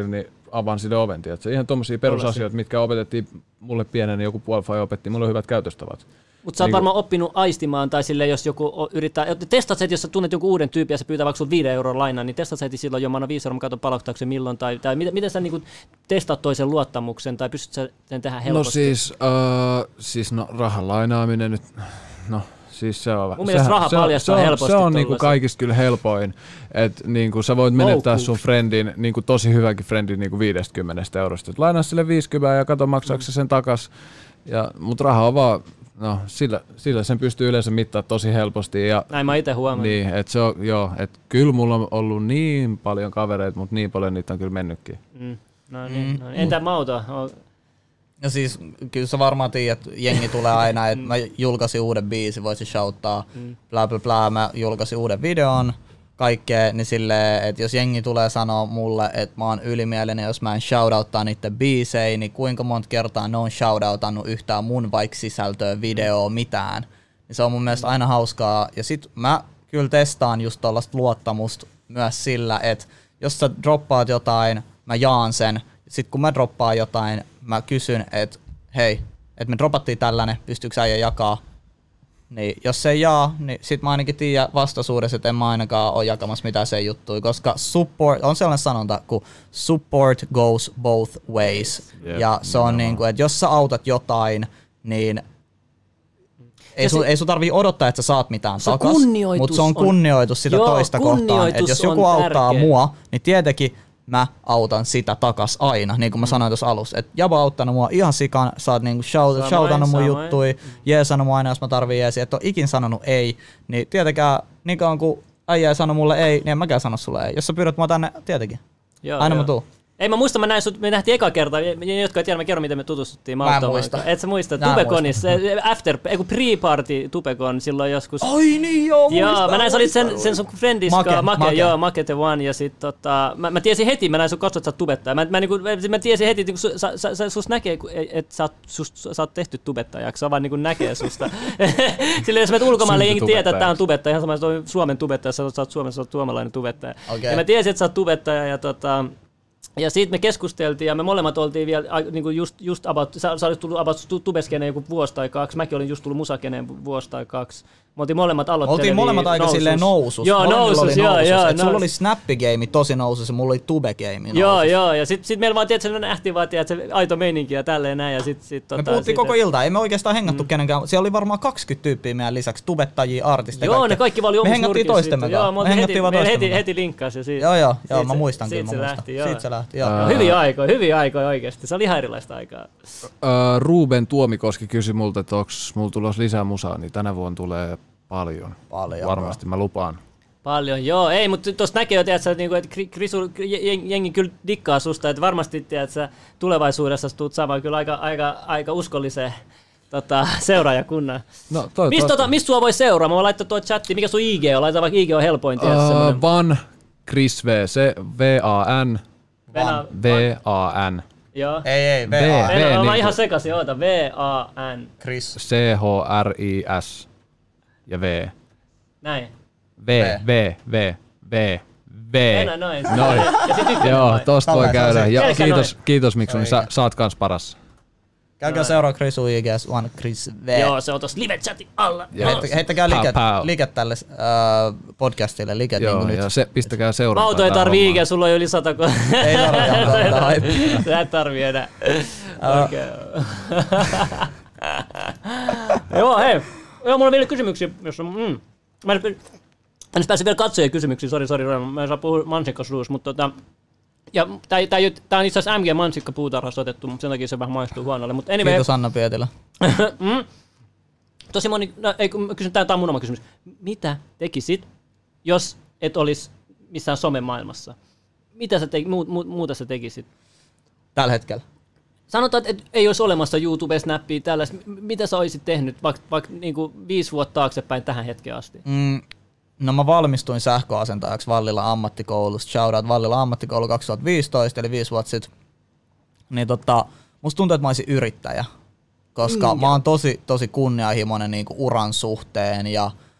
avaan sille oven. Tiedätkö? Ihan tommosia perusasioita, mitkä opetettiin mulle pienenä, joku puolifaija opetti mulle hyvät käytöstavat. Mutta sä oot niin varmaan oppinut aistimaan, tai sille jos joku yrittää, testat sä, että jos sä tunnet joku uuden tyypin ja se pyytää vaikka sun viiden euron lainaa, niin testat sä heti silloin jo, mä annan viisi euroa, mä katson palauttaako se milloin, tai, tai miten, miten sä niinku testaat toisen luottamuksen, tai pystyt sä sen tehdä helposti? No siis, uh, siis no, rahan lainaaminen nyt, no siis se on... Mun mielestä raha paljastaa se on, helposti. Se on niinku kaikista kyllä helpoin, että niinku sä voit menettää Loukkuus. sun friendin, niinku tosi hyvänkin friendin niinku viisikymmentä eurosta. Et lainaa sille viisikymmentä ja kato maksaako se sen takas, ja, mut raha on vaan... No, sillä, sillä sen pystyy yleensä mittaamaan tosi helposti. Ja, näin mä itse huomannut. Niin, että se on, joo, että kyllä mulla on ollut niin paljon kavereita, mutta niin paljon niitä on kyllä mennytkin. Mm. No niin, mm. no niin. Entä Mauto? No siis, kyllä sä varmaan tiedät, että jengi tulee aina, että mä julkaisin uuden biisin, voisin shouttaa, mm. bla bla bla, mä julkaisin uuden videon, kaikkea, niin silleen, että jos jengi tulee sanoa mulle, että mä oon ylimielinen, jos mä en shoutouttaa niitten biisejä, niin kuinka monta kertaa ne on shoutoutannut yhtään mun vaikka sisältöä, videoa, mitään. Niin se on mun mielestä aina hauskaa. Ja sit mä kyllä testaan just tollaista luottamusta myös sillä, että jos sä droppaat jotain, mä jaan sen. Sit kun mä droppaan jotain, mä kysyn, että hei, että me dropattiin tällainen, pystyykö äijä jakaa? Niin, jos se ei jaa, niin sit mä ainakin tiedän vastaisuudessa, että en mä ainakaan ole jakamassa mitään sen juttuja, koska support, on sellainen sanonta kuin support goes both ways. Yep. Ja se on niin kuin, että jos sä autat jotain, niin ei sun, ei sun tarvii odottaa, että sä saat mitään takas, mutta se on kunnioitus sitä joo, toista kohtaan. Että jos joku auttaa tärkeä. mua, niin tietenkin mä autan sitä takas aina, niin kuin mä sanoin tuossa alussa. Että Jaba on auttanut mua ihan sikan, sä oot niinku shout, shoutannut mun juttui, jeesannut mua aina, jos mä tarvii jeesiä, et oo ikin sanonut ei, niin tietenkään niin kauan kun äijä ei sano mulle ei, niin en mäkään sano sulle ei. Jos sä pyydät mua tänne, tietenkin. Joo, aina joo. mä tuun. Ei mä muista, mä näin sut, me nähtiin eka kertaa, jotka ei tiedä, mä kerron miten me tutustuttiin. Mä en muista. Et sä muista, Tubeconissa, after, eiku pre-party Tubecon silloin joskus. Ai niin joo, muistan. Joo, mä näin, sä olit sen, sen sun friendis, Make, Make, Make. Joo, Make the One, ja sit tota, mä, mä tiesin heti, mä näin sun katsot, sä oot tubettaja. Mä, mä, niinku, mä tiesin heti, että su, sä, sä, sus näkee, että sä, sä oot tehty tubettajaksi, sä vaan niinku näkee susta. Silleen, jos menet ulkomaille, jengi tietää, että tää on tubettaja, ihan sama, että on Suomen tubettaja, sä oot Suomessa, sä oot suomalainen tubettaja. Okay. Ja mä tiesin, että sä oot tubettaja, ja tota... Ja siitä me keskusteltiin ja me molemmat oltiin vielä niinku just, just about, sä, sä olit tullut about tubeskeneen joku vuosi tai kaksi, mäkin olin just tullut musakeneen vuosi tai kaksi. Me oltiin molemmat aloittelevia. Oltiin molemmat aika nousus. Silleen nousus. Joo, nousus, nousus, joo, joo. Et sulla oli Snappi-game tosi nousus ja mulla oli Tube-game Joo, nousus. Joo, ja sit, sit meillä vaan tietysti se nähtiin vaan, tiedät, se aito meininki ja tälleen näin. Ja sit, sit, me tota, puhuttiin koko iltaa, ei me oikeastaan hengattu mm. kenenkään. Siellä oli varmaan kaksikymmentä tyyppiä meidän lisäksi, tubettajia, artisteja. Joo, ne kaikki vaan oli omissa nurkissa. Me hengattiin toistemme kanssa. Joo, me hengattiin vaan toistemme. Heti, heti linkkasi. Joo, joo, joo, mä muistan kyllä, mä muistan. Siitä se lähti, joo. Hyviä aikoja, hyviä aikoja oikeesti. Se oli ihan erilaista aikaa. Ruben Tuomikoski kysyi multa, että onko mulla tulossa lisää musaa, niin tänä vuonna tulee paljon. Paljon. Varmasti, mä lupaan. Paljon, joo. Ei, mutta tuossa näkee jo, tiedätkö, että Krisu, jengi kyllä dikkaa susta, että varmasti tiedätkö, tulevaisuudessa tulet saamaan kyllä aika, aika, aika uskolliseen tota, seuraajakunnan. No, mistä tota, mist sua voi seuraa? Mä voin laittaa tuo chatti. Mikä sun I G on? Laitetaan vaikka I G on helpoin. Uh, Van Chris V. Se V A N. V A N. Joo. Ei, ei, V A N. Mä oon ihan sekasin, oota. V A N. Chris. C H R I S. Ja V. Näin. V, V, V, V, V. Noin, noin. Noin. Joo, tosta voi käydä. Ja kiitos, kiitos Miksu, niin sä, sä oot kans paras. Käykää seuraa Krisu I G:s, One Chris V. Joo, se on tossa live-chatin alla. Heittä, heittäkää liket, liket tälle uh, podcastille. Liket joo, niin ja nyt. Se, pistäkää seuraa. Mauto ei tarvii I G, sulla on yli sata. Ei tarvii. Sä et tarvii enää. Joo, hei. Joo, mulla on vielä kysymyksiä. Jos on, mm. Mä en nyt pääsin vielä katsojien kysymyksiin, sori, sori, mä en saa puhua mansikkaruus, mutta tota... Ja tää, tää, tää on itse asiassa M G mansikka puutarhasta otettu, mutta sen takia se vähän maistuu huonolle. Mutta anyway. Kiitos Anna Pietilä. mm. Tosi moni, no ei kun mä kysyn, tää on mun oma kysymys. Mitä tekisit, jos et olisi missään somemaailmassa? Mitä sä te, mu, mu, muuta sä tekisit? Tällä hetkellä? Sanotaan, että ei olisi olemassa YouTube, Snappia, tällaista. Mitä sä olisit tehnyt vaikka vaik, niinku viisi vuotta taaksepäin tähän hetkeen asti? Mm. No mä valmistuin sähköasentajaksi Vallilla ammattikoulusta. Shoutout Vallilla ammattikoulu kaksituhattaviisitoista, eli viisi vuotta sitten. Niin tota, musta tuntuu, että mä olisin yrittäjä. Koska mm, mä oon tosi, tosi kunnianhimoinen niinku uran suhteen ja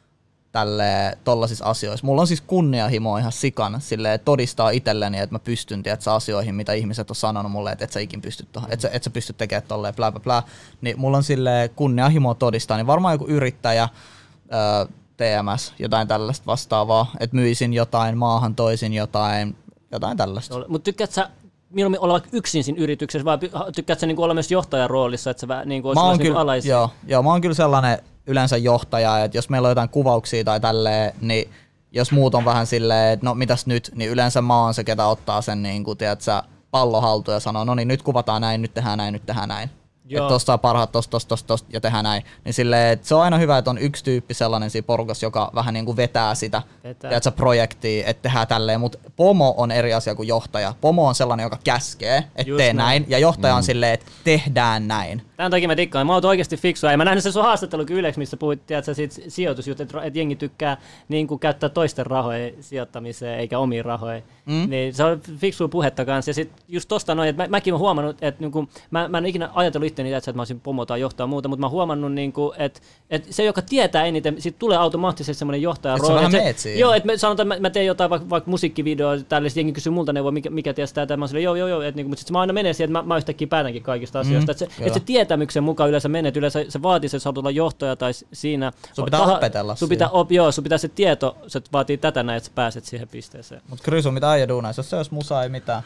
tälle tollasissa asioissa. Mulla on siis kunnianhimo ihan sikana silleen todistaa itselleni, että mä pystyn tiedätkö, asioihin, mitä ihmiset on sanonut mulle, että et sä ikin pysty tohon, et sä, et sä pysty tekemään tolleen blä blä blä. Niin mulla on silleen kunnianhimo todistaa, niin varmaan joku yrittäjä, öö, T M S, jotain tällaista vastaavaa, että myisin jotain, maahan toisin jotain, jotain tällaista. No, mutta tykkäät sä mieluummin olla vaikka yksin siinä yrityksessä, vai tykkäät sä niinku olla myös johtajan roolissa, että sä niinku olisit niinku alaisia? Joo, joo, mä oon kyllä sellainen yleensä johtaja, että jos meillä on jotain kuvauksia tai tälleen, niin jos muut on vähän silleen, että no mitäs nyt, niin yleensä mä oon se, ketä ottaa sen niin kuin, tiedätkö, pallo haltuun ja sanoo, no niin nyt kuvataan näin, nyt tehdään näin, nyt tehdään näin. Että tosta saa parhaat tosta, tosta, tosta, tosta ja tehdään näin. Niin silleen, että se on aina hyvä, että on yksi tyyppi sellainen siinä porukassa, joka vähän niin kuin vetää sitä tiedätkö, projektia, että tehdään tälleen. Mutta pomo on eri asia kuin johtaja. Pomo on sellainen, joka käskee, että tee näin. näin. Ja johtaja on mm. silleen, että tehdään näin. Tämän takia mä dikkaan. Mä oon oikeasti fiksua. Ja mä nähnyt sen sun haastattelukin yleensä, missä puhuit tiedätkö, siitä sijoitusjuttuja, että jengi tykkää niin kuin käyttää toisten rahoja sijoittamiseen eikä omiin rahoja. Mm. Niin se on fiksua puhetta kanssa. Ja sit just tosta noin, että mä, mäkin oon huomannut, että niin kuin, mä, mä en ikinä ajatellut itteni, että mä olisin pomo tai johtaa muuta, mutta mä oon huomannut, niin kuin, että, että se, joka tietää eniten, siitä tulee automaattisesti semmoinen johtajan rooli. Että sä vähän meet siihen. Joo, että me sanotaan, että mä teen jotain vaikka, vaikka musiikkivideoa, tällaista jengi kysyy multa neuvoa, mikä, mikä tiestää tämä. Mä oon silleen, joo, joo, joo, että, niin kuin, mutta sitten mä aina menen siihen, että mä, mä yhtäkkiä päätänkin kaikista asioista. Mm, että, se, että se tietämyksen mukaan yleensä menet, yleensä se vaatii, että sä haluat olla johtaja tai siinä. Sun pitää taha, opetella sun pitää, op, joo, sun pitää se tieto, se vaatii tätä näin, että sä pääset siihen pisteeseen. Mutta Krysu, mitä aija duunaisi, jos se olisi musaa ei mitään?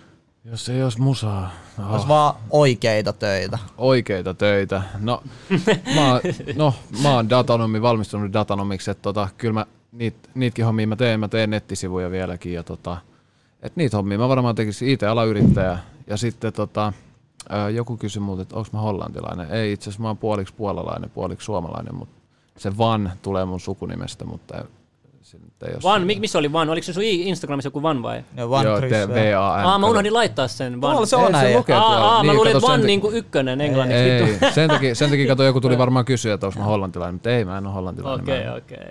Jos ei olisi musaa. Oh. Olisi vaan oikeita töitä. Oikeita töitä. No, mä, oon, no, mä oon datanomi, valmistunut datanomiksi, että tota, kyllä mä niit, niitkin hommia mä teen, mä teen nettisivuja vieläkin. Ja tota, et niitä hommia mä varmaan tekisin I T-alayrittäjä. Ja sitten tota, ää, joku kysyi multa, että onko mä hollantilainen. Ei, itse asiassa mä oon puoliksi puolalainen, puoliksi suomalainen, mutta se Van tulee mun sukunimestä, mutta Van, missä oli Van? Oliko se sun Instagramissa joku Van vai? Joo, Van Joo, te, V A N. Aa, mä unohdin laittaa sen Van. No, se on näin. Aa, mä luulin, että Van niinku ykkönen englanniksi. Ei, ei. sen takia, sen takia kato, joku tuli varmaan kysyä, että onko mä hollantilainen, mutta ei, mä en ole hollantilainen. Okei, okay, okei. Okay.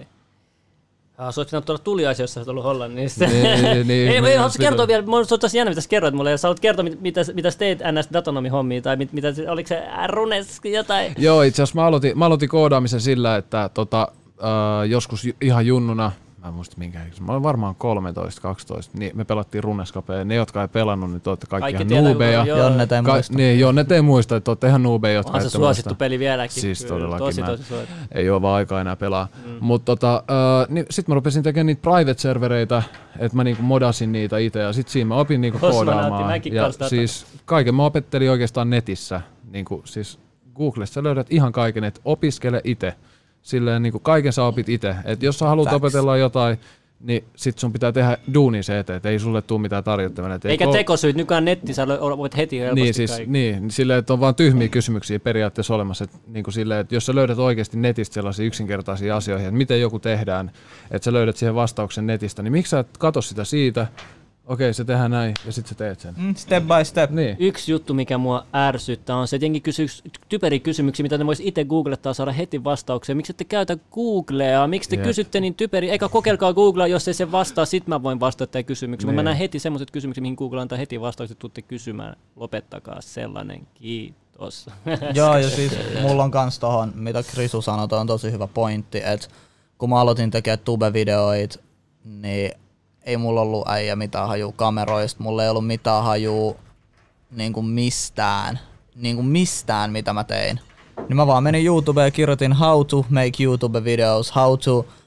Ah, sä oot pitänyt tuolla tuliasioissa, jos sä oot ollut Hollannissa. Niin, niin, ei, ei, haluatko kertoa vielä, mä oon tosi jännä, mitä sä kerroit mulle, jos sä haluat kertoa, mitä, mitä sä teit N S-datonomi-hommia, tai mit, mitä, oliko se runes jotain? Joo, itse asiassa mä aloitin, mä aloitin koodaamisen sillä, että tota, äh, joskus ihan junnuna, mä en muista minkä, mä olin varmaan kolmetoista kaksitoista, niin me pelattiin Runescapea. Ne, jotka ei pelannut, niin te olette kaikki, kaikki ihan noobeja. Jonnet ei muista. Ka- niin, Jonnet ei muista, että olette ihan noobeja, jotka on ette se suosittu muista. Peli vieläkin. Siis todellakin. Tosi, mä tosi suosittu. Ei ole vaan aikaa enää pelaa. Mm. Mutta tota, äh, niin, sitten mä rupesin tekemään niitä private-servereitä, että mä niinku modasin niitä itse, ja sitten siinä mä opin niinku koodaamaan. Ja siis kaiken mä opettelin oikeastaan netissä. Niinku, siis Googlessa löydät ihan kaiken, että opiskele itse. Silleen niinku kaiken sä opit itse. Että jos sä haluat Facts. opetella jotain, niin sit sun pitää tehdä duuni se eteen, että ei sulle tule mitään tarjottavana. Eikä tekosyyt, nykyään netti, sä voit heti helposti niin, siis, kaikki. Niin, silleen, että on vaan tyhmiä kysymyksiä periaatteessa olemassa. Että, niin kuin silleen, että jos sä löydät oikeasti netistä sellaisia yksinkertaisia asioita, että miten joku tehdään, että sä löydät siihen vastauksen netistä, niin miksi sä et katso sitä siitä, okei, se tehdään näin, ja sitten sä teet sen. Mm, step by step. Niin. Yksi juttu, mikä mua ärsyttää, on se, että jengi kysyy typeriä kysymyksiä, mitä ne vois itse googlettaa saada heti vastauksia. Miksi ette käytä Googlea? Miksi te yep. kysytte niin typeriä? Eikä kokeilkaa Googlea, jos ei se vastaa, sit mä voin vastata tähän kysymyksiin. Niin. Mä näen heti semmoiset kysymykset, mihin Google antaa heti vastaukset, tuutte kysymään. Lopettakaa sellainen. Kiitos. Joo, ja siis mulla on kans tohon, mitä Krisu sanoi, on tosi hyvä pointti, että kun mä aloitin tekemään tube-videoita, niin ei mulla ollut äijä mitään hajua kameroista, mulla ei ollut mitään hajua niinku mistään, niinku mistään mitä mä tein. Niin mä vaan menin YouTubeen ja kirjoitin how to make YouTube videos, how to uh,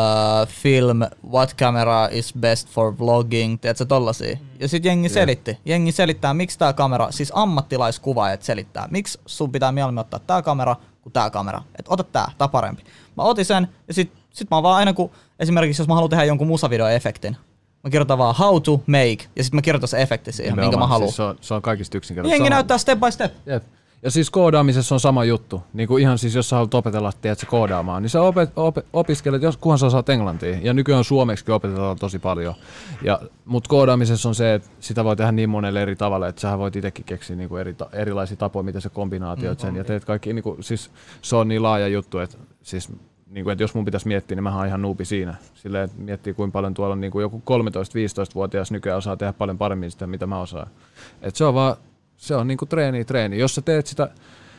film, what camera is best for vlogging, tiedätkö tollasia. Ja sit jengi selitti, jengi selittää miksi tää kamera, siis ammattilaiskuvaajat selittää, miksi sun pitää mieluummin ottaa tää kamera kuin tää kamera. Et ota tää, tää parempi. Mä otin sen ja sit, sit mä vaan aina kun, esimerkiksi jos mä haluan tehdä jonkun musavideo-efektin, mä kirjoitan vaan how to make, ja sitten mä kirjoitan se efekti siihen, minkä mä haluan. Siis se, on, se on kaikista yksinkertaisesti. Jengi näyttää step by step. Jep. Ja siis koodaamisessa on sama juttu. Niin kuin ihan siis, jos sä haluat opetella, tiedät, koodaamaan, niin sä opet, op, opiskelet, jos, kunhan sä osaat englantia. Ja nykyään suomeksikin opetetaan tosi paljon. Ja, mut koodaamisessa on se, että sitä voi tehdä niin monelle eri tavalla, että sä voit itsekin keksiä niin kuin eri, erilaisia tapoja, miten sä kombinaatioit sen. Mm, ja teet kaikki, niin kuin, siis se on niin laaja juttu, että siis niin kuin, että jos mun pitäisi miettiä, niin mä oon ihan nuupi siinä. Silleen, että miettii kuinka paljon tuolla on niin kuin joku kolmetoista-viisitoista-vuotias nykyään osaa tehdä paljon paremmin sitä, mitä mä osaan. Et se on vaan, se on niin kuin treeni, treeni. Jos sä teet sitä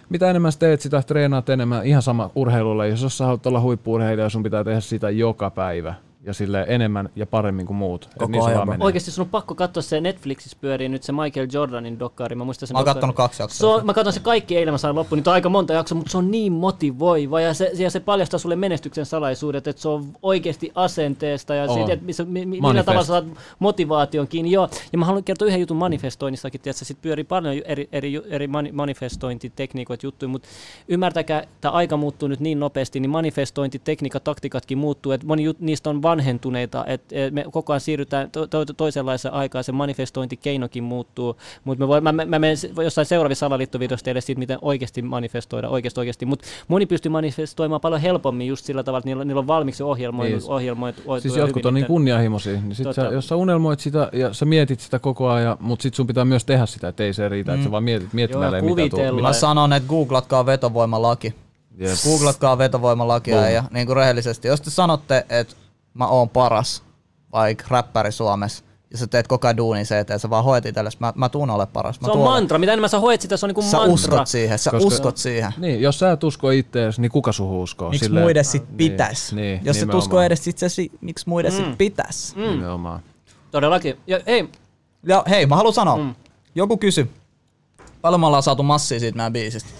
mitä enemmän sä teet sitä, treenaat enemmän, ihan sama urheilulla. Jos sä haluat olla huippu-urheilija, sun pitää tehdä sitä joka päivä. Ja sille enemmän ja paremmin kuin muut. Koko niin ajan. Oikeesti sun on pakko katsoa se Netflixissä pyörii nyt se Michael Jordanin dokkari. Mä muistan sen. Mä oon kattonut kaksi jaksoa. So, mä katson se kaikki eilen, mä sain loppuun. Nyt on aika monta jaksoa, mutta se on niin motivoiva. Ja se, ja se paljastaa sulle menestyksen salaisuudet, että se on oikeesti asenteesta ja siitä, että missä, mi, millä tavalla saat motivaation kiinni. Joo. Ja mä haluan kertoa yhden jutun manifestoinnistakin. Tiedätkö, sit pyörii paljon eri, eri, eri manifestointitekniikoita juttuja, mutta ymmärtäkää, että aika muuttuu nyt niin nopeasti, niin manifestointitekniikat, taktikatkin muuttuu, että moni jut, niistä on vanhentuneita, että me koko ajan siirrytään to, to, toisenlaiseen aikaan, se manifestointikeinokin muuttuu, mutta mä, mä, mä, mä menen jossain seuraavissa salaliittovideoissa teille siitä, miten oikeasti manifestoida, oikeasti oikeasti, mutta moni pystyy manifestoimaan paljon helpommin just sillä tavalla, että niillä, niillä on valmiiksi ohjelmoitu. Niin. ohjelmoitu siis jotkut on niin kunnianhimoisia, niin sit tota. sä, jos sä unelmoit sitä ja sä mietit sitä koko ajan, mutta sit sun pitää myös tehdä sitä, että ei se riitä, mm. että sä vaan mietit miettimällä ei mitä tuu. Mä sanon, että googlatkaa vetovoimalaki. Yes. Googlatkaa vetovoimalakia Boom. ja niin kuin rehellisesti, jos te sanotte, että mä oon paras, vaikka räppäri Suomessa, ja sä teet koko ajan duunia se eteen, sä vaan hoet itsellesi, mä, mä tuun ole paras. Mä se on tuolle. mantra, mitä enemmän sä hoet sitä, se on niinku sä mantra. Sä uskot siihen, sä Koska, uskot siihen. Niin, jos sä et usko ittees, niin kuka suhun uskoo? Miksi Silleen, muiden sit pitäis? Niin, niin, jos et usko edes itsesi, miksi muiden mm. sit pitäis? Mm. Nimenomaan. Todellakin. Ja hei, ja, hei mä haluan sanoa, mm. joku kysy, paljon me ollaan saatu massia siitä meidän biisistä.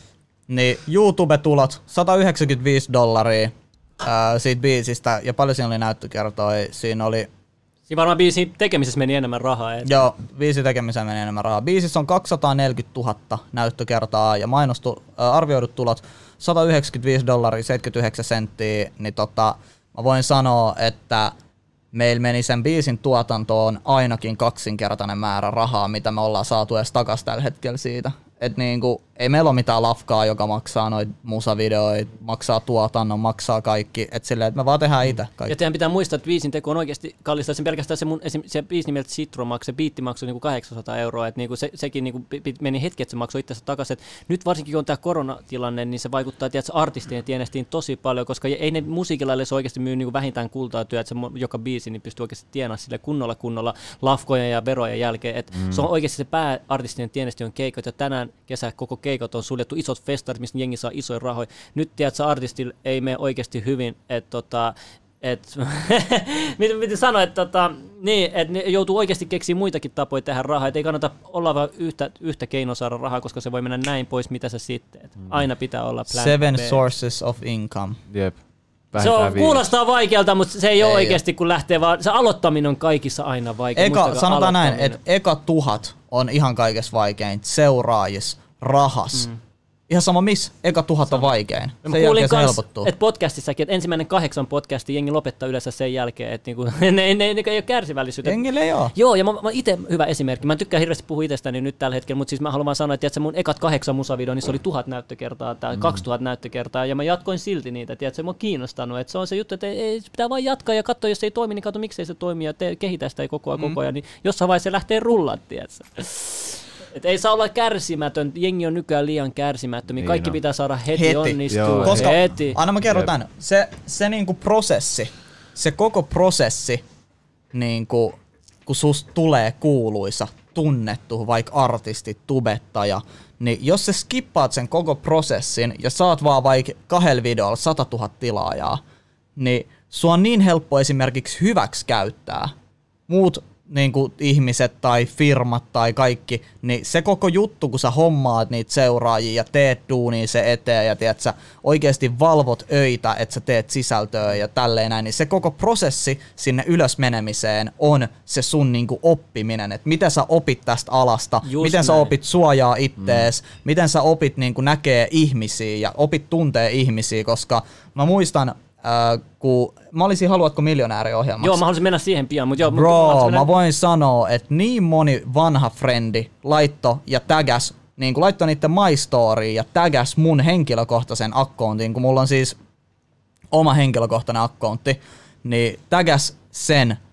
Niin YouTube-tulot, sata yhdeksänkymmentäviisi dollaria ää, siitä biisistä, ja paljon siinä oli näyttökertoja, siinä oli... Siinä varmaan biisin tekemisessä meni enemmän rahaa. Et... Joo, biisin tekemisessä meni enemmän rahaa. Biisissä on kaksisataaneljäkymmentätuhatta näyttökertaa, ja mainostu, ää, arvioidut tulot sata yhdeksänkymmentäviisi dollaria, seitsemänkymmentäyhdeksän senttiä, niin tota, mä voin sanoa, että meillä meni sen biisin tuotantoon ainakin kaksinkertainen määrä rahaa, mitä me ollaan saatu edes takas tällä hetkellä siitä. Et niinku, ei meillä ole mitään lafkaa, joka maksaa noita musavideoita, maksaa tuotannon, maksaa kaikki. Et silleen, että me vaan tehdään itse kaikki. Ja teidän pitää muistaa, että biisin teko on oikeasti kallista. Sen pelkästään se, mun, se biisi nimeltä Citro maksoi, se biitti maksoi niinku kahdeksansataa euroa. Et niinku se, sekin niinku meni hetki, että se maksoi itsensä takaisin. Et nyt varsinkin kun on tämä koronatilanne, niin se vaikuttaa tiedätkö, artistien tienestiin tosi paljon, koska ei ne musiikilaille se oikeasti myy niinku vähintään kultaa työ, että se joka biisi niin pystyy oikeasti tienaamaan sille kunnolla kunnolla lafkojen ja verojen jälkeen. Et mm. se on oikeasti se pääartistien tienesti on keikat, ja tänään kesä koko keikat on suljettu, isot festarit, missä jengi saa isoja rahoja. Nyt tiedätkö, artistilla ei mene oikeasti hyvin, että tota, et, miten, miten sanoa, että tota, niin, et ne joutuu oikeasti keksiä muitakin tapoja tehdä rahaa, et ei kannata olla vain yhtä, yhtä keinoa saada rahaa, koska se voi mennä näin pois, mitä sä sitten teet. Aina pitää olla plan Seven B. sources of income. Jep. Se on, kuulostaa vaikealta, mutta se ei, ei ole oikeasti, kun lähtee vaan, se aloittaminen on kaikissa aina vaikea. Eka, sanotaan näin, että eka tuhat on ihan kaikessa vaikein, seuraajissa, rahas. Mm. Ihan sama missä, eka tuhat sama. On vaikein. Sen mä kuulin kans, että podcastissakin, että ensimmäinen kahdeksan podcastia jengi lopettaa yleensä sen jälkeen, että niinku, ne, ne, ne, ne ei ole kärsivällisyyttä. Jengille ei ole. Joo, ja mä, mä itse hyvä esimerkki. Mä en tykkää hirveästi puhua itsestäni nyt tällä hetkellä, mutta siis mä haluan vaan sanoa, että tiiätkö, mun ekat kahdeksan musavideo, niin se oli tuhat näyttökertaa tai mm. kaksituhat näyttökertaa, ja mä jatkoin silti niitä, tiiätkö, mä oon kiinnostanut. Että se on se juttu, että ei, ei, pitää vaan jatkaa ja katsoa, jos se ei toimi, niin katso miksei se toimii, ja te, kehitä sitä koko ajan, mm. koko ajan, niin jossain vaiheessa se lähtee rullaan, tiiätkö. Et ei saa olla kärsimätön, jengi on nykyään liian kärsimättömiä, kaikki no. pitää saada heti, heti. onnistua. Koska, heti. Anna mä kerron tän, se, se niinku prosessi, se koko prosessi, niinku, kun susta tulee kuuluisa, tunnettu, vaikka artisti, tubettaja, niin jos sä skippaat sen koko prosessin ja saat vaan vaikka kahdella videolla satatuhatta tilaajaa, niin sua on niin helppo esimerkiksi hyväksi käyttää. Muut niin kuin ihmiset tai firmat tai kaikki, niin se koko juttu, kun sä hommaat niitä seuraajia ja teet duunia se eteen ja tiedät, sä oikeasti valvot öitä, että sä teet sisältöä ja tälleen näin, niin se koko prosessi sinne ylös menemiseen on se sun niin kuin oppiminen, että miten sä opit tästä alasta, Just miten näin. sä opit suojaa ittees, mm. miten sä opit niin kuin näkee ihmisiä ja opit tuntee ihmisiä, koska mä muistan, Äh, kun mä olisin Haluatko miljonääri-ohjelmaksi. Joo, mä haluaisin mennä siihen pian, mutta joo. Bro, mä, mä voin sanoa, että niin moni vanha frendi laitto ja tägäs, niin kuin laittoi niitten My Storyin ja tägäs mun henkilökohtaisen accountin, kun mulla on siis oma henkilökohtainen accountti, niin tägäs sen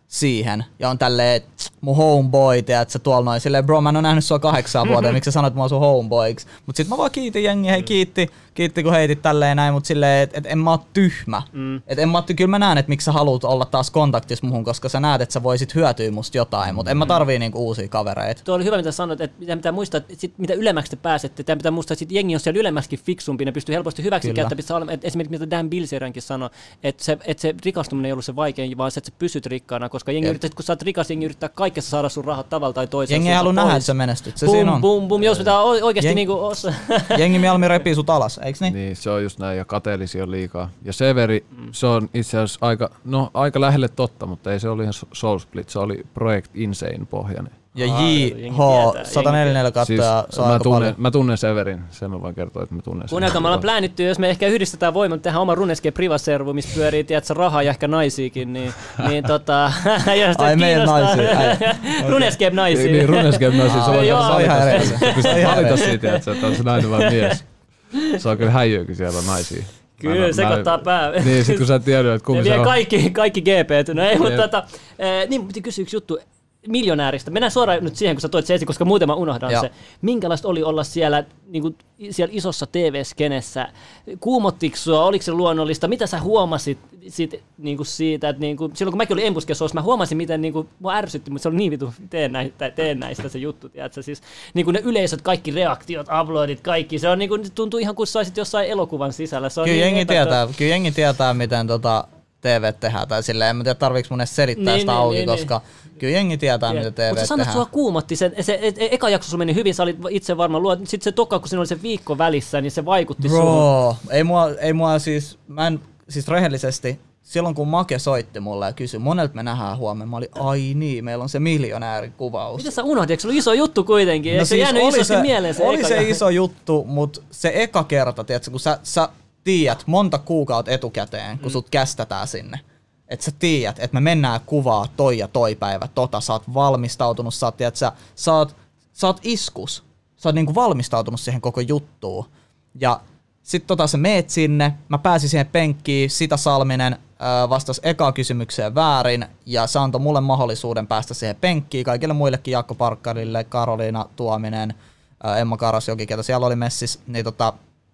siihen ja on tälleen mun homeboy, tiedät sä tuolla noin, silleen bro mä en oo nähnyt sua kahdeksaan vuoteen, miksi sä sanoit, että mä oon sun homeboyks. Mut sit mä vaan kiitin jengiä, hei kiitti, kiitti kun heitit tälleen näin, mut silleen, että et en mä oo tyhmä. Mm. Et en mä oo ty- kyllä mä näen, että miksi sä haluut olla taas kontaktissa muhun, koska sä näet, että sä voisit hyötyä musta jotain, mut en mä tarvii niinku uusia kavereita. Tuo oli hyvä, mitä sanoit, että pitää, pitää muistaa, että sit, mitä ylemmäksi te pääsette, tai pitää muistaa, että sit jengi on siellä ylemmäskin fiksumpi, ne pystyy helposti hyväksi käyttämään. Esimerkiksi mitä Dan Bilzeriankin sanoi, että se, et se rikastuminen ei ollut se vaikein, vaan se, että sä pysyt rikkaana, koska jengi yrittää, kun sä oot rikas, jengi yrittää kaikessa saada sun rahat tavalla tai toisella. Jengi ei halua nähdä, että sä menestyt. Se bum, siinä on. Bum, bum, jos pitää oikeasti Jeng... niinku osa. Jengi mieluummin repii sut alas, eiks niin? Niin, se on just näin, ja kateellisia on liikaa. Ja Severi, mm. se on itse asiassa aika, no, aika lähelle totta, mutta ei se oli ihan Soul Split, se oli Project Insane pohjainen. Ja J H sata neljäkymmentäneljä kattoja, siis se on aika tunnen, paljon. Mä tunnen Severin, sen mä voin kertoa, että mä tunnen sen. Kuunnelkaa, me ollaan plänitty, jos me ehkä yhdistetään voimat tähän oma Runescape Privaservu, missä pyörii, tiedätkö, rahaa ja ehkä naisiakin, niin, niin tota... Ai meidän naisia. Runescape naisia. Niin, Runescape naisia, se on ihan eri. Se pystyy valita siitä, että on se nainen vai mies. Se on kyllä häijyäkin, siellä on naisia. Kyllä, sekoittaa pää. Niin, sit kun sä tiedät, että kummin se on. Kaikki, kaikki G P-t. No ei, mutta tota, niin, piti kysyä yksi juttu. Miljonääristä. Mennään suoraan nyt siihen, kun sä toit se esiin, koska muuten mä unohdan Joo. se. Minkälaista oli olla siellä, niin kuin, siellä isossa T V-skenessä? Kuumottiko sua? Oliko se luonnollista? Mitä sä huomasit sit, niin kuin siitä, että niin kuin, silloin kun mäkin olin Embuskesoussa, mä huomasin, miten niin kuin, mua ärsytti, mutta se oli niin vitu teen näistä, teen näistä se juttu. Tiedätkö? Siis, niin kuin ne yleisöt, kaikki reaktiot, uploadit, kaikki. Se on, niin kuin, tuntuu ihan kuin saisit jossain elokuvan sisällä. Se on kyllä, niin jengi tietää, kyllä jengi tietää, miten tota T V tehdään, tai silleen, en mä tiedä tarviiks mun edes selittää niin, sitä niin, auki, niin, koska niin. Kyllä jengi tietää, yeah. mitä T V tehdään. Mutta sä sanoit, että sua kuumotti, se, se, se, eka jakso sun meni hyvin, sä olit itse varma luo, sitten se toka, kun siinä oli se viikko välissä, niin se vaikutti Bro, suhun. ei mua, ei mua siis, mä en, siis rehellisesti, silloin kun Make soitti mulle ja kysyi, monelta me nähdään huomenna, mä olin, ai niin, meillä on se miljonäärin kuvaus. Miten sä unohdit, eikö se oli iso juttu kuitenkin? No se siis jäänyt isosti se, mieleen se oli eka se jakso. iso juttu, mutta se eka kerta, tiedätkö, kun sä, sä tiedät monta kuukautta etukäteen, kun mm. sut kästetään sinne. Että sä tiedät, että me mennään kuvaa toi ja toi päivä, tota, sä oot valmistautunut, sä oot, tiedät, sä, sä oot, sä oot iskus, sä oot niinku valmistautunut siihen koko juttuun. Ja sit tota sä meet sinne, mä pääsin siihen penkkiin, Sita Salminen äh, vastasi ekaan kysymykseen väärin, ja se antoi mulle mahdollisuuden päästä siihen penkkiin, kaikille muillekin, Jaakko Parkkarille, Karoliina Tuominen, äh, Emma Karasjoki, ketä siellä oli messissä, niin tota,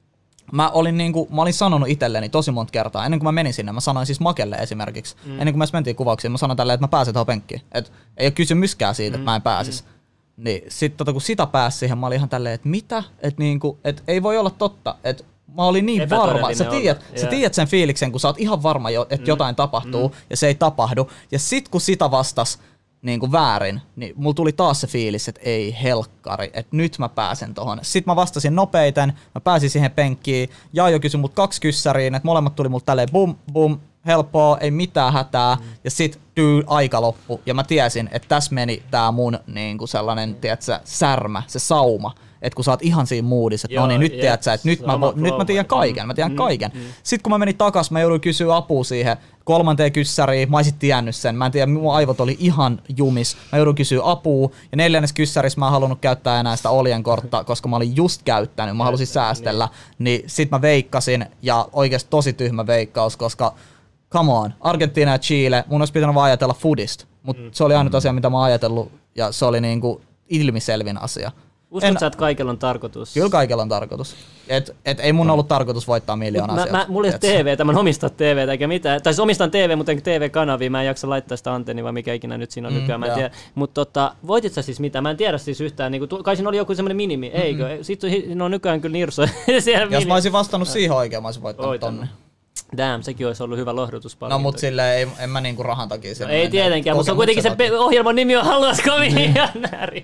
Mä olin, niinku, mä olin sanonut itselleni tosi monta kertaa, ennen kuin mä menin sinne, mä sanoin siis Makelle esimerkiksi, mm. ennen kuin mä mentiin kuvauksiin, mä sanoin tälleen, että mä pääsen tuohon penkkiin. Et ei ole kysymyskään siitä, mm. että mä en pääsis. Mm. Niin sit tota, kun sitä pääsi siihen, mä olin ihan tälleen, että mitä? Että niinku, et ei voi olla totta. Että mä olin niin varma. Sä tiedät, yeah. sä tiedät sen fiiliksen, kun sä oot ihan varma, että mm. jotain tapahtuu, mm. ja se ei tapahdu. Ja sit kun sitä vastas niin kuin väärin, niin mulla tuli taas se fiilis, että ei helkkari, että nyt mä pääsen tohon. Sitten mä vastasin nopeiten, mä pääsin siihen penkkiin, Jaajo kysyi mut kaksi kyssäriin, että molemmat tuli mut tälleen bum, bum, helppoa, ei mitään hätää, mm. ja sit tyy, aika loppu, ja mä tiesin, että tässä meni tää mun niin kuin sellainen, tiedätkö, särmä, se sauma, että kun sä oot ihan siinä moodissa, että no niin, nyt yeah. tiedät sä, että nyt mä, vo, nyt mä tiedän kaiken, mä tiedän mm, kaiken. Mm. Sitten kun mä menin takas, mä jouduin kysyä apua siihen kolmanteen kyssäriin, mä olisin tiennyt sen, mä en tiedä, mun aivot oli ihan jumis, mä jouduin kysyä apua, ja neljännes kyssärissä mä en halunnut käyttää enää sitä oljenkortta, koska mä olin just käyttänyt, mä halusin säästellä, niin sit mä veikkasin, ja oikeesti tosi tyhmä veikkaus, koska come on, Argentiina ja Chile, mun olisi pitänyt vaan ajatella foodista, mutta mm. se oli ainut asia, mitä mä oon ajatellut, ja se oli niinku ilmiselvin asia. Uskot sä, että kaikella on tarkoitus? Kyllä kaikella on tarkoitus. Et, et ei mun ollut tarkoitus voittaa miljoonaa sieltä. Mä, mulla ei ole T V:tä, mä en omista T V:tä eikä mitään. Tai siis omistan T V, mutta T V-kanavia, mä en jaksa laittaa sitä antennia, vai mikä ikinä nyt siinä on mm, nykyään, mä en tiedä. Mutta tota, voitit sä siis mitä? Mä en tiedä siis yhtään. Niin kuin, kai siinä oli joku semmoinen minimi, mm-hmm. eikö? Sitten on nykyään kyllä nirsoja. Jos minimi. Mä olisin vastannut siihen oikein, mä olisin voittanut tonne. Damn, sekin olisi ollut hyvä lohdutuspalkinto. No mut silleen ei, en mä niinku rahan takia no, ei tietenkään, mutta se on kuitenkin se pe- ohjelman nimi on Haluaisiko miljonääri?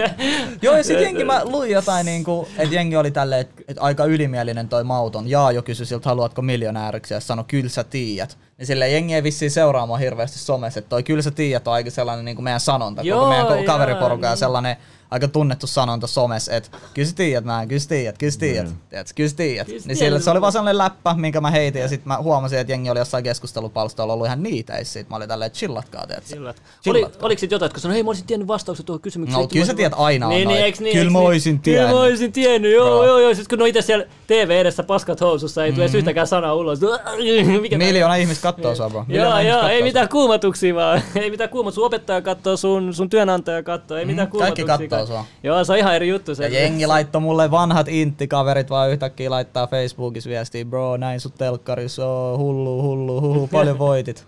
Joo, ja sit jengi mä luin jotain niinku, että jengi oli tälleen, että et aika ylimielinen toi Mauton. Jaajo kysyi siltä, haluatko miljonääriksi, ja sanoi, kyllä sä tiiät. Niin silleen jengi ei vissiin seuraamaan hirveästi somessa, että toi kyllä sä tiiät on aika sellainen niinku meidän sanonta, joo, koko meidän kaveriporukka ja sellainen aika tunnettu sanonta somessa, että kyllä sä tiedät, mä kyllä sä tiedät, kyllä sä tiedät, mm. kyllä sä tiedät. Niin sillä, se oli vaan sellainen läppä, minkä mä heitin, ja sit mä huomasin, että jengi oli jossain keskustelupalstoilla ollut ihan niitä, ja sit mä olin tälleen, chillatkaa, teet. Chillat. Oli, oliko sit jotain, jotka sanoi, hei mä olisin tiennyt vastaukset tuohon kysymykseen. No kyllä sä tiedät, aina on niin, noin. Niin, niin, kyllä mä oisin tiennyt. Kyllä mä oisin tiennyt, joo, Bro. joo, joo. Sitten kun ne on itse siellä T V edessä paskat housussa, ei mm. tule edes yhtäkään sanaa ulos. Miljoona ihmistä kattoo sua, bro. Joo, joo, ei mitään kuumatuksia vaan. Ei mitään kuumatuksia. Sun opettaja kattoo, sun, sun työnantaja kattoo, ei mitään kuumatuksia. Kaikki kattoo sua. Joo, se on ihan eri juttu. Se. Ja jengi laittoi mulle vanhat intti-kaverit vaan yhtäkkiä laittaa Facebookissa viestiä, bro, näin sut telkkarissa, oh, hullu, hullu, huhu, paljon voitit.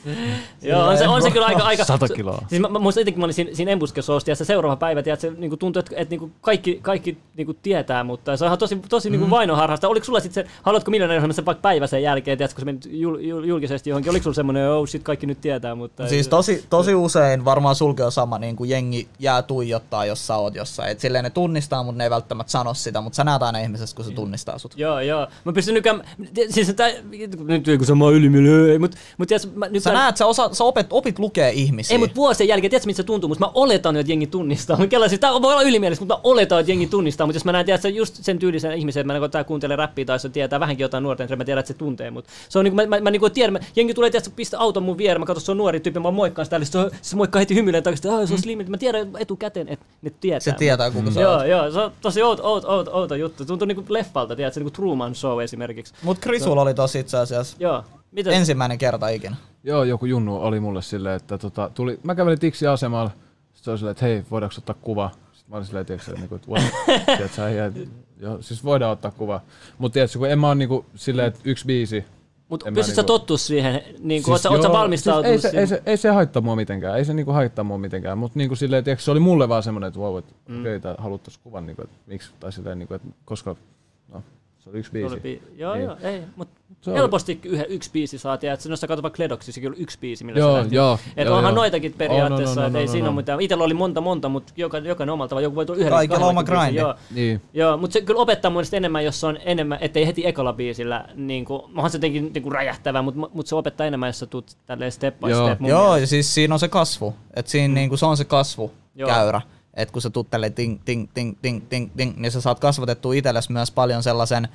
Joo, on se, on se kyllä aika... aika Sata kiloa. Siis mä, mä muistan itsekin, mä olin siinä, siinä embuskesoosti ja se seuraava päivä, tiedät, se niinku tuntui, että, että niinku kaikki, kaikki niinku tietää, mutta se on ihan tosi, tosi mm. niinku vainoharhasta. Oliko sulla sitten se, haluatko miljonääriohjelmassa vaikka päivä sen jälkeen, tiedätkö, kun sä menit jul, jul, julkisesti johonkin, oliko sulla semmoinen, oh shit, kaikki nyt tietää, mutta... Siis tosi, tosi usein varmaan sulke on sama, niin kuin jengi jää tuijottaa, jos sä oot jossain. Et silleen ne tunnistaa, mutta ne ei välttämättä sano sitä, mutta sä näet aina ihmisestä, kun se tunnistaa sut. Joo, joo. Mä pystyn nykään, siis tää, nyt kun sama ylimille, mutta mut tiedätkö, mä nykään... Sä näet, sä, osaat, sä opet, opit lukee ihmisiä. Ei, mutta vuosien jälkeen, tiedätkö, miltä se tuntuu, mutta mä oletan, että jengi tunnistaa. Mä kelaisin, tää voi olla ylimielistä, mutta mä oletan, että jengi tunnistaa, mutta jos mä näen, tiedätkö, just sen tyylisen ihmisen, että mä kun tää kuuntelee räppiä tai se tietää vähänkin jotain nuorten, mä tiedän, että se tuntee, mutta se on niinku, mä, mä, mä niinku tiedän, mä, jengi tulee, tiedätkö, pistää auton mun viereen, mä katson, se on nuori tyyppi, mä moikkaan sitä, se, se moikkaa heti hymyilee takaisin, että se on slim, mä tiedän etukäteen, että ne tietää. Se tietää, kuka sä Joo, joo, se on tosi outo, outo, outo, outo juttu. Tuntuu niinku leffalta, tiedätkö, niinku Truman Show esimerkiksi. Mut Krisulla oli tossa itse asiassa joo. Mitä? Ensimmäinen kerta ikinä. Joo, joku junnu oli mulle silleen, että tota, tuli, mä kävelin Tiksi-asemalla, sit se oli silleen, että hei, voidaanko ottaa kuva? Sitten mä olin silleen, tiiäksä, että what? Tiedätkö, ja, joo, siis voidaan ottaa kuva. Mut tiedätkö, kun en mä oo niinku silleen, että yksi biisi. Mut pystyt sä niinku... tottua siihen? Niinku, siis oot sä valmistautunut siis ei, se, siihen? ei, se, ei se haittaa mua mitenkään, ei se niinku haittaa mua mitenkään. Mut niinku silleen, tiiäksä, se oli mulle vaan semmonen, että wow, että mm. okei, okay, haluttais kuvan, niinku, että miksi, tai silleen, niinku, että koska, no. Se oli yksi biisi. Bi- joo, niin. joo, ei, mutta helposti yhden, yksi biisi saatiin, että jos sä katsot vaikka Kledoksissa, oli yksi biisi, millä joo, sä lähti. Joo, että joo, onhan joo. noitakin periaatteessa, oh, no, no, no, että ei no, siinä no, ole mitään. Itellä oli monta monta, mutta joka, jokainen omalta, joku voi tulla yhdellä. Kaikilla oma grindi. Joo, niin. joo, mutta se kyllä opettaa mun mielestä enemmän, jos se on enemmän, ettei heti ekalla biisillä, niin kuin, onhan se jotenkin niin kuin räjähtävää, mutta, mutta se opettaa enemmän, jos sä tuut tälleen step by joo. step. Mun joo, mielestä. ja siis siinä on se kasvu, että siinä mm. niin kuin se on se kasvu joo. käyrä. Että kun sä tuut tälleen ting, ting, ting, ting, ting, ting, niin sä saat kasvatettua itsellesi myös paljon sellaisen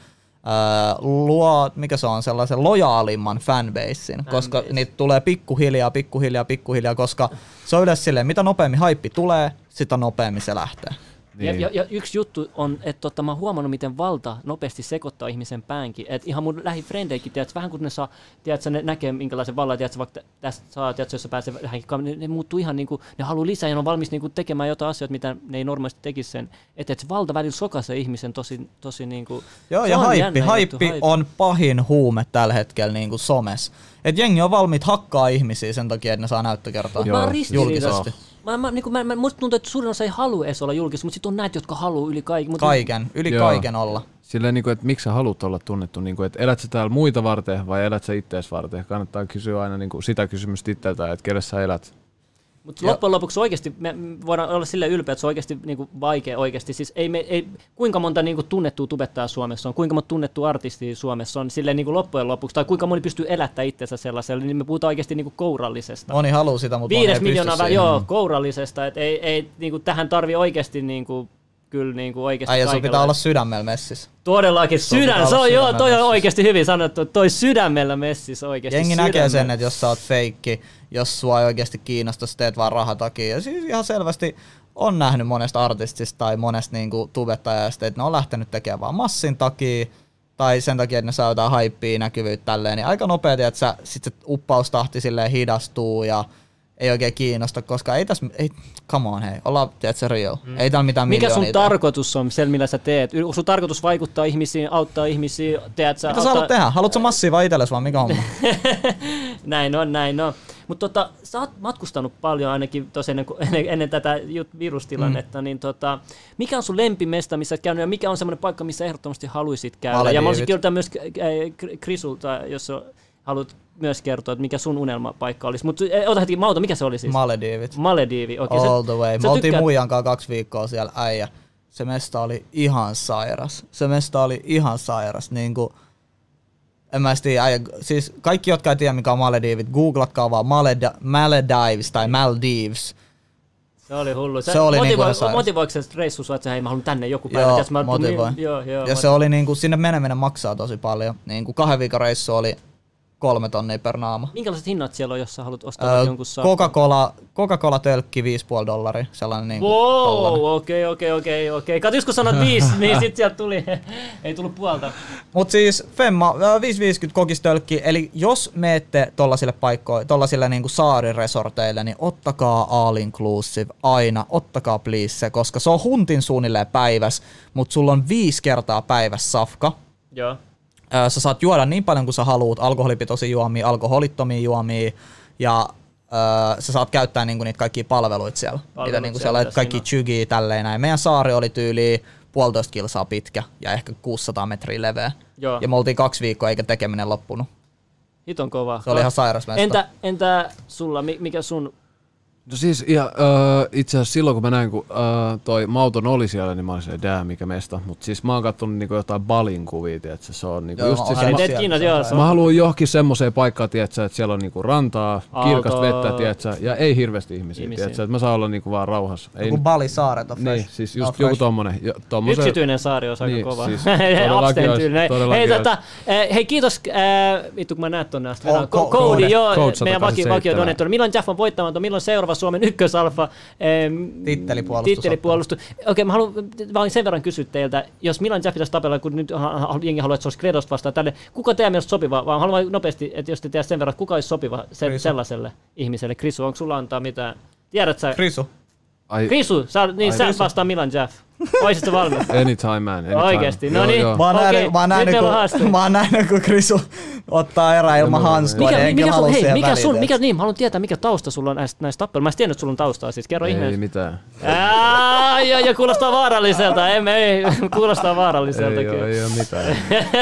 Uh, luo, mikä se on, sellaisen lojaalimman fanbasein, koska Fanbase. Niitä tulee pikkuhiljaa, pikkuhiljaa, pikkuhiljaa, koska se on yleensä silleen, mitä nopeammin haippi tulee, sitä nopeammin se lähtee. Niin. Ja, ja, ja yksi juttu on, että totta, mä oon huomannut, miten valta nopeasti sekoittaa ihmisen päänkin. Et ihan mun lähifrendeikin, tiedätkö, vähän kun ne saa, tiedätkö, ne näkee minkälaisen vallan, tiedätkö, vaikka tästä saa, tiedätkö, jos sä pääsee vähänkin, ne, ne muuttuu ihan niinku, ne haluaa lisää ja ne on valmis niinku tekemään jotain asioita, mitä ne ei normaalisti tekisi sen. Että et se valta välillä sokaisee ihmisen tosi, tosi niinku... Joo, ja haippi, haippi juttu, on pahin huume tällä hetkellä niinku somessa. Et jengi on valmiit hakkaa ihmisiä sen takia, että ne saa näyttökertaa julkisesti. Mä, mä, niin mä, mä, musta tuntuu, että suurin osa ei halua edes olla julkisesti, mutta sitten on näitä, jotka haluaa yli kaiken. Mutta kaiken, yli joo. kaiken olla. Silleen, niin kuin, että miksi sä haluat olla tunnettu, niin kuin, että elät sä täällä muita varten vai elät sä ittees varten? Kannattaa kysyä aina niin kuin sitä kysymystä itseltä, että kelle sä elät. Mutta loppujen lopuksi oikeasti me voidaan olla silleen ylpeä, että se on oikeasti niinku vaikea oikeasti. Siis ei me, ei, kuinka monta niinku tunnettua tubettajaa Suomessa on, kuinka monta tunnettua artistia Suomessa on silleen niinku loppujen lopuksi, tai kuinka moni pystyy elättämään itsensä sellaisella, niin me puhutaan oikeasti niinku kourallisesta. Moni haluaa sitä, mutta Viides miljoonaa, joo, kourallisesta, että ei, ei niinku tähän tarvii oikeasti niinku kyllä niinku oikeasti kaikenlaista. Ai, ja sun pitää olla sydämellä messissä. Todellakin, sydän, se on joo, toi on oikeasti hyvin sanottu, toi sydämellä messissä oikeasti. Jengi sydämellä. Näkee sen, että jos sä oot feikki, jos sua ei oikeasti kiinnosta, sä teet vaan rahatakia. Ja siis ihan selvästi on nähnyt monesta artistista tai monesta niinku tubettajasta, että ne on lähtenyt tekemään vaan massin takia, tai sen takia, että ne saa jotain haippia, näkyvyyttä tälleen, niin aika nopeasti, että sä, sit se uppaustahti silleen hidastuu ja ei oikein kiinnosta, koska ei tässä, ei, come on hei, ollaan, tiedätkö, real. Mm. Ei täällä mitään mikä sun niitä. tarkoitus on, sen millä sä teet? Sun tarkoitus vaikuttaa ihmisiin, auttaa ihmisiä, teet sä... Mitä sä haluat tehdä? Haluatko massia vai itsellesi vaan, mikä homma? Näin on, näin on. Mutta tota, sä oot matkustanut paljon ainakin ennen, ennen, ennen tätä virustilannetta, mm. niin tota, mikä on sun lempimesta, missä oot käynyt, ja mikä on semmoinen paikka, missä ehdottomasti haluaisit käydä? Malediivit. Ja mä olisin kysyä myös Krisulta, jos haluat myös kertoa, että mikä sun unelmapaikka olisi. Mutta ota heti, Mauto, mikä se oli siis? Malediivit. Malediivi, okei. Okay. All the way. Me oltiin tykkäät... muijankaan kaksi viikkoa siellä, äijä. Se mesta oli ihan sairas. Se mesta oli ihan sairas. Niin kuin, en mä tiedä, äijä. Siis kaikki, jotka ei tiedä, mikä on Malediivit, googlatkaa vaan Maled- Maledives tai Maldives. Se oli hullu. Se, se oli motivoi, niinku se motivoiko se reissu sua, että hei mä haluan tänne joku päivä? Joo, Tiedätkö, mä motivoi. Niin, joo, joo, ja se oli niinku, sinne meneminen maksaa tosi paljon. Niinku kahden viikon reissu oli kolme tonnia per naama. Minkälaiset hinnat siellä on, jos sä haluat ostaa öö, jonkun saakka? Coca-Cola, Coca-Cola-tölkki viisi pilkku viisi dollaria. Sellainen niinku wow, okei, okei, okei, okei. Kato, kun sanot viisi, niin sit sieltä tuli, ei tullut puolta. Mut siis Femma, viisi viisikymmentä kokistölkki, eli jos meette tollasille paikkoille, tollasille niinku saariresorteille, niin ottakaa all inclusive aina, ottakaa please se, koska se on huntin suunnilleen päiväs, mut sulla on viisi kertaa päivässä safka. Joo. Sä saat juoda niin paljon kuin sä haluut, alkoholipitoisia juomia, alkoholittomia juomia, ja öö, sä saat käyttää niinku niitä kaikkia palveluita siellä. Palvelut niitä niinku siellä, siellä kaikki chygiä tälleen näin. Meidän saari oli tyyliin puolitoista kilsaa pitkä ja ehkä kuusisataa metriä leveä. Joo. Ja me oltiin kaksi viikkoa eikä tekeminen loppunut. Hiton kova. Se oli ihan sairas mesta. Entä, entä sulla, mikä sun... No siis ja, uh, itse asiassa silloin kun mä näin, kun uh, toi Mauton oli siellä, niin mä olin silleen, dää mikä mesta. Mut siis mä oon kattonut niinku jotain Balin kuvia, tiiätsä, se on niinku joo, just siis... Mä, Kiinat, joo, mä haluan johonkin semmoseen paikkaan, tiiätsä, että siellä on niinku rantaa, Aalto, kirkasta vettä, tiiätsä, ja ei hirveästi ihmisiä, ihmisiä. Tiiätsä, että mä saan olla niinku vaan rauhassa. Joku Bali-saaret on fresh. Niin, siis just oh, joku tommonen. Jo, tommose... Yksityinen saari on aika niin, kova. Siis, Abstain-tyylinen. Hei, tota, hei kiitos, äh, vittu kun mä näet tonne asti. Oh, Cody, joo, meidän vakio donettori. Milloin Jaff on voittamaton, milloin seuraava Suomen ykkösalfa? Tittelipuolustus. Tittelipuolustus. Okei, mä haluan vaan sen verran kysyä teiltä, jos Milan Jaff pitäisi tapella, kun nyt jengi haluaa, että se olisi Kredosta vastaan tälle, kuka teidän mielestä sopiva, vaan haluan nopeasti, että jos te tiedät sen verran, kuka olisi sopiva se, sellaiselle ihmiselle. Krisu, onko sulla antaa mitään? Tiedät sä? Krisu. Ai, Krisu, sä, niin ai, sä Krisu. Vastaan Milan Jaff. Oisit sä valmis? Anytime, man. Anytime. Oikeesti? No niin, okei. Mä oon nähnyt, kun Krisu ottaa erää ilman hanskoa, niin enkä halua siihen mikä sun, mikä, niin, mä haluan tietää, mikä tausta sulla on näistä, näistä tappeluista. Mä en tiennyt, että sulla on taustaa, siis kerro ihmeessä. Ei mitään. Ai, ja, ja kuulostaa vaaralliselta, emme, ei, kuulostaa vaaralliselta. Ei, kyllä. ei oo mitään.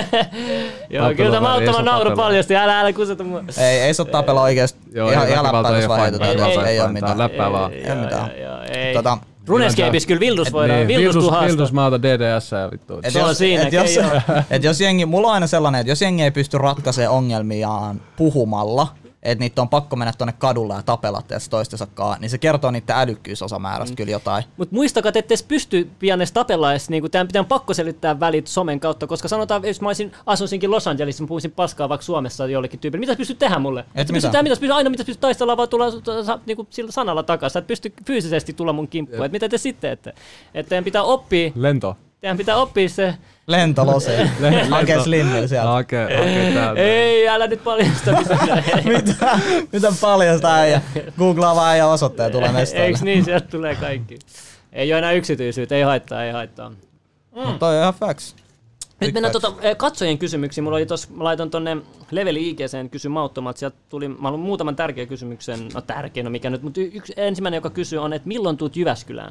Joo, kyllä tämä auttama nauru paljasti, älä, älä kuseta mua. Ei, ei se oo tapella oikeesti. Ihan, ihan läppää, vaan heitetaan, ei oo mitään. Läppää vaan. Ei mitään. RuneScapeissa kyllä Vildus voidaan, niin, Vildus haastaa. Vildus maata D D S ja vittu. Se on siinä, et jos, et jos jengi, mulla on aina sellainen, että jos jengi ei pysty ratkaisemaan ongelmiaan puhumalla, että niitä on pakko mennä tonne kadulle ja tapella tässä toistensakaan, niin se kertoo niiden älykkyysosamäärästä mm. kyllä jotain. Mutta muistakaa, että ette edes pysty pian edes tapella edes, niinku, tämän pitää pakko selittää välit somen kautta, koska sanotaan, jos mä olisin, asuisinkin Los Angelesissa, mä puhuisin paskaa vaikka Suomessa jollekin tyypille, mitä sä pystyt tehdä mulle? Et pystyt tehdä, mitä sä pystyt, aina mitä sä pystyt taistella, vaan tulla niinku, sillä sanalla takaisin, sä et pysty fyysisesti tulla mun kimppuun, että mitä te sitten teette? Että teidän pitää oppia... Lento. Teidän pitää oppia se... Lentolose. Hakee Slimmillä sieltä. Okei, okei, täältä. Ei, älä nyt paljasta mitään. mitä? Mitä paljasta äijä? Googlaa vaan äijä osoitteen tulee mestoille. Eiks niin, sieltä tulee kaikki. Ei oo enää yksityisyyttä, ei haittaa, ei haittaa. Mm. Mutta toi on ihan facts. Nyt mennään tota, katsojien kysymyksiin. Mulla oli tos, mä laitoin tonne Leveli I G:seen kysy mauttomalta. Sieltä tuli, mä haluan muutaman tärkeän kysymyksen. No tärkeä, no mikä nyt, mutta yksi ensimmäinen, joka kysyy on, että milloin tuut Jyväskylään?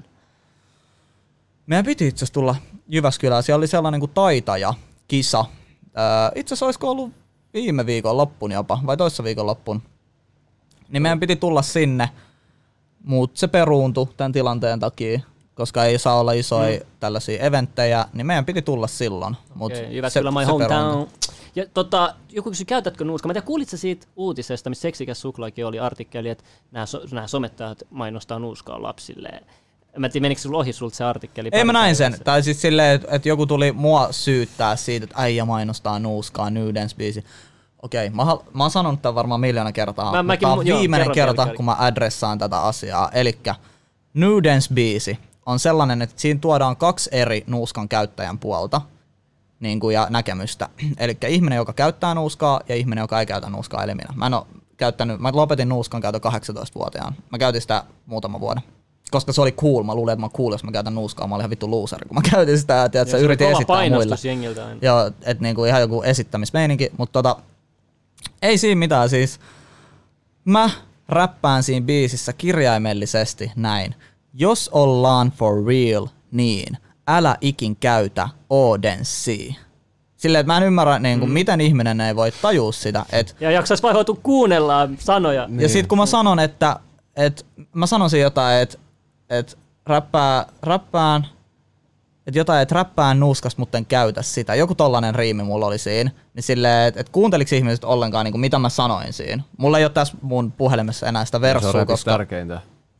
Meidän piti itse asiassa tulla Jyväskylään. Siellä oli sellainen kuin taitaja-kisa. Öö, itse asiassa olisiko ollut viime viikon loppuun jopa, vai toissa viikon loppuun. Niin meidän piti tulla sinne, mutta se peruuntui tämän tilanteen takia, koska ei saa olla isoja mm. tällaisia eventtejä, niin meidän piti tulla silloin. Mut okay, Jyväskylä my hometown. Ja tota, joku kysyi, käytätkö nuuskaa? Mä tiedän, kuulitko siitä uutisesta, missä Seksikäs suklaakin oli artikkeli, että nämä, so, nämä somettajat mainostaa nuuskaa lapsille. Mä en tiedä, menikö sulla ohi sulta se artikkeli? Ei mä näin sen. Tai siis silleen, että et joku tuli mua syyttää siitä, että äijä mainostaa nuuskaa New Dance-biisi. Okei, mä, mä oon sanonut tämän varmaan miljoona kertaa, mä, mutta tää on joo, viimeinen kerro, kerta, kerro, kun mä adressaan tätä asiaa. Elikkä New Dance-biisi on sellainen, että siinä tuodaan kaksi eri nuuskan käyttäjän puolta niin kuin, ja näkemystä. Elikkä ihminen, joka käyttää nuuskaa ja ihminen, joka ei käytä nuuskaa, eli minä. Mä en oo käyttänyt, mä lopetin nuuskan käytön kahdeksantoistavuotiaan. Mä käytin sitä muutama vuoden. Koska se oli cool, mä luulin, että mä oon cool, jos mä käytän nuuskaa, mä olin ihan vittu looseri, kun mä käytin sitä, että sä yritin esittää muille. Joo, että niinku ihan joku esittämismeininki, mutta tota, ei siinä mitään siis. Mä räppään siinä biisissä kirjaimellisesti näin. Jos ollaan for real, niin älä ikin käytä Odenssia. Silleen, että mä en ymmärrä, niin kuin, mm. miten ihminen ei voi tajua sitä. Et, ja jaksais vai hoitu kuunnella sanoja. Ja sit kun mä sanon, että et, mä sanon siinä jotain, että et räppää, räppään, että jotain, että räppään nuuskas, mutta en käytä sitä. Joku tollanen riimi mulla oli siinä. Niin silleen, että et kuunteliks ihmiset ollenkaan, niin kuin, mitä mä sanoin siinä. Mulla ei ole tässä mun puhelimessa enää sitä verssua, se on koska... tärkeintä.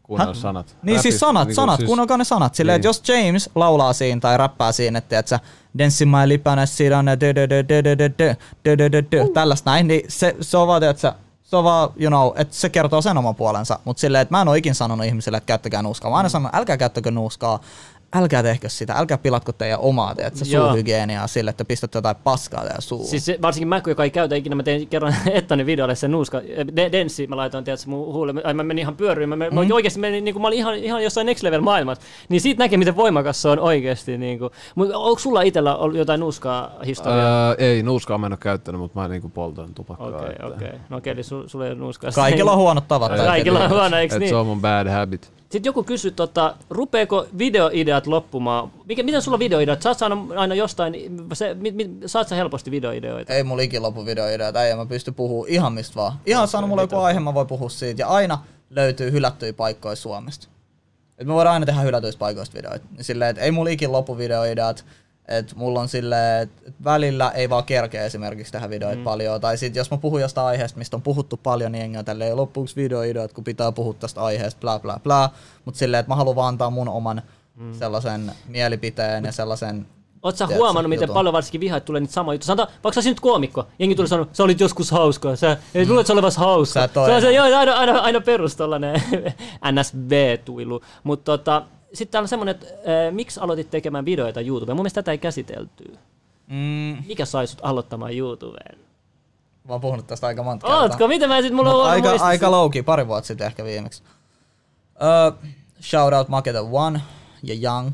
kuunnella sanat. Niin Räpis, siis sanat, niin sanat, siis, kuunnelkaa ne sanat. Silleen, niin. että jos James laulaa siinä tai räppää siinä, että et sä Dancing my lipana sidana dö dö dö dö dö dö dö dö dö dö tällaista näin, niin se, se on vaan, että sä se on vaan, you know, että se kertoo sen oman puolensa, mutta silleen, että mä en oo ikin sanonut ihmisille, että käyttäkää nuuskaa. Mä aina sanon, älkää käyttäkö nuuskaa, älkää tehkö sitä, älkää pilatko teidän omaa, teet, se suuhygieniaa sille, että pistätte jotain paskaa teidän suuhun. Siis se, varsinkin mä, joka ei käytä ikinä, mä tein kerran Ettanin videolle sen nuuska, denssi, mä laitoin tiedätkö mun huulle, mä menin ihan pyöryyn, mä, mm. mä oikeesti menin, niin kuin, mä olin ihan, ihan jossain next level maailmassa, niin siitä näkee, miten voimakas se on oikeesti. Niin kuin. Mutta onko sulla itsellä ollut jotain nuuskaa historiaa? Öö, ei, nuuskaa mä en oo käyttänyt, mutta mä niin poltan tupakkaa. Okei, okay, okei. Okay. No okei, eli su, sulla ei ole nuuskaa. Kaikilla on huonot tavat. Kaikilla on huono, eikö niin? Se on mun bad habit. Sitten joku kysyi, tota, rupeeko videoideat loppumaan? Mikä, miten sulla videoideat? Saat sä aina jostain, se, mi, mi, saat sä helposti videoideoita? Ei mulla ikin loppu videoideoita, ei mä pysty puhumaan ihan mistä vaan. Ihan okay, sano mulle joku aihe, mä voin puhua siitä. Ja aina löytyy hylättyjä paikkoja Suomesta. Et me voidaan aina tehdä hylätyistä paikoista videoita. Silleen, et ei mulla ikin loppu videoideat. Et mulla on silleen, että välillä ei vaan kerkeä esimerkiksi tehdä videoita mm. paljon. Tai sit jos mä puhun jostain aiheesta, mistä on puhuttu paljon, niin jengi on tälleen loppuksi videoideat, kun pitää puhua tästä aiheesta, bla bla bla. Mut silleen, että mä haluan vaan antaa mun oman mm. sellaisen mielipiteen ja sellaisen... Oot sä huomannut, miten jutun. Paljon varsinkin vihaat tulee niitä samoja juttuja? Sanotaan, vaikka sä nyt koomikko, jengi tuli sanoa, sä olit joskus hauskaa, sä ei luulet sä olevas hauska. Se on se, joo, aina, aina, aina perus tollanen N S V-tuilu. Mut tota... Sitten täällä on semmonen, että äh, miksi aloitit tekemään videoita YouTubeen? Mun mielestä tätä ei käsitelty. Mm. Mikä sai sut aloittamaan YouTubeen? Mä oon puhunut tästä aika monta kertaa. Ootko? Mitä mä sit mulla on aika, aika low-key, pari vuotta sitten ehkä viimeksi. Uh, shout out Make the One ja Young.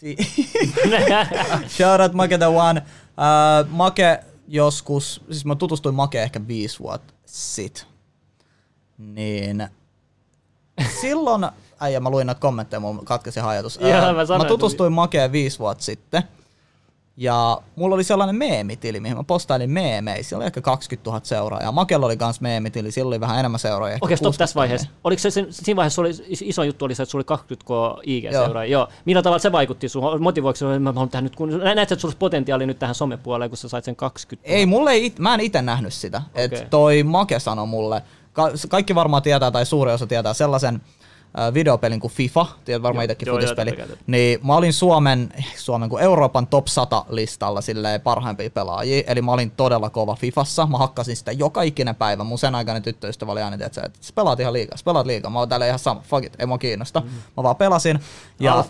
Shout out Make the One. Uh, Make joskus, siis mä tutustuin Make ehkä viisi vuotta sit. Niin silloin... Äijä, mä luin näitä kommentteja, mun katkesi ajatus. Joo, mä, mä tutustuin Makeen viisi vuotta sitten. Ja mulla oli sellainen meemitili, mihin mä postailin meemejä. Siellä oli ehkä kaksikymmentätuhatta seuraajaa. Makella oli kans meemitili, sillä oli vähän enemmän seuraajia. Okei, stop tässä vaiheessa. Oliko se, sen, siinä vaiheessa oli, iso juttu oli se, että sulla oli kaksikymmentä I G-seuraajia? Joo. Millä tavalla se vaikutti sun? Motivoiko se, että mä haluan tehdä nyt, kun näet, että sulla olisi potentiaali nyt tähän somepuoleen, kun sä sait sen kaksikymmentä? Ei, mulle ei, mä en ite nähnyt sitä. Okay. Et toi Make sanoi mulle, ka- kaikki varmaan tietää tai suuri osa tietää sellaisen, videopelin kuin FIFA, tiedät varmaan itsekin futispeli, niin mä olin Suomen, Suomen kuin Euroopan top sata listalla silleen parhaimpia pelaajia, eli mä olin todella kova FIFassa, mä hakkasin sitä joka ikinen päivä, mun sen aikainen tyttöystävä oli aina, että sä pelaat ihan liikaa, sä pelaat liikaa, mä oon täällä ihan sama, fuck it, ei mua kiinnosta, mm. mä vaan pelasin, ja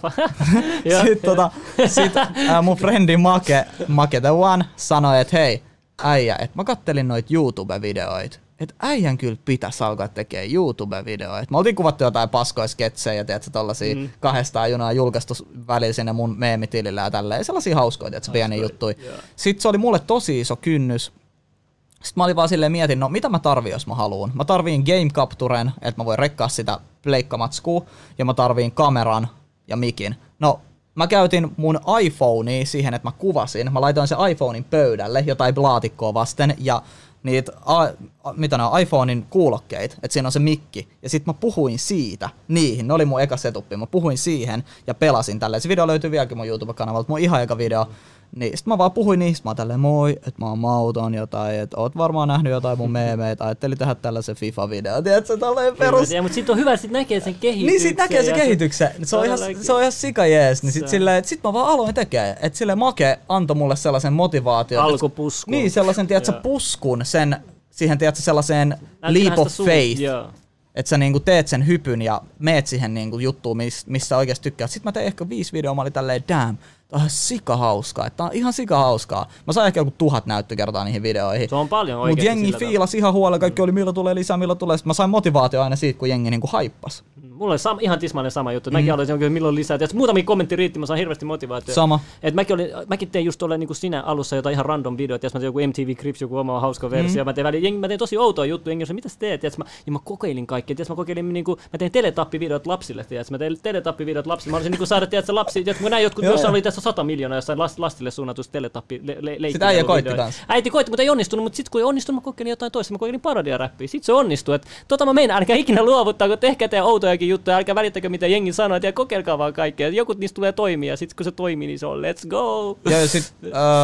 sit, tota, sit äh, mun frendi Make, Make the One sanoi, että hei, äijä, että mä kattelin noita YouTube-videoita, että äijän kyllä pitäisi alkaa tekemään YouTube-videoita. Me oltiin kuvattu jotain paskoja sketsejä, tiedätkö, tollasia mm. kahdestaan junaa julkaistu välillä sinne mun meemitilillä ja tälleen. Sellaisia hauskoja, tiedätkö, pieniä juttuja. Yeah. Sitten se oli mulle tosi iso kynnys. Sitten mä olin vaan silleen mietin, no mitä mä tarviin, jos mä haluun. Mä tarviin game capturen, että mä voin rekkaa sitä pleikkamatskua, ja mä tarviin kameran ja mikin. No, mä käytin mun iPhonea siihen, että mä kuvasin. Mä laitoin sen iPhonein pöydälle jotain laatikkoa vasten, ja niitä, a, a, mitä ne on, iPhonein kuulokkeita, että siinä on se mikki, ja sit mä puhuin siitä, niihin, ne oli mun eka setuppi, mä puhuin siihen ja pelasin tälleen. Se video löytyy vieläkin mun YouTube-kanavalta, mun ihan eka video, niin sit mä vaan puhuin niistä, mä oon tälleen moi, että mä oon mauton jotain, että oot varmaan nähnyt jotain mun meemeitä, ajattelin tehdä tällaisen FIFA-video, tiedätkö, tälleen perus. Ja, mutta sit on hyvä, sit näkee sen kehityksen. Niin sit näkee sen kehityksen, se on ihan, se on ihan sika jees, niin sit silleen, että sit mä vaan aloin tekee, että silleen Make antoi mulle sellaisen motivaation. Alkupuskun. Niin, sellaisen, tiedätkö, puskun, sen, siihen, tiedätkö, sellaiseen leap of faith. Että sä niinku teet sen hypyn ja meet siihen niinku juttuun, missä oikeasti tykkäät. Sitten mä tein ehkä viisi videoa, mä olin tälleen, damn, tää on ihan sika hauskaa. Tää on ihan sika hauskaa. Mä sain ehkä joku tuhat näyttökertaa niihin videoihin. Se on paljon oikeesti. Mut jengi fiilasi ihan huolella, kaikki oli milloin tulee lisää, milloin tulee. Sitten mä sain motivaatio aina siitä, kun jengi niinku haippas. Mulla oli sam- ihan tismainen sama juttu. Mäkin mm. aloitin jonkin, milloin lisää. Tiedätkö, muutamia kommentti riitti, mä sain hirveästi motivaatiota. Sama. Et mäkin, olin, mäkin tein just tuolla niin sinä alussa jotain ihan random videoita. Mä tein joku M T V Crips, joku oma hauska versio. Mm. Mä, tein väliin, jengi, mä tein tosi outoa juttuja. Jengi sanoi, mitä sä teet? Tiedätkö, mä, ja mä kokeilin kaikkea. Tiedätkö, mä kokeilin, niin kuin, mä tein teletappivideot lapsille. Tiedätkö, mä tein teletappivideot lapsille. Mä haluaisin niin saada tiedätkö, lapsi. Tiedätkö, kun näin jotkut, jossain oli tässä sata miljoonaa jossain lastille suunnatusta teletappi le, le, leikkiä. Sitä äijä koitti kanssa. Äiti koitti, mutta ei onnistunut. Mutta sitten kun ei onnistunut, mä kokeilin jotain toista. Mä kokeilin parodiaräppiä. Sitten se onnistui. Et, tota mä meinaan, älkää ikinä luovuttaa, kun tehkää teidän outojakin juttuja. Älkää välittäkö mitä jengi sanoo, ja kokeilkaa vaan kaikkea. Joku niistä tulee toimia, ja sitten kun se toimii, niin se on let's go. Ja, ja sit,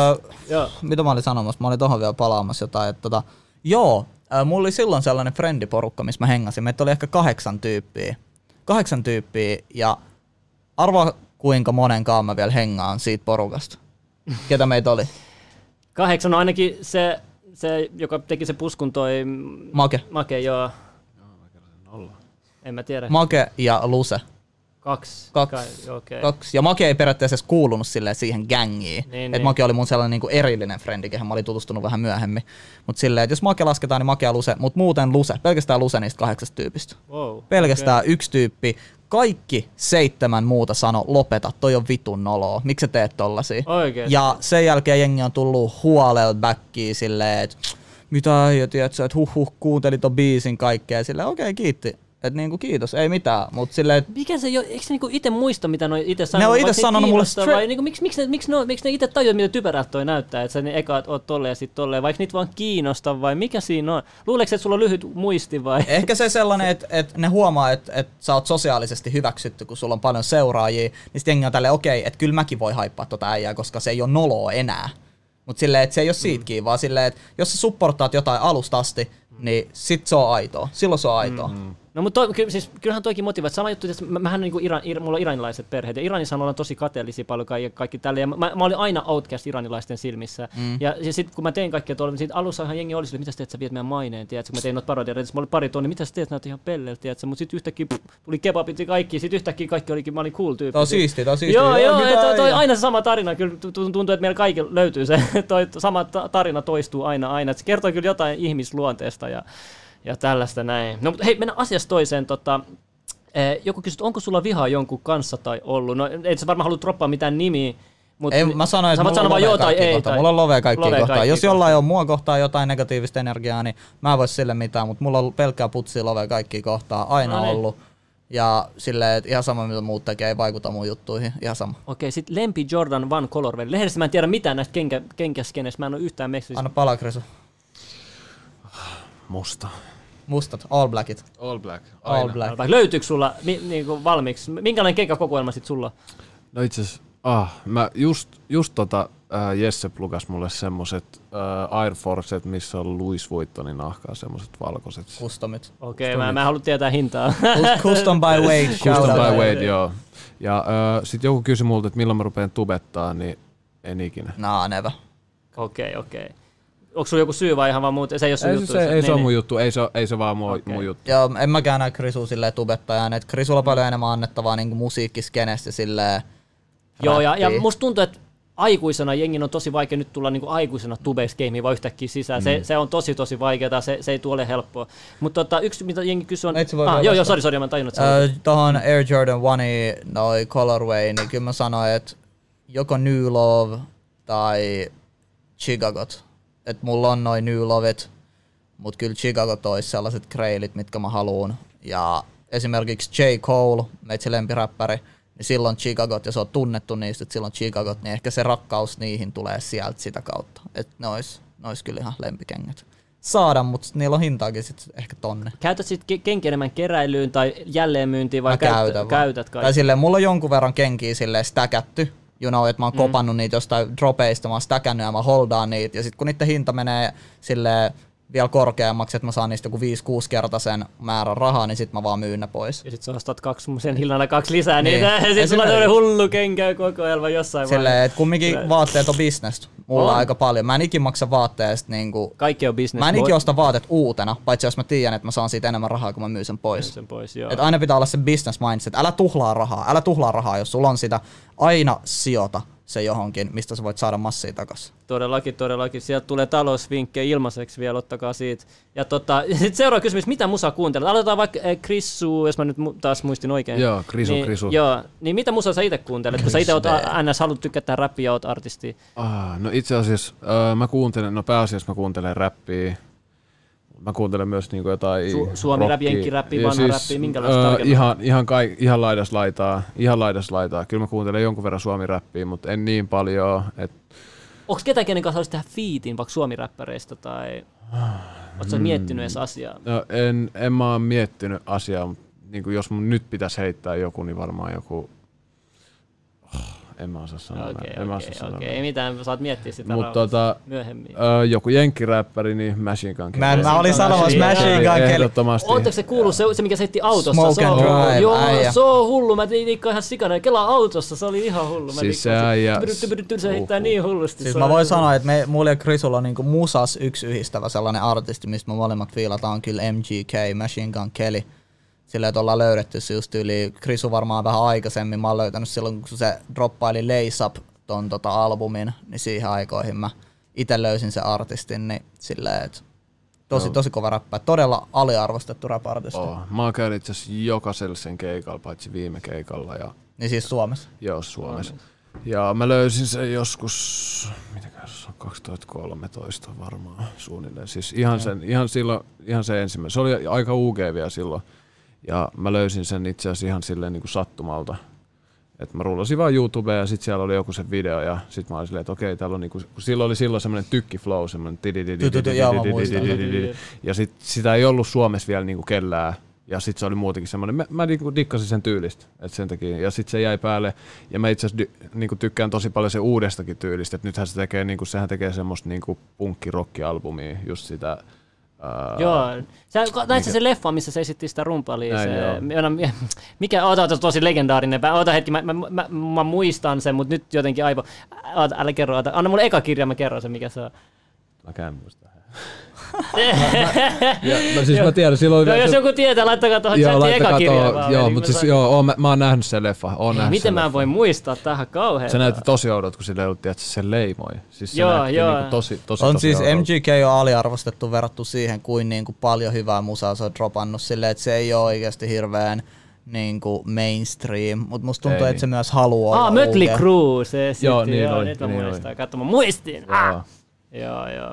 äh, mitä mä olin sanomassa? Mä olin tohon vielä palaamassa jotain, että tota, joo, äh, mulla oli silloin sellainen friendiporukka, missä mä hengasin. Meitä oli ehkä kahdeksan tyyppiä. kahdeksan tyyppiä ja arvaa kuinka monenkaan mä vielä hengaan siitä porukasta. Ketä meitä oli? Kahdeksan on ainakin se, se, joka teki se puskun toi... Make. Make, joo. Joo, mä kerron sen nolla. En mä tiedä. Make ja Luse. Kaksi. Kaksi. Kai, okay. Kaksi. Ja Make ei periaatteessa edes kuulunut silleen siihen gängiin. Niin, et niin. Make oli mun sellainen niinku erillinen frendi, kehen mä olin tutustunut vähän myöhemmin. Mut silleen, että jos Make lasketaan, niin Make ja Luse. Mut muuten Luse. Pelkästään Luse niistä kahdeksasta tyypistä. Wow, Pelkästään okay. yksi tyyppi. Kaikki seitsemän muuta sano, lopeta, toi on vitun noloa. Miksi sä teet tollasia? Oikeesti? Ja sen jälkeen jengi on tullut huolella backiin silleen, että mitä äijä, tiedätkö, että huh huh, kuuntelit ton biisin kaikkea. Silleen, okei, okay, kiitti. Että niinku kiitos, ei mitään, mut silleen... Mikä se jo, eikö se niinku ite muista, mitä ne ite sanoo? Ne on ite sanonut mulle straight... Vai niinku, miksi, miksi, ne, miksi, ne, miksi ne ite tajua, mitä typerältä toi näyttää, että sä ne eka oot tolleen ja sit tolleen, vaikka niitä vaan kiinnosta vai mikä siinä on? Luuleeko että sulla on lyhyt muisti vai? Ehkä se sellainen, että et ne huomaa, että et sä oot sosiaalisesti hyväksytty, kun sulla on paljon seuraajia, niin sit jengi on tälleen, okei, okay, että kyllä mäkin voi haippaa tota äijää, koska se ei ole noloa enää. Mut silleen, että se ei ole siitäkin, mm. vaan silleen, että jos sä supportaat jotain alusta asti, niin sit se on aitoa. Silloin se on aitoa. Mm-hmm. No mutta toi, ky, siis, kyllähän toikin motivoit. Sama juttu, että mä, mähän niinku Iran, ir, mulla on iranilaiset perheet ja Iranissa ollaan tosi kateellisia paljon kaikki, kaikki tälle. Ja mä, mä olin aina outcast iranilaisten silmissä. Mm. Ja, ja sit kun mä tein kaikkea tuolla, niin alussa ihan jengi oli sille, mitä sä teet, sä viet meidän maineen, tiedätkö? Kun mä tein noita parodioita, mä olin pari tonni, mitä sä teet, näytä ihan pelleltä, tiedätkö? Mut sit yhtäkkiä pff, tuli kebabit ja kaikki, sit yhtäkkiä kaikki olikin, mä olin cool tyyppi. Tää on siistiä, tää on siistiä. Joo, joo, joo toi, toi aina se sama tarina, kyllä tuntuu, että meillä kaikilla löytyy se, toi sama tarina toistuu aina aina. Et se kertoo kyllä jotain ihmisluonteesta ja Ja tällaista näin. No mutta hei, mennään asiasta toiseen. Tota, eh, joku kysyt, onko sulla vihaa jonkun kanssa tai ollut? No et sä varmaan halua droppaa mitään nimiä. Mut ei, mä sanoin, että mulla on lovea kaikki kohtaan. Mulla on lovea kaikki kohtaan. Jos jollain on mua kohtaan jotain negatiivista energiaa, niin mä en voi sille mitään, mutta mulla on pelkkää putsia lovea kaikki kohtaan aina no niin. ollut. Ja silleen, että ihan sama mitä muut tekee, ei vaikuta mun juttuihin, ihan sama. Okei, sit Lempi Jordan One Colorway. Lehdessä mä en tiedä mitään näistä kenkä, kenkäskeneistä, mä en oo yhtään meksissä. Anna palaa, Krisu. Musta. Mustat, all blackit. All black. Aina. All black. Löytyykö sulla mi, niinku valmiiksi? Minkälainen kenkäkokoelma sit sulla? No itse asiassa, ah, mä just, just tota äh, Jesse plukas mulle semmoset äh, Air Forcet, missä on Louis Vuittonin nahkaa, semmoset valkoiset. Customit. Okei, okay, mä, mä en halua tietää hintaa. Custom by Wade. Custom by Wade, joo. Ja äh, sit joku kysyi multa, että milloin mä rupean tubettaa, niin en ikinä. Nah, never. Okei, okay, okei. Okay. Onko sulla joku syy vai ihan vaan muuta? Se ei ole sun ei, juttu. Se, se, ei niin, se ole niin. mun juttu, ei se, ei se vaan mun, okay. mun juttu. Joo, en mäkään näe Krisua silleen tubettajaan, että Krisulla on paljon enemmän annettavaa niinku musiikkiskenestä silleen. Joo, ja, ja musta tuntuu, että aikuisena jengin on tosi vaikea nyt tulla niinku aikuisena tubeiksi gameen vaan yhtäkkiä sisään. Mm. Se, se on tosi tosi vaikeaa, se, se ei tule ole helppoa. Mutta tota, yksi mitä jengi kysyy on... Ah, joo, joo, sori, sori, mä en tajunnut. Uh, Tuohon Air Jordan One noi colorway, niin kyllä mä sanoin, että joko New Love tai Chicagot. Että mulla on noin New Lovet, mut kyllä Chicagot olisi sellaiset kreilit, mitkä mä haluun. Ja esimerkiksi J. Cole, meitsi lempiräppäri, niin silloin Chicagot, ja se on tunnettu niistä, että silloin Chicagot, niin ehkä se rakkaus niihin tulee sieltä sitä kautta. Että ne ois, ne ois kyllä ihan lempikengät. Saada, mutta niillä on hintaakin sit ehkä tonne. Käytät sit kenkiä enemmän keräilyyn tai jälleenmyyntiin vai käytät, käytät kaikki? Tai silleen, mulla on jonkun verran kenkiä silleen stäkätty. You know, että mä oon mm. kopannut niitä jostain dropeista, mä oon stäkännyt ja mä holdaan niitä. Ja sit kun niiden hinta menee silleen vielä korkeammaksi, että mä saan niistä joku viisi kuusi kertaisen määrän rahaa, niin sit mä vaan myyn ne pois. Ja sit sä ostat kaksi, sen hinnalla kaksi lisää niin. niitä, ja sit sulla on tämmönen hullu kenkäkokoelma jossain silleen, vaiheessa. Että kumminkin Silleen. Vaatteet on business. Mulla on aika paljon. Mä en ikin maksa vaatteesta niinku... Kaikki on business. Mä en ikin osta vaatet uutena, paitsi jos mä tiedän, että mä saan siitä enemmän rahaa, kun mä myyn sen pois. Sen pois joo. Et aina pitää olla se business mindset. Älä tuhlaa rahaa, älä tuhlaa rahaa, jos sulla on sitä. Aina sijoita se johonkin, mistä sä voit saada massia takas. Todellakin, todellakin. Sieltä tulee talousvinkkejä ilmaiseksi vielä, ottakaa siitä. Ja tota, sitten seuraava kysymys, mitä musaa kuuntelet? Aloitetaan vaikka eh, Krisu, jos mä nyt taas muistin oikein. Joo, Krisu, niin, Krisu. Joo, niin mitä musaa sä itse kuuntelet? Kun sä itse oot ns. Haluat tykätä räppiä ja oot artisti. Ah, no itse asiassa äh, mä kuuntelen, no pääasiassa mä kuuntelen räppiä. Mä kuuntelen myös niinku jotain Su- Suomi-räppi, jenkki-räppi, vanha siis, räppi, minkälaista äh, tarkentaa? Ihan, ihan, kai, ihan laidas laitaa, ihan laidas laitaa. Kyllä mä kuuntelen jonkun verran Suomi-räppiä, mutta en niin paljon. Et... Onko ketään, kenen kanssa haluaisi tehdä featin vaikka Suomi-räppäreistä tai ootko sä miettinyt edes asiaa? No, en, en mä oon miettinyt asiaa, mutta niin jos mun nyt pitäisi heittää joku, niin varmaan joku... en mä osaa sanoa. Okei, en mä okei, osaa okei. Ei mitään, saat miettiä sitä Mut tota, myöhemmin. Ö, joku jenkkiräppäri, niin Machine Gun Kelly. Mä, mä olin sanomassa Machine Gun Kelly. Ehdottomasti. Ootteko se kuullut se, se mikä se heitti autossa? Smoke se and on, Drive, joo, äijä. se on hullu. Mä diikkaan ihan sikana. Kelaa autossa, se oli ihan hullu. Mä Siis se äijä. Se heittää niin hullusti. Siis mä voin sanoa, että me, mulla ja Krisulla on niinku musas yksi yhdistävä sellainen artisti, mistä me molemmat fiilataan, on kyllä M G K, Machine Gun Kelly. Sillä että ollaan löydetty se just yli, Krisu varmaan vähän aikaisemmin, mä oon löytänyt silloin, kun se droppaili Lace Up ton tota albumin, niin siihen aikoihin mä ite löysin sen artistin, niin silleen, että tosi, no. tosi kova räppä, todella aliarvostettu rap-artisti. Oh, mä oon käynyt itse asiassa jokaisella sen keikalla, paitsi viime keikalla. Ja niin siis Suomessa? Joo, Suomessa. Ja mä löysin sen joskus, mitäkään se on, kaksituhattakolmetoista varmaan suunnilleen. Siis ihan, sen, ihan, silloin, ihan se ensimmäinen. Se oli aika U G vielä silloin. Ja mä löysin sen itse asiassa ihan silleen niin kuin sattumalta. Et mä rullasin vaan YouTubeen ja sit siellä oli joku se video ja sit mä olin silleen, että okei, täällä on niinku, kun silloin oli silloin semmoinen tykkiflow, semmoinen ja sit sitä ei ollut Suomessa vielä niinku kellään. Ja sit se oli muutenkin semmoinen, mä, mä niinku dikkasin sen tyylistä, et sen takia. Ja sit se jäi päälle, ja mä itse asiassa niinku tykkään tosi paljon se uudestakin tyylistä, että nythän se tekee, niinku, sehän tekee semmoista niinku punkki-rocki-albumia, just sitä. Uh, joo, sä näit se leffa, missä se esitti sitä rumpalia. Näin, se, mikä, ota, ota, tosi legendaarinen. Ota hetki, mä, mä, mä, mä muistan sen, mutta nyt jotenkin aivo. Ota, älä kerro, ota. Anna mulle eka kirja, mä kerron sen, mikä se on. Mä käyn muista. No siis mä tiedän, silloin... No, jos joku tietää, laittakaa tuohon chatiin eka kirja vaan. Joo, mutta siis joo, oon, mä, mä oon nähnyt sen leffa. Oon nähnyt miten sen mä leffa. voin muistaa tähän kauhean? Se näytti tosi oudot, kun sille ei ollut, että se leimoi. Siis se joo, näytti joo. Niinku tosi, tosi, on tosi siis oudot. M G K on aliarvostettu verrattu siihen, kuin niinku paljon hyvää musaa se on dropannut silleen, että se ei ole oikeasti hirveän niinku mainstream, mutta musta tuntuu, ei. Että se myös haluaa ah, olla Mötley Crüe, se sitten, joo, niin joo, oli, nyt mä niin muistan. Katso, mä muistin. Joo, ah. joo. joo.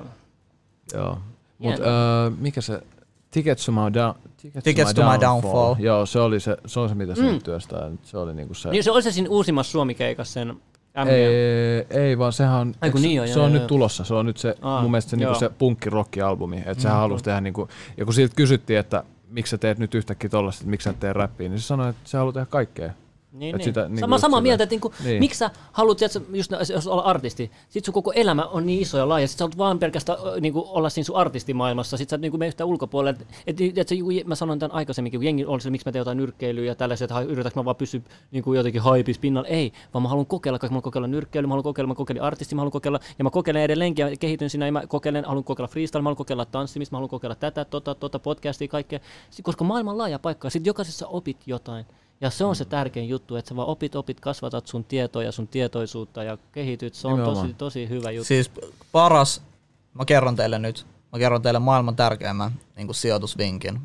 joo. Mut uh, mikä se Tickets to my, down, tickets tickets to my, my downfall. downfall. Joo, se oli se, se on se mitä se mm. työstää. Se oli niinku se. Niin se oli se siinä uusimmassa Suomi-keikassa sen M G. Ei, ei vaan sehän on, Aiku, niin on, se joo, on joo, nyt joo. tulossa. Se on nyt se Aa, mun mielestä se, niinku se punkki-rocki-albumi, että mm. sehän halusi tehdä niinku, ja kun siltä kysyttiin, että miksi sä teet nyt yhtäkkiä tollaista, että miksi sä teet räppiä, niin se sanoi, että se haluaa tehdä kaikkea. Niin, niin. Sitä, niin sama samaa mieltä, että niinku, niin. miksi sä haluat, tiiätkö, just jos olla artisti, sit sun koko elämä on niin iso ja laaja, sit sä haluat vaan pelkästään niinku, olla siinä sun artistimaailmassa, sit sä niinku mene yhtään ulkopuolelle. Et, et, et, mä sanoin tämän aikaisemminkin, kun jengi on se, miksi mä teen jotain nyrkkeilyä ja tällaiset, että yritätkö mä vaan pysyä niinku, jotenkin haipis pinnalla. Ei, vaan mä haluan kokeilla, koska mä haluan kokeilla nyrkkeilyä, mä haluan kokeilla, mä kokeilin artisti, mä haluan kokeilla, ja mä kokeilen edelleenkin ja kehityn siinä, ja mä kokeilen, haluan kokeilla freestyle, mä haluan kokeilla tanssimista, mä haluan kokeilla tätä, tota, tota, podcastia, kaikkea, koska maailma on laaja paikka, sit jokaisessa opit jotain. Ja se on se tärkein juttu, että sä vaan opit, opit, kasvatat sun tietoa ja sun tietoisuutta ja kehityt. Se on tosi, tosi hyvä juttu. Siis paras, mä kerron teille nyt, mä kerron teille maailman tärkeimmän niin kuin sijoitusvinkin.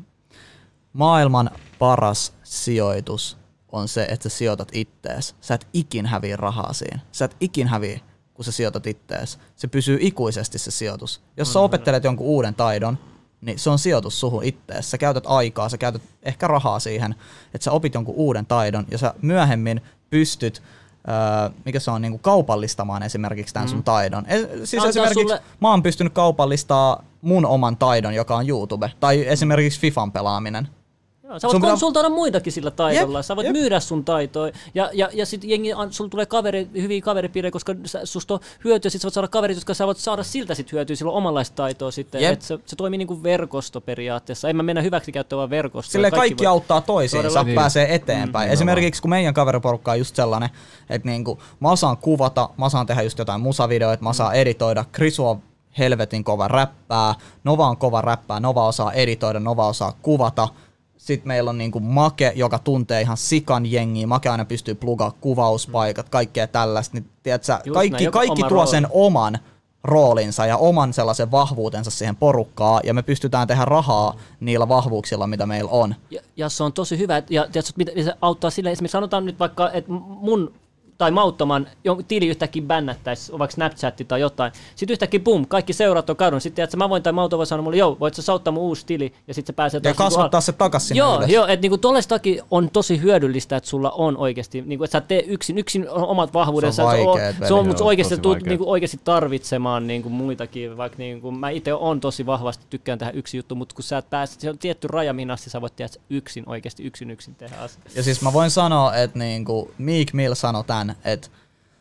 Maailman paras sijoitus on se, että sä sijoitat ittees. Sä et ikin häviä rahaa siinä. Sä et ikin häviä, kun sä sijoitat ittees. Se pysyy ikuisesti se sijoitus. Jos sä opettelet jonkun uuden taidon, niin se on sijoitus suhun ittees. Sä käytät aikaa, sä käytät ehkä rahaa siihen, että sä opit jonkun uuden taidon ja sä myöhemmin pystyt, öö, mikä se on, niinku kaupallistamaan esimerkiksi tämän mm. sun taidon. E- siis Antaa esimerkiksi sulle... mä oon pystynyt kaupallistamaan mun oman taidon, joka on YouTube, tai esimerkiksi Fifan pelaaminen. Joo, sä voit konsultoida pitää... muitakin sillä taidolla, jep, sä voit jep. myydä sun taitoja ja, ja, ja sit jengi, sulla tulee kaveri, hyviä kaveripiirejä, koska sä, susta on hyötyä, sit sä voit saada kaverit, jotka sä voit saada siltä sit hyötyä, sillä on omanlaista taitoa sitten, että se, se toimii niinku verkosto periaatteessa, en mä mennä hyväksikäyttöön vaan verkostoon. Silleen kaikki, kaikki auttaa toisiinsa, niin. pääsee eteenpäin. Mm, Esimerkiksi kun meidän kaveriporukka on just sellainen, että niinku, mä osaan kuvata, mä osaan tehdä just jotain musavideoita, mä osaan editoida, Krisu on helvetin kova räppää, Nova on kova räppää, Nova osaa editoida, Nova osaa kuvata. Sitten meillä on niinku Make, joka tuntee ihan sikan jengiä. Make aina pystyy plugaa kuvauspaikat, kaikkea tällaista. Niin, tiedätkö, kaikki näin, kaikki tuo rooli. sen oman roolinsa ja oman sellaisen vahvuutensa siihen porukkaan. Ja me pystytään tehdä rahaa niillä vahvuuksilla, mitä meillä on. Ja, ja se on tosi hyvä. Ja tiedätkö, mitä se auttaa silleen, esimerkiksi sanotaan nyt vaikka, että mun tai mauttoman tili yhtäkkiä bännättäisi, vaikka Snapchatti tai jotain. Sitten yhtäkkiä bum, kaikki seuraat on kadun. Sitten että mä voin tai Mauto voi sanoa mulle, joo, voit sä sauttaa mun uusi tili ja sitten se pääsee ja kasvattaa niinku, se takas sinne joo, ylös. Joo, että niinku tollestakin on tosi hyödyllistä, että sulla on oikeasti, niinku, että sä tee yksin, yksin omat vahvuudensa. Se on vaikeet, se on, mutta oikeasti tulet niinku, oikeasti tarvitsemaan niinku, muitakin, vaikka niinku, mä itse on tosi vahvasti tykkään tehdä yksi juttu, mutta kun sä et pääse, se on tietty raja, minä asti sä voit tehdä yksin, oikeasti yksin yksin tehdä asiaa. Ja siis mä voin sanoa, että niinku Meek Mill sanoi tän, että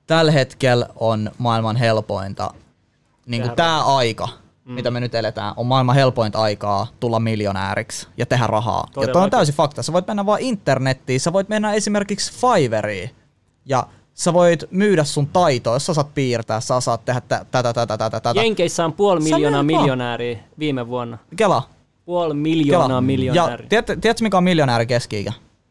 tällä hetkellä on maailman helpointa, niin kuin tää aika, mm. mitä me nyt eletään, on maailman helpointa aikaa tulla miljonääriksi ja tehdä rahaa. Todella ja toi on täysin fakta. Sä voit mennä vaan internettiin, sä voit mennä esimerkiksi Fiverriin ja sä voit myydä sun taitoa, jos sä saat piirtää, sä saat tehdä tätä, tätä, tätä, tätä. Jenkeissä on puoli miljoonaa miljonääriä viime vuonna. Kela. Puoli miljoonaa miljonääriä. Ja tiedätkö, tiedätkö mikä on miljonääri keski-ikä?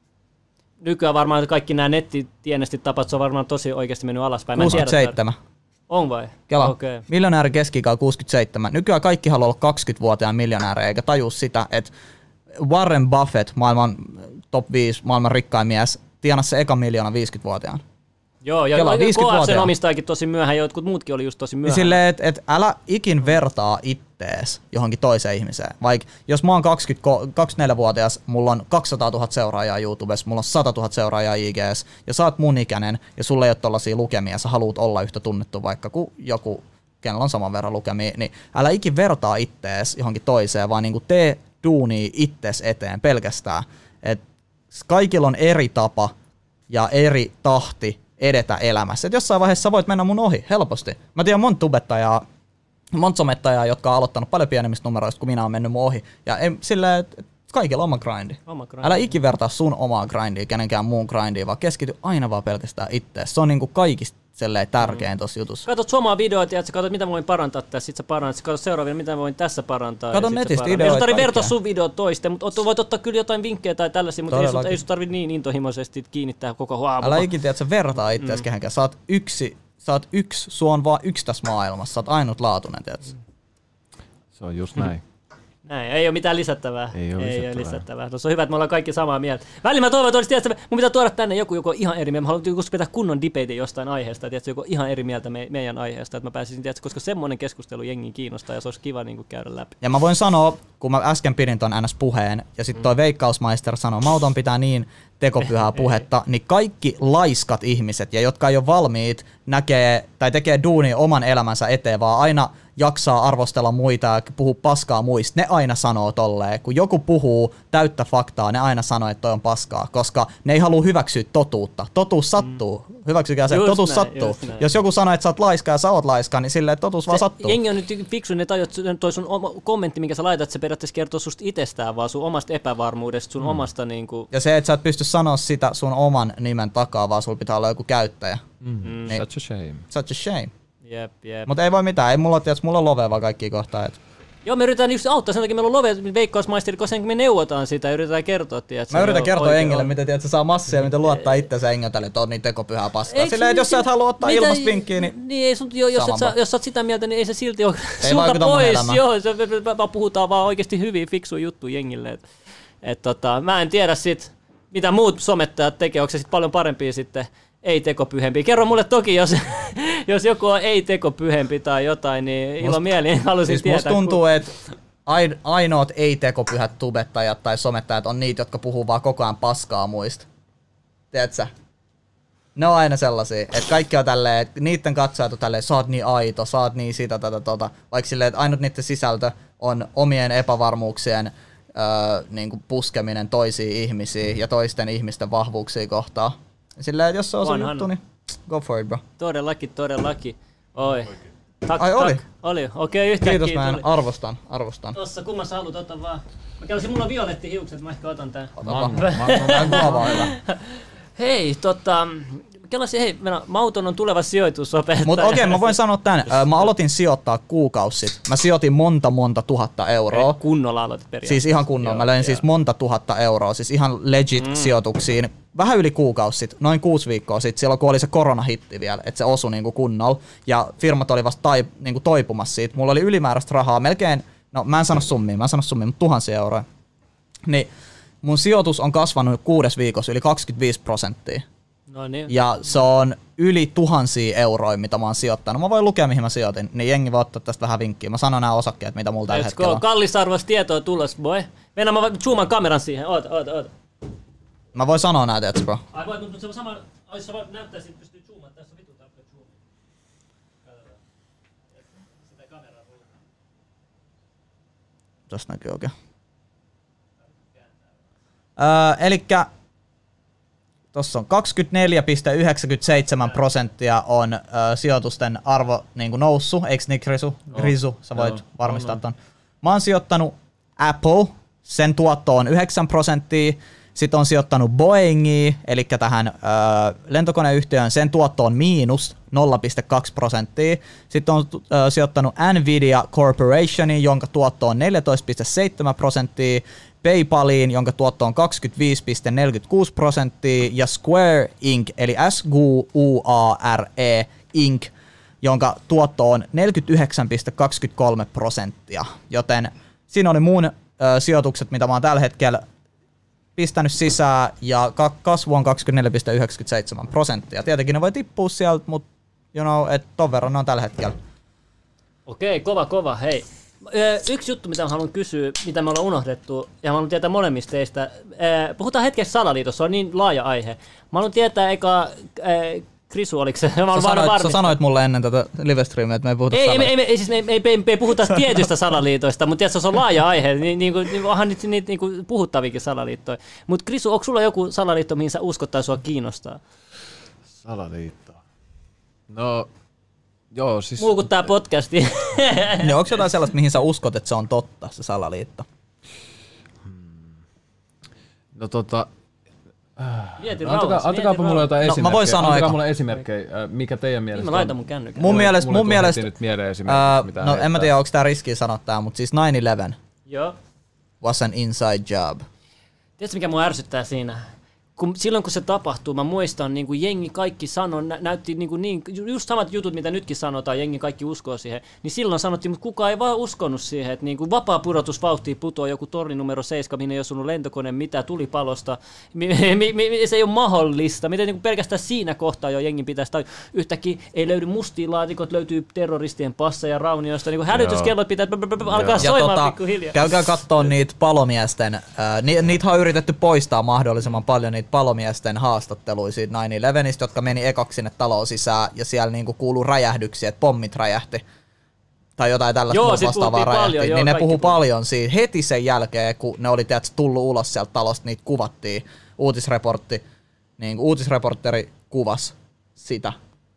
Nykyään varmaan kaikki nämä nettitienestitapat, se on varmaan tosi oikeasti mennyt alaspäin. kuusikymmentäseitsemän. On vai? Kela. Okay. Miljonääri keski-ikä on kuusikymmentäseitsemän. Nykyään kaikki haluaa olla kaksikymmentävuotiaan miljonäärejä, eikä tajua sitä, että Warren Buffett, maailman top viisi, maailman rikkain mies, tienasi se eka miljoona viisikymmentävuotiaan. Joo, ja K F C:n omistajakin tosi myöhään, jotkut muutkin oli just tosi myöhään. Silleen, että et älä ikin vertaa ittees johonkin toiseen ihmiseen. Vaikka jos mä oon kaksikymmentäneljävuotias, mulla on kaksisataatuhatta seuraajaa YouTubessa, mulla on satatuhatta seuraajaa I G:ssä, ja sä oot mun ikäinen, ja sulla ei ole tollasia lukemia, sä haluut olla yhtä tunnettu vaikka kuin joku, kenellä on saman verran lukemia, niin älä ikin vertaa ittees johonkin toiseen, vaan niinku tee duunia ittees eteen pelkästään. Et kaikilla on eri tapa ja eri tahti edetä elämässä. Et jossain vaiheessa sä voit mennä mun ohi helposti. Mä tiedän monta tubettajaa, monta somettajaa, jotka on aloittanut paljon pienemmistä numeroista kuin minä on mennyt mun ohi. Ja ei, sillä, et, kaikilla oma grindi. Oma grindi. Älä ikin vertaa sun omaa grindia kenenkään muun grindia, vaan keskity aina vaan pelkästään ittees. Se on niinku kaikista tärkein mm. tossa jutussa. Katot suomaa videoita ja sä katsot, mitä mä voin parantaa tässä, sit sä parannat. Sä katsot seuraavia, mitä mä voin tässä parantaa. Kato netistä ideoita. Ei sun tarvitse vertaa sun videot toisten, mutta voit ottaa kyllä jotain vinkkejä tai tällaisia, mutta ei sun, ei sun tarvitse niin intohimoisesti kiinnittää koko huomioon. Älä ikin tiedä, että sä vertaa ittees mm. kehenkään. Sä oot yksi, sä oot yksi, sua on vaan yksi tässä maailmassa. Sä oot ainutlaatuinen, tiedätkö? Se on just näin. Näin, ei ole mitään lisättävää. Ei ole ei lisättävää. Ole lisättävää. No, se on hyvä, että me ollaan kaikki samaa mieltä. Välillä mä toivon, että olisi, tiedätkö, mun pitää tuoda tänne joku, joku ihan eri mieltä. Mä haluan joku pitää kunnon debate jostain aiheesta, tiedätkö, joku ihan eri mieltä me, meidän aiheesta, että mä pääsisin, tiedätkö, koska semmoinen keskustelu jengin kiinnostaa ja se olisi kiva niin kuin käydä läpi. Ja mä voin sanoa, kun mä äsken pidin ton N S-puheen ja sitten toi mm. Veikkausmaister sanoo, mauton pitää niin tekopyhää puhetta, niin kaikki laiskat ihmiset ja jotka ei ole valmiit näkee tai tekee duunia oman elämänsä eteen, vaan aina jaksaa arvostella muita ja puhuu paskaa muista, ne aina sanoo tolleen. Kun joku puhuu täyttä faktaa, ne aina sanoo, että toi on paskaa, koska ne ei halua hyväksyä totuutta. Totuus sattuu. Mm. Hyväksykää se, totuus näin, sattuu. Jos joku sanoo, että sä oot laiska ja sä oot laiska, niin silleen totuus se vaan sattuu. Jengi on nyt fiksu, ne tajut, toi sun oma kommentti, minkä sä laitat, se periaatteessa kertoo susta itsestään, vaan sun omasta epävarmuudesta, sun mm. omasta niinku... Ja se, että sä et pysty sanoa sitä sun oman nimen takaa, vaan sulla pitää olla joku käyttäjä. Mm. Niin, such a shame. Such a shame. Jep, jep. Mutta ei voi mitään, ei mulla ole, tiiäks, mulla on lovea vaan kaikkia kohtaa. Et. Joo, me yritetään just auttaa, sen takia meillä on love Veikkausmaisteri, koska me neuvotaan sitä ja yritetään kertoa, tiiätkö. Mä yritän kertoa Engille, miten tiiätkö, saa massia ja miten luottaa itseensä Engelle, että on niin tekopyhää paskaa. Silleen, että jos sä et halua ottaa mitä, ilmasta vinkkiä, niin... Niin, ei sun, jo, jos, et sä, jos sä oot sitä mieltä, niin ei se silti ole sulta pois. Joo, se, vaan puhutaan vaan oikeasti hyviä, fiksuja juttuja Jengille. Et, et, tota, mä en tiedä sit, mitä muut somettajat tekee, onko se sit paljon parempia sitten ei-tekopyhempi. Kerro mulle toki, jos, jos joku on ei-tekopyhempi tai jotain, niin ilo mieliin haluaisin siis tietää. Musta tuntuu, kun... että ainoat ei-tekopyhät tubettajat tai somettajat on niitä, jotka puhuu vaan koko ajan paskaa muista. Tiedätkö? Ne on aina sellaisia, että kaikki on tälleen, että niitten katsojat on tälleen, sä oot niin aito, sä oot niin sitä, tätä, tota. Vaikka silleen, että ainut niiden sisältö on omien epävarmuuksien öö, niin kuin puskeminen toisiin ihmisiin ja toisten ihmisten vahvuuksia kohtaan. Silleen, että jos se on sun juttu, niin go for it, bro. Todellakin, todellakin. Oi. Tak, Ai tak. oli? Oli, okei, yhtäkkiä. Kiitos, mä en arvostan, arvostan. Tossa, kumman sä haluut, ota vaan. Mä kävisin, mulla on violetti hiukset, mä ehkä otan tän. Ota vaan, mä en vaan hyvä. Hei, tota... Kelasin, hei, Mauton on tuleva sijoitusopettaja. Mutta okei, okay, mä voin sanoa tän. Mä aloitin sijoittaa kuukausi sitten. Mä sijoitin monta monta tuhatta euroa. Ei, kunnolla aloitit periaatteessa. Siis ihan kunnolla. Mä löin joo. siis monta tuhatta euroa, siis ihan legit mm. sijoituksiin. Vähän yli kuukausi sitten, noin kuusi viikkoa sitten, silloin kun oli se koronahitti vielä, että se osui niinku kunnolla. Ja firmat oli vasta tai, niinku toipumassa siitä. Mulla oli ylimääräistä rahaa, melkein, no mä en sano summia, mä en sano summia, mutta tuhansia euroja. Niin mun sijoitus on kasvanut kuudes viikossa yli kaksikymmentäviisi prosenttia. No niin. Ja se on yli tuhansia euroja, mitä mä oon sijoittanut. Mä voin lukea, mihin mä sijoitin, niin jengi voi ottaa tästä vähän vinkkiä. Mä sanon nämä osakkeet, mitä mulla tällä hetkellä on. Kallisarvoista tietoa tulos, boy. Mennään, mä zooman kameran siihen. Oota, oota, oota. Mä voin sanoa näitä, et bro. Ai voit, mutta se on sama... Ai sä voit näyttää, että pystyy zoomaan. Tässä on vitun tarkkaan zoomia. Katsotaan. Sitä kameraa voi. Tossa näkyy oikein. Öö, elikkä... Tossa on kaksikymmentäneljä pilkku yhdeksänkymmentäseitsemän prosenttia on ö, sijoitusten arvo niin kuin noussut, eikö niin Grisu? Oh. Grisu, sä voit oh. varmistaa ton. Mä oon sijoittanut Apple, sen tuotto on yhdeksän prosenttia. Sitten on sijoittanut Boeingiin, eli tähän ö, lentokoneyhtiöön, sen tuotto on miinus nolla pilkku kaksi prosenttia. Sitten on ö, sijoittanut Nvidia Corporationiin, jonka tuotto on neljätoista pilkku seitsemän prosenttia. PayPaliin, jonka tuotto on kaksikymmentäviisi pilkku neljäkymmentäkuusi prosenttia, ja Square Incorporated, eli S Q U A R E Inc, jonka tuotto on neljäkymmentäyhdeksän pilkku kaksikymmentäkolme prosenttia. Joten siinä oli mun ö, sijoitukset, mitä mä oon tällä hetkellä pistänyt sisään, ja kasvu on kaksikymmentäneljä pilkku yhdeksänkymmentäseitsemän prosenttia. Tietenkin ne voi tippua sieltä, mutta you know, että ton verran ne on tällä hetkellä. Okei, kova kova, hei. Yksi juttu, mitä mä haluan kysyä, mitä me ollaan unohdettu, ja mä haluan tietää molemmista teistä. Puhutaan hetkestä salaliitosta, se on niin laaja aihe. Mä haluan tietää eka, Krisu, oliko se? Sä sanoit, sä sanoit mulle ennen tätä livestreamia, että me ei puhuta ei, ei, ei, siis me, ei, ei, ei puhuta tietystä salaliitoista, mutta tiedätkö, se on laaja aihe, niin, niin kuin, onhan niitä, niitä niin kuin puhuttaviakin salaliittoja. Mutta Krisu, onko sulla joku salaliitto, mihin sä uskot tai sua kiinnostaa? Salaliitto? No... Joo, siis... Muukuttaa podcastiin. No, onko jotain sellaista, mihin sä uskot, että se on totta, se salaliitto? No tota... Mieti Antakaa, rauhassa, antakaapa mulle jotain no, esimerkkejä. Mä voin sanoa Antakaa eka. mulle esimerkkejä, mikä teidän mielestä on. Mä laitan mun kännykän. Mun mielestä... Mulle mun mielestä nyt mieleen esimerkiksi, uh, no en mä tiedä, onko tää riskiä sanoa tää, mutta siis nine eleven Joo. was an inside job. Tiedätkö, mikä mua ärsyttää siinä? Kun, silloin kun se tapahtuu, mä muistan, niin kuin jengi kaikki sanoi, nä- näytti niin kuin niin, just samat jutut, mitä nytkin sanotaan, jengi kaikki uskoo siihen, niin silloin sanottiin, mutta kukaan ei vaan uskonut siihen, että niin kuin vapaa pudotusvauhtiin putoaa joku torni numero seitsemän, minne ei osunut lentokone, mitä tuli palosta, mi- mi- mi- se ei ole mahdollista, miten niin kuin pelkästään siinä kohtaa jo jengi pitäisi, tai yhtäkkiä ei löydy mustia laatikot, löytyy terroristien passeja raunioista, niin kuin hälytyskellot pitää alkaa soimaan tota, pikkuhiljaa. Käykää kattoo niitä palomiesten, äh, ni- niitä on yritetty poistaa mahdollisimman paljon, niitä palomiesten haastatteluja siitä nine elevenistä, jotka meni ekaksi sinne taloon sisään, ja siellä niinku kuuluu räjähdyksiä, että pommit räjähti. Tai jotain tällaista vastaavaa räjähti. Paljon, joo, niin ne puhuu paljon siitä. Heti sen jälkeen, kun ne oli tiedätkö, tullut ulos sieltä talosta, niitä kuvattiin. Uutisreportti, niin uutisreportteri kuvasi sitä.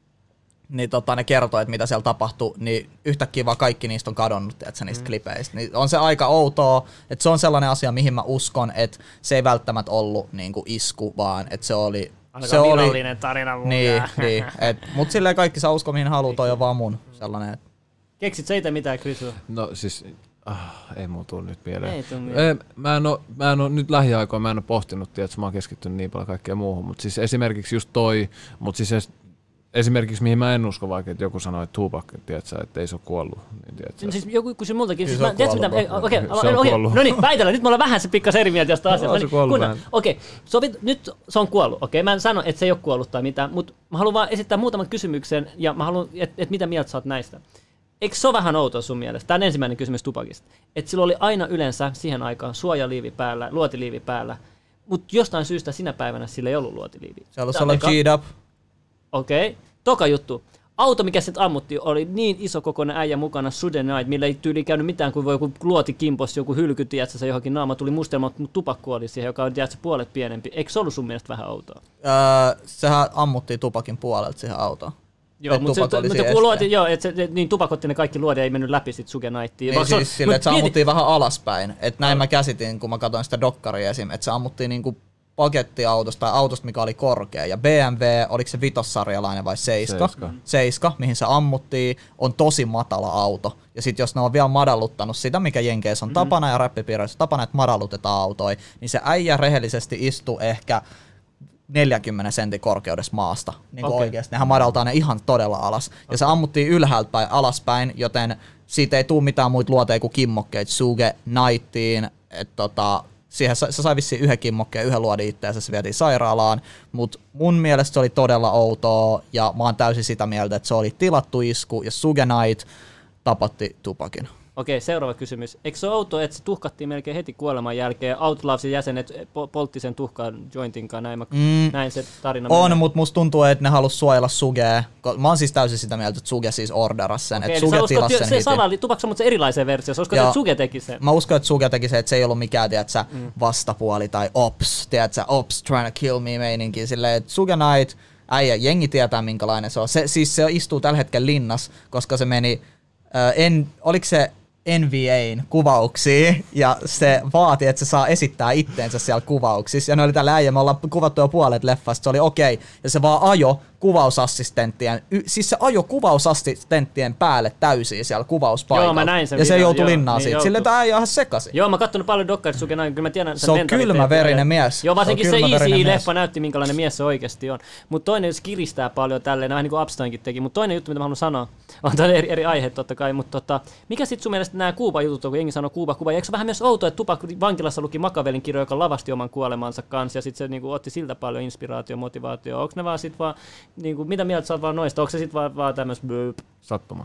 Niin tota, ne kertoi, että mitä siellä tapahtui, niin yhtäkkiä vaan kaikki niistä on kadonnut, tiedätkö, niistä mm. klipeistä. Niin on se aika outoa, että se on sellainen asia, mihin mä uskon, että se ei välttämättä ollut niin kuin isku, vaan että se oli... Aika se virallinen oli, tarina mun. Niin, niin mutta silleen kaikki saa uskoa, mihin haluaa, toi on vaan mun sellainen. Et. Keksit sä itse mitään, Krisu? No siis... Ah, ei mun tuu nyt mieleen. Ei tuu mieleen. Ei, mä, en oo, mä en oo nyt lähiaikoina, mä en oo pohtinut, että mä oon keskittynyt niin paljon kaikkea muuhun, mutta siis esimerkiksi just toi, mutta siis esimerkiksi mihin mä en usko vaikka, että joku sanoi, että Tupac, tiedätkö, että ei se ole kuollut. Niin siis joku kysyi multakin. Siis se mä, tiedätkö mitä? Okei, okay, okay, no niin, väitellään. Nyt me ollaan vähän se pikkas eri mieltä jostain no, asiasta. No niin, okei, okay, nyt se on kuollut. Okei, okay, mä en sano, että se ei ole kuollut tai mitään, mutta mä haluan vaan esittää muutaman kysymyksen ja mä haluan, että et mitä mieltä sä oot näistä. Eikö se ole vähän outoa sun mielestä? Tämä on ensimmäinen kysymys Tupacista. Että sillä oli aina yleensä siihen aikaan suojaliivi päällä, luotiliivi päällä, mutta jostain syystä sinä päivänä sillä ei ollut luotiliiviä. Se on ollut G'd up. Okei. Okay. Toka juttu. Auto, mikä sitten ammutti, oli niin iso kokoinen äijä mukana, Sudanite, millä ei tyyli käynyt mitään, kuin voi joku luoti kimpos, joku hylky, tiedätkö, se johonkin naama tuli mustelma, mutta tupakku oli siihen, joka on tiedätkö, puolet pienempi. Eikö se ollut sun mielestä vähän outoa? Öö, sehän ammuttiin Tupakin puolelta siihen autoon. Joo, mutta se, mutta kun luoti, joo, että se, niin tupakotti ne kaikki luodia, ei mennyt läpi sit Sugenaittiin. Niin siis sille, että se ammuttiin vähän alaspäin. Että näin mä käsitin, kun mä katsoin sitä dokkaria esim. Että se ammuttiin niinku pakettiautosta tai autosta, mikä oli korkea. Ja B M W, oliko se vitossarjalainen vai seiska? Seiska. Seiska, mihin se ammuttiin, on tosi matala auto. Ja sit jos ne on vielä madalluttanut sitä, mikä Jenkeissä on mm-hmm. tapana ja räppipiireissä tapana, että madallutetaan autoja, niin se äijä rehellisesti istuu ehkä neljänkymmenen sentin korkeudessa maasta. Niin okay. Oikeasti. Nehän madaltaa ne ihan todella alas. Okay. Ja se ammuttiin ylhäältä päin alaspäin, joten siitä ei tule mitään muita luoteja kuin kimmokkeita. Suge Knightiin, että tota, siihen se sai vissiin yhden kimmokkeen, yhden luodin itseänsä, se vietiin sairaalaan, mutta mun mielestä se oli todella outoa, ja mä oon täysin sitä mieltä, että se oli tilattu isku, ja Suge Knight tapatti Tupacin. Okei, seuraava kysymys. Eikö se ole outoa, että se tuhkattiin melkein heti kuoleman jälkeen? Outlawsin jäsenet poltti sen tuhkaan jointin kanssa, näin, mm. näin se tarina. On, mutta musta tuntuu, että ne halus suojella Sugea. Mä oon siis täysin sitä mieltä, että Suge siis orderas sen. Okei, että Suge tilasi sen se hitin. salali, tupaksa, mutta se erilaisen versio. Se uskot, että Suge teki sen. Mä uskon, että Suge teki sen, että se ei ollut mikään, tiedätkö, mm. vastapuoli tai ops, tiedätkö, ops trying to kill me meininki. Silleen, että Suge Knight, äijä, jengi tietää minkälainen se on. Se, siis se istuu tällä hetkellä linnas, koska se meni, äh, en, oliko se N V A:n kuvauksiin ja se vaati, että se saa esittää itteensä siellä kuvauksissa. Ja ne oli tällä äijä, me ollaan kuvattu jo puolet leffasta, se oli okei. Okay. Ja se vaan ajo kuvausassistenttien, y- siis se ajo kuvausassistenttien päälle täysin siellä kuvauspaikalla. Joo, mä näin sen ja se videon, joutui joo, linnaan niin siitä. Joutui. Silleen tää äijä on ihan sekaisin. Joo, mä kattonut paljon dokkarit Suge Knight, kyllä mä tiedän sen se on kylmäverinen mies. Joo, varsinkin se, se Easy-leffa mies. näytti, minkälainen mies se oikeasti on. Mutta toinen, se kiristää paljon tälleen, vähän niin kuin Upsteinkin teki. Mutta toinen juttu, mitä mä haluan sanoa, on tämä eri, eri aihe totta kai, mutta tota, mikä sitten sun mielestä nämä Kuuba-jutut on, kun jengi sanoo Kuuba, Kuuba. Eikö se vähän myös outoa, että Tupac vankilassa luki Machiavellin kirjoja, joka lavasti oman kuolemansa kanssa, ja sitten se niinku otti siltä paljon inspiraatio, motivaatio. Onko ne vaan sit vaan, niinku, mitä mieltä sä oot vaan noista? Onko se sitten vaan, vaan tämmöistä Sattuma.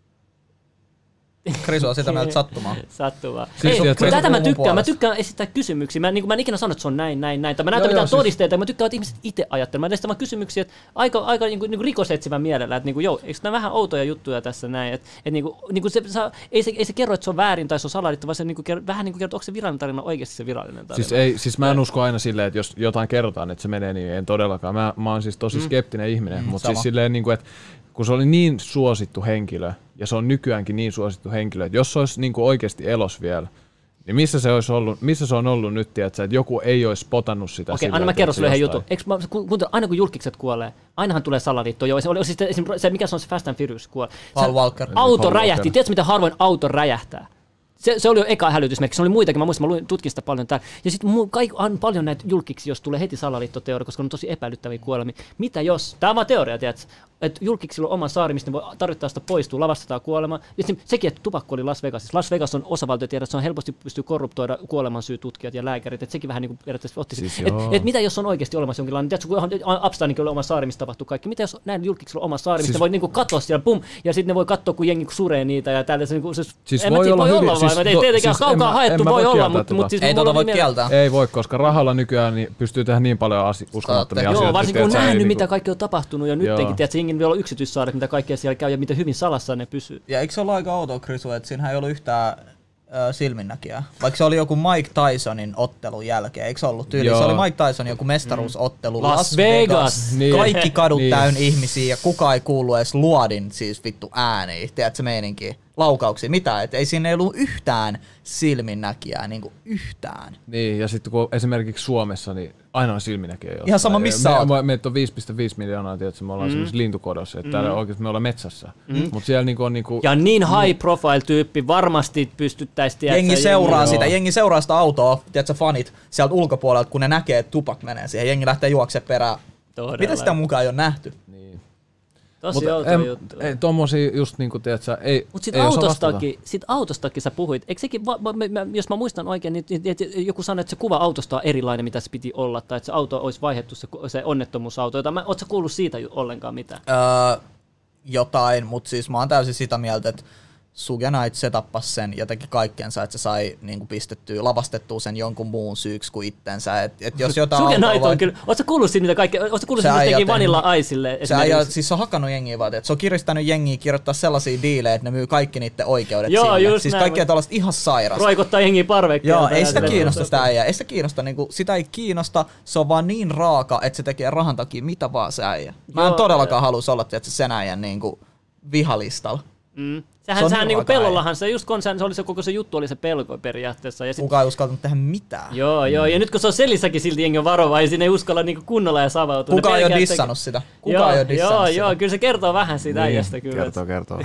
Krisu on sitä mieltä sattumaa. Sattumaa. Siis Ei, tiedät, tätä mä tykkään. puolesta. Mä tykkään esittää kysymyksiä. Mä, niin mä en ikinä sano, että se on näin, näin, näin. Tai mä näytän Joo, mitään joo, siis- todisteita. Mä tykkään, että ihmiset itse ajattelevat. Mä teen vaan kysymyksiä, että aika, aika niin kuin, niin kuin rikosetsivän mielellä. Että niin kuin, joo, eikö nämä vähän outoja juttuja tässä näin? Että et, niin kuin, niin kuin se, saa, ei, se, ei se kerro, että se on väärin tai se on salaliitto, vaan se niin kuin, kerro, vähän niin kuin kertoo, onko se virallinen tarina oikeasti se virallinen tarina. Siis, ei, siis mä en usko aina silleen, että jos jotain kerrotaan, että se menee niin, en todellakaan. Mä, mä oon siis tosi skeptinen mm. ihminen, mm, mutta siis silleen, niin kuin, että kun se oli niin suosittu henkilö, ja se on nykyäänkin niin suosittu henkilö, että jos se olisi niin kuin oikeasti elos vielä, niin missä se, olisi ollut, missä se on ollut nyt, tiedätkö, että joku ei olisi spotannut sitä. Okei, silleen, anna mä kerron sulle yhden jostain. jutun. Eikö, mä, kun, kun, aina kun julkikset kuolee, ainahan tulee salaliitto. Joo, se oli siis se, se, mikä se on se Fast and Furious kuole. Paul Walker. Auto Paul räjähti. Walker. Tiedätkö, miten harvoin auto räjähtää? Se, se oli jo eka hälytysmerkki, se oli muitakin, mä muistan, mä luin, tutkin sitä paljon täällä. Ja sitten on paljon näitä julkiksi, jos tulee heti salaliittoteoria, koska on tosi epäilyttäviä kuolemia. Mitä jos, tää on vaan teoria, tiedätkö, että julkiksilla on oma saari, mistä ne voi tarvittaessa poistua, lavastetaan kuolema. Ja sekin, että tupakko oli Las Vegasissa. Las Vegas on osavaltio, tiedät, se on helposti pystyy korruptoida kuoleman syytutkijat ja lääkärit, että sekin vähän niin kuin periaatteessa otti siis että et mitä jos on oikeasti olemassa jonkinlainen, tiedätkö, kun Upsteinkin oli oma saari, missä tapahtuu kaikki. Mitä jos näin julkiksilla on oma saari, mistä siis, voi niinku katsoa siellä, pum, ja sitten ne voi katsoa, kun jengi suree niitä ja tällaisen. Niinku, siis, siis en voi mä olla, voi hyvin, olla siis, vai, ei tietenkään siis kaukaa en, haettu en voi olla, mutta mutta siis ei tota voi kieltää. Ei voi, koska rahalla nykyään niin pystyy tehdä niin paljon asi- uskomattomia Joo, asioita. Joo, varsinkin kun on nähnyt, niinku, mitä kaikki on tapahtunut jo nyttenkin, tiedätkö, jengi vielä on yksityissaaret, mitä kaikkea siellä käy ja miten hyvin salassa ne pysyy. Ja eikö se ole aika outoa, Krisu, että siinähän ei ollut yhtään äh, silminnäkijää? Vaikka se oli joku Mike Tysonin ottelun jälkeen, eikö se ollut tyyli? Joo. Se oli Mike Tysonin joku mestaruusottelu Las Las Vegas. Vegas. Niin. Kaikki kadut Niin. täynnä ihmisiä ja kukaan ei kuullut edes luodin siis vittu ääniä, tiedätkö meininki? Laukauksia, mitä? Et ei siinä ei ollut yhtään silminnäkijää, niinku yhtään. Niin, ja sitten kun esimerkiksi Suomessa, niin aina on silminnäkijä jostain. Ihan sama missä me, oot. me, meitä on viisi pilkku viisi miljoonaa, tiedätkö, me ollaan mm. semmoisessa lintukodossa, että mm. täällä oikeasti me ollaan metsässä. Mm. Mutta siellä niinku on niinku... Ja niin high profile tyyppi varmasti pystyttäisiin tiedätkö. Jengi seuraa jengi, sitä, joo. jengi seuraa sitä autoa, tiedätkö fanit, sieltä ulkopuolelta, kun ne näkee, että Tupac menee siihen, jengi lähtee juoksemaan perään. Todella. Mitä sitä mukaan ei ole nähty? Niin. Tosi outo juttu. Ei, tommosia just niinku, tiedätkö, ei, Mutta sit ei osaa autostakin, sit autostakin sä puhuit. Eikö sekin, va, mä, mä, jos mä muistan oikein, niin, niin että joku sanoi, että se kuva autosta on erilainen, mitä se piti olla, tai että se auto olisi vaihdettu, se, se onnettomuusauto. Jota mä, oot sä kuullut siitä ollenkaan mitään? Öö, jotain, mutta siis mä oon täysin sitä mieltä, että Suge Knight se tappasi sen ja teki kaikkensa, että se sai niinku pistettyä, lavastettua sen jonkun muun syyksi kuin itsensä. Et, et jos jotain Suge autoa Knight voi- on kyllä, oot sä kuullut siitä niitä kaikkea, oot sä kuullut Se siitä, äijä teki tehnyt- Vanilla Icelle Se, äijä, esimerkiksi? siis se on hakannut jengiä vaan, että se on kiristänyt jengiä kirjoittaa sellaisia diilejä, että ne myy kaikki niiden oikeudet Joo, sinne. just Siis näin, kaikkea mutta- tällaista ihan sairasta. Roikottaa jengiä parvekkeelta. Joo, ei ja sitä silleen- kiinnosta sitä äijää. Ei sitä kiinnosta, niinku, sitä ei kiinnosta. Se on vaan niin raaka, että se tekee rahan takia mitä vaan se äijä. Mä en Joo, todellakaan halus olla tietysti, sen äijän niinku, vihalistalla. Mm. Se Sehän, on sehän niin niinku raaka äijä. pelollahan se just konsen, se oli se koko se juttu oli se pelko periaatteessa. Ja sit, Kukaan ei uskaltanut tehdä mitään. joo, joo, ja nyt kun se on Selissäkin silti jengi on varovaisia, ne ei uskalla niinku kunnolla ja savautua. Kukaan Ne ei ole pelkää, dissannut että- sitä. Joo, Kukaan ei ole dissannut joo, sitä. joo, kyllä se kertoo vähän siitä Niin, äijästä kyllä. kertoo, kertoo.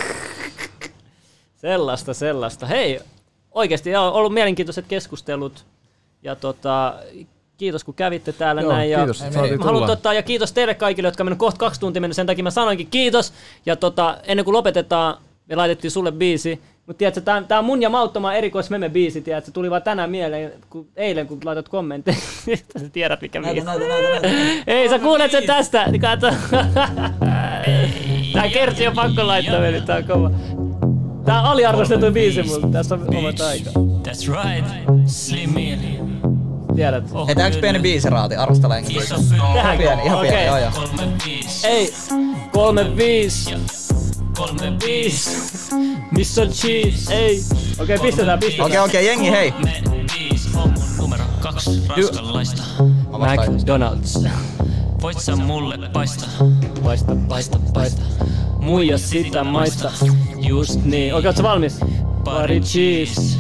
Sellaista, sellaista. Hei, oikeasti on ollut mielenkiintoiset keskustelut. Ja tota, kiitos kun kävitte täällä Joo, näin. kiitos, ja, että saatiin mä haluan tulla. tota, ja kiitos teille kaikille, jotka on mennyt kohta kaksi tuntia mennyt. Sen takia mä sanoinkin kiitos. Ja tota, ennen kuin lopetetaan, me laitettiin sulle biisi. Mutta tiedätkö, tää, tää on mun ja Mauttomaan erikoismeme-biisi, tiedätkö, se tuli vaan tänään mieleen, kun, eilen kun laitat kommentteja. Sä tiedät mikä biisi. Näytä, näytä, näytä, näytä. Ei, sä kuulet sen tästä, niin kato. Tää kertsi on pakko laittaa, veli, tää on kova. Tää on aliarvostettu biisi mulla. Tässä on omat aika. That's right, Slimmy. Tiedät. Hei, tääks pieni biisiraati? Arvostella englanniksi. Tähän pieni, ihan pieni, joo joo. Ei, kolme viis. Kolme viis. Missä on cheese? Ei. Okei, okay, pistetään, pistetään. Okei, okay, okei, okay, jengi, hei. On mun numero kaksi ranskalaista. McDonald's. Voit sä mulle paista. Paista, paista, paista. Muija sitä maista. Just niin. Okei, oot sä valmis? Pari cheese.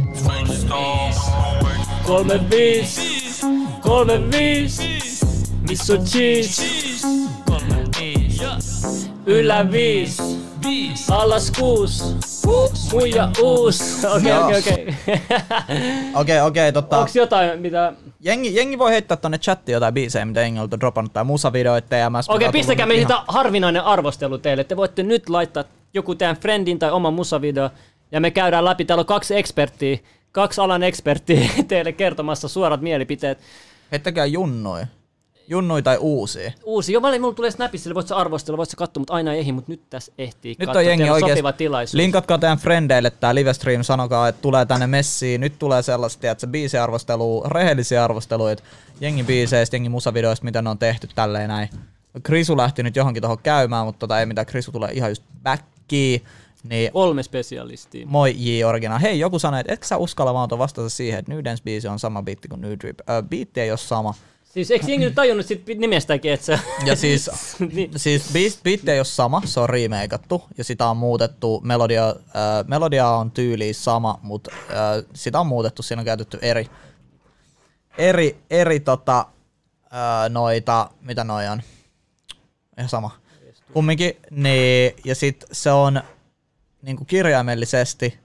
Kolme viis. Kolme viis. Missä on cheese? Kolme viis. Ylä viis. Alas kuus. Muija uus. Okei, okei, okei. Okei, okei, totta. Onks jotain, mitä... Jengi, jengi voi heittää tonne chattiin jotain biisejä, mitä jengi on dropannut, tai musavideoita, T M S. Okei, okay, pistäkää me siitä harvinainen arvostelu teille. Te voitte nyt laittaa joku teidän friendin tai oman musavideo, ja me käydään läpi. Täällä on kaksi eksperttiä, kaksi alan eksperttiä teille kertomassa suorat mielipiteet. Heittäkää junnui. Junnui tai uusia. Uusi. Jo välillä mulla tulee snapissa, sille voit sä arvostella, voit sä katsoa, mutta aina ei ehdi, mutta nyt tässä ehtii nyt katsoa. On jengi Teillä on oikeesti. sopiva tilaisuus. Linkatkaa teidän frendeille tää livestream, sanokaa, että tulee tänne messiin. Nyt tulee sellaista, että se biisiarvostelu, rehellisiä arvosteluita, jengi biiseistä, jengi musavideoista, mitä ne on tehty tälleen näin. Krisu lähti nyt johonkin tohon käymään, mutta tota ei mitään, Krisu tulee ihan just backiin. Niin kolme spesialistia. Moi J Origina. Hei, joku sanoi, että etkö sä uskalla vaan vastata siihen, että New Dance biisi on sama biitti kuin New Drip. Äh, biitti ei ole sama. Siis eikö jengi nyt tajunnut sit nimestäkin, että sä... Ja siis, niin. siis biitti ei ole sama, se on remakeattu ja sitä on muutettu, melodia, äh, melodia on tyyliin sama, mutta äh, sitä on muutettu, siinä on käytetty eri, eri, eri tota, äh, noita, mitä noi on, ihan sama, kumminkin, niin, ja sit se on niinku kirjaimellisesti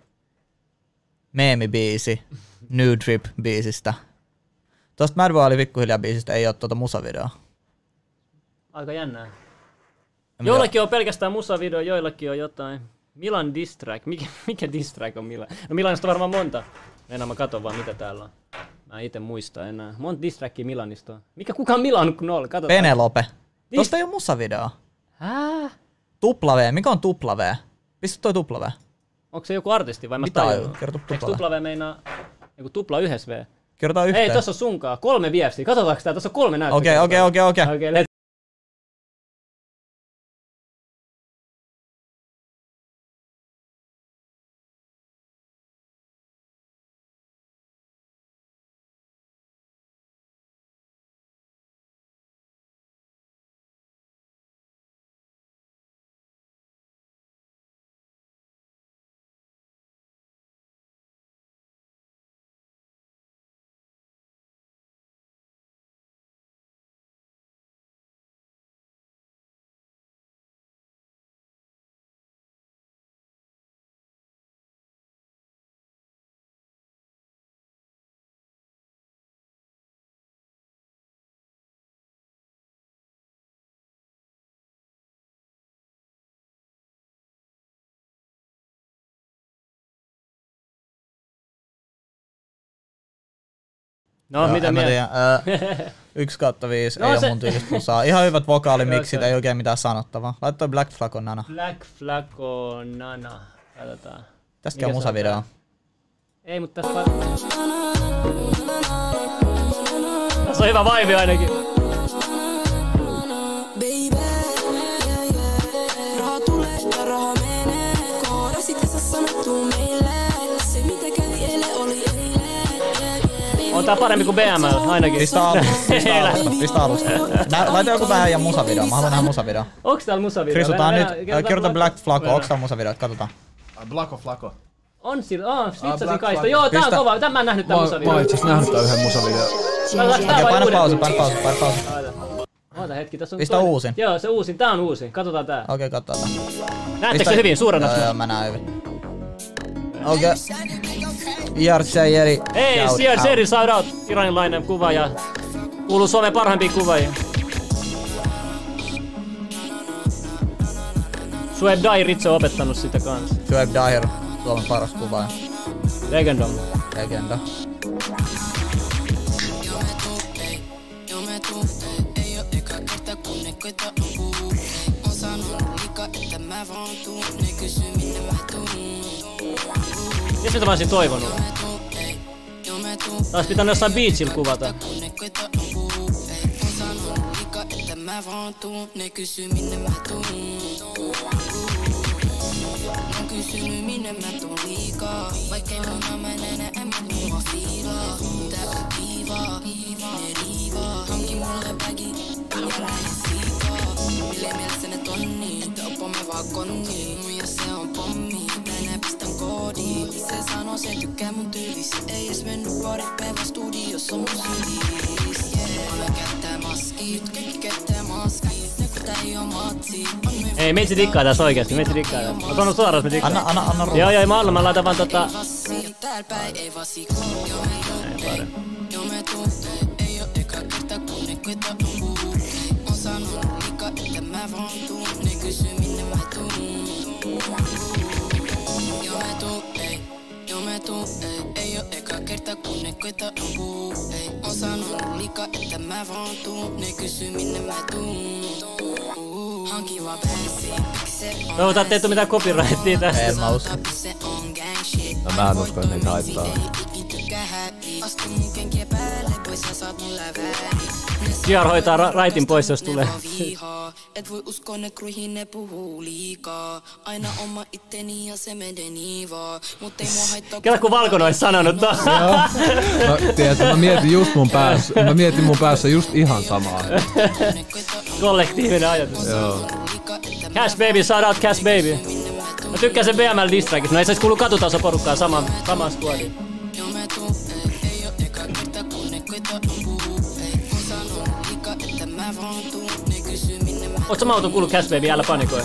meemibiisi New Drip biisistä. Tosta Mad Boy oli pikkuhiljaa biisistä, ei oo tuota musavideoa. Aika jännää. Joillakin on pelkästään musavideo, joillakin on jotain. Milan diss track. Mikä, mikä diss track on Milan? No Milanista on varmaan monta. Enää mä katon vaan mitä täällä on. Mä en ite muista enää. Monta diss trackia Milanista on. Mikä kuka on Milan kun on? Katsotaan. Penelope. Tosta ei oo musavideoa. Hää? Tupla V. Mikä on tupla V? Pistä toi tupla V. Onko se joku artisti vai mä Mitä tajun? on? Kerro tupla V. Eikö tupla V meinaa joku tupla yhdessä V? Kerrotaan yhteen. Ei, tossa on sunkaan. Kolme viestiä. Katsotaanko tää? Tossa on kolme näyttöä. Okei, okei, okei, okei. Okei, let's... No, joo, mitä mieltä? Yksi kautta viisi, no, ei se... oo mun tyylistä musaa. Ihan hyvät vokaalimiksit, ei oikein mitään sanottavaa. Laittoi Black Flag on Nana. Black Flag on Nana. Katsotaan. Tästäkin on musavideo. Ei, mutta tässä vaan... Tässä on hyvä vibe ainakin. On tää parempi kuin B M L, ainakin. Pistä alusta, pistä alusta, pistä alusta. Laita joku tähän ja musavideo, mä haluan nähdä musavideo. Onks täällä musavideo? Kristutaan nyt, kirjoita Black Flaco, onks täällä musavideo, katsotaan. Blacko Flaco. On sillä, aah, switchasin kaista. Joo, tää on kova, tää mä en nähnyt tää musavideo. Mä oon itse asiassa nähnyt tää yhden musavideo. Okei, paina pausi, paina pausi, paina pausi. Oota hetki, tässä on pistä uusin. Joo, se uusin, tää on uusin, katsotaan tää. Okei, katsotaan. Näettekö se hyvin, suurena? Joo, joo, mä näen hyvin. Okei. Jarsjeri. Hei, Jarsjeri, shout out. Iranilainen kuvaaja. Kuuluu Suomen parhaimpiin kuvaajia. Sueb Dai Ritso on opettanut sitä kanssa. Sueb Dai, Suomen paras kuvaaja. Legenda. Legenda. Missä mitä mä olisin toivonut? Taas pitänyt jossain beachillä kuvata. Kysynyt minne mä tuun liikaa. Vaikkei mun menene, en mä mua fiilaa. Tää on kiivaa, ne riivaa. Hankin mulle bagi, ja lähen siikaa. Mille mielessä ne tonni, te opomme vaan konni. Muija se on pommi, tänään pistän koodi. Se sanoo se tykkää mun tyylis. Ei edes mennyt vuodet päivä studiossa on mun sylis. Anna käyttää maski, nyt kaikki käyttää maski. Ei, meitsi dikkaa tässä oikeesti, meitsi dikkaa tässä. Mä sanon suoraan, että me dikkaa. Anna, anna, anna ruuan. Joo, joo, mä annan, mä laitan vaan tota... Ei oo eka kerta kun ne koita ampuu. On sanonut liikaa, että mä vaan tuun. Ne kysyy minne mä tuun. Hankin vaan pääsi. Toivotaan, ettei tuu mitään copyrightia tästä. En mä usko. No mä en usko, että niitä haittaa. Astu mun kenkiä päälle, pois sä saat mun lävääni. Kiar hoitaa ra- raitin pois, jos tulee. Et voi uskoa ne kruihin, ne puhuu liikaa. Aina oma itteni ja se menee vaan. Mut ei mua haittaa. Kela kun Valkonen ois sanonut to. Joo. Mä, tiedätkö, mä mietin just mun päässä, mä mietin mun päässä just ihan samaa. Kollektiivinen ajatus. Joo. Cash Baby, shout out Cash Baby. Mä tykkään sen B M L-distrackista, no ei sais kuulu katutaso porukkaa samaan, samaan squadiin. Oot sä mauton kuullut Cash Baby, älä panikoi.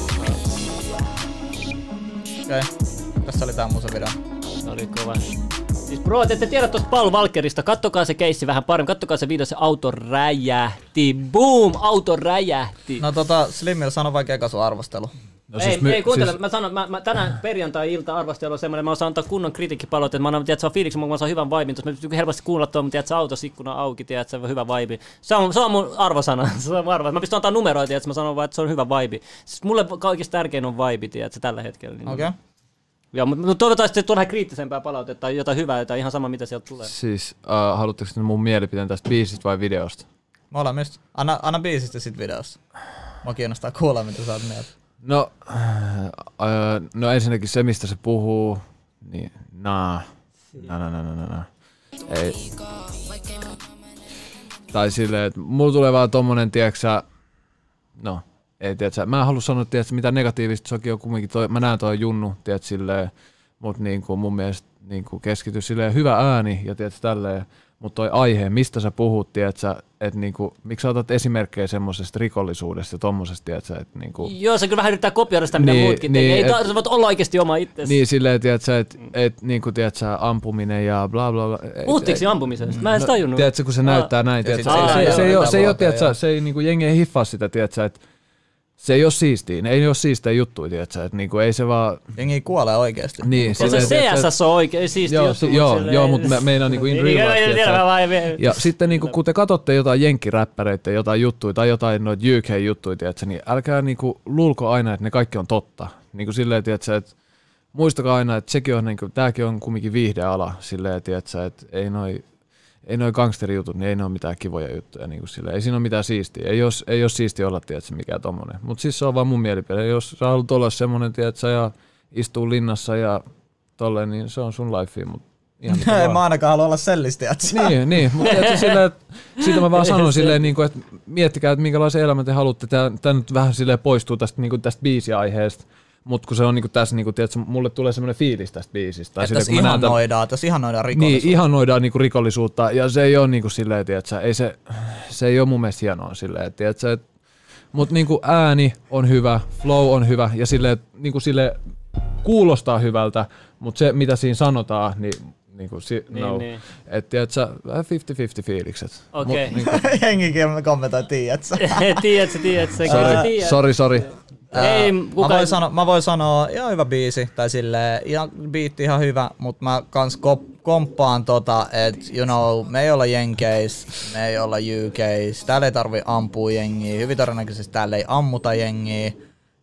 Okei, tässä oli tää musavideo. Se oli kova. Siis bro, te ette tiedä tosta Paul Walkerista, kattokaa se keissi vähän paremmin, kattokaa se video, se auto räjähti. Boom, auto räjähti. No tota, Slimmillä sano vaikka eka sun arvostelu. No ei, siis my, ei kuuntele, siis... mä sanon, mä, mä tänään perjantai-ilta arvostelu on semmoinen, mä osaan antaa kunnon kritiikkipalautet, että mä annan, tiedät, se on fiiliksi, mä saan hyvän vibin, mä pystyn helposti kuulla tuon, mutta tiedät, se autossa ikkuna auki, tiedät, se on hyvä vibe. Se on, se on mun arvosana, se on mun arvosana. Mä pystyn antaa numeroita, tiedät, mä sanon vaan, että se on hyvä vibe. Siis mulle kaikista tärkein on vibe, tiedät, se tällä hetkellä. Niin Okei. Okay. Joo, mutta toivottavasti tulee kriittisempää palautetta tai jotain hyvää, tai ihan sama mitä sieltä tulee. Siis, uh, haluatteko te mun mielipiteen tästä biisistä vai videosta? Molemmista. Anna, anna biisistä sit videosta. Mua kiinnostaa kuulla, mitä sä oot mieltä. No, uh, no ensinnäkin se, mistä se puhuu, niin naa, na na na na na ei. Tai silleen, että mulla tulee vaan tommonen, tiiäksä, no, ei tiiäksä, mä en halua sanoa, tiiäksä, mitä negatiivista, sekin on kumminkin, toi, mä näen toi Junnu, tiiäksä, silleen, mut niinku mun mielestä niinku keskity silleen hyvä ääni ja tiiäksä, tälleen, mut toi aihe, mistä sä puhut, tiiäksä, että niinku, miksi sä otat esimerkkejä semmosesta rikollisuudesta ja tommosesta, tiiäksä, että niinku... Joo, se kyllä vähän yrittää kopioida sitä, mitä niin, muutkin niin, tekee. Ei et, ta- voit olla oikeesti oma itsesi. Niin, silleen, tiiäksä, että et, niinku, tiiäksä, ampuminen ja bla bla bla. Puhuttiinko siinä ampumisesta? Mä en no, tajunnut. Tiiäksä, kun se näyttää näin, tiiäksä, Aa, se, joo, se, se, joo, ei, se ei ole, tiiäksä, joo. se ei niinku, jengi ei hiffaa sitä, tiiäksä, että se ei ole siistiä, ei ole siistejä juttuja, tiiäksä, että niinku, ei se vaan... Jengi kuolee oikeesti. Niin, se C S S on oikein siisti joo, juttu. Joo, silleen... joo, mutta me, meinaan niinku in real life, tiiäksä. Ja sitten niinku, kun te katsotte jotain jenkkiräppäreitä, jotain juttuja tai jotain noita U K-juttuja, tiiäksä, niin älkää niinku luulko aina, että ne kaikki on totta. Niinku silleen, tiiäksä, että muistakaa aina, että sekin on, niinku, tääkin on kumminkin viihdeala, silleen, tiiäksä, että ei noi... Ei noin gangsterijutut, niin ei ne ole mitään kivoja juttuja. Niin kuin sille. Ei siinä ole mitään siistiä. Ei ole, ei ole siistiä olla, tiedätkö, mikään tommonen. Mutta siis se on vaan mun mielipide. Jos sä haluat olla semmonen, tiedätkö, ja istuu linnassa ja tolleen, niin se on sun life. Mut ihan mitä En vaan. mä ainakaan halua olla sellisti, tiedätkö? Niin, niin. Mutta tiedätkö, silleen, että siitä mä vaan sanon silleen, niin kuin, että miettikää, että minkälaisen elämän te haluatte. Tää nyt vähän silleen poistuu tästä, niin kuin tästä biisiaiheesta. Mut kun se on niinku tässä, niinku, tiedätkö, mulle tulee semmoinen fiilis tästä biisistä. Että tässä ihannoidaan, tässä ihannoidaan rikollisuutta. Niin, ihannoidaan niinku rikollisuutta, ja se ei ole niinku silleen, tiedätkö, ei se, se ei ole mun mielestä hienoa silleen, tiedätkö, et, mut niinku ääni on hyvä, flow on hyvä, ja silleen, niinku silleen kuulostaa hyvältä, mut se mitä siinä sanotaan, niin niinku, si, niin, no, niin. et tiedätkö, viisikymmentä viisikymmentä fiilikset. Okei. Okay. Niinku, Jengikin kommentoi, tiedätkö? tiedätkö, tiedätkö, sorry, sorry, sorry. Ei, mä, voin sanoa, mä voin sanoa, ihan hyvä biisi, tai silleen, ihan biitti ihan hyvä, mutta mä kans kop- komppaan tota, että you know, me ei olla Jenkeis, me ei olla U K's, täällä ei tarvi ampua jengiä, hyvin todennäköisesti täällä ei ammuta jengiä,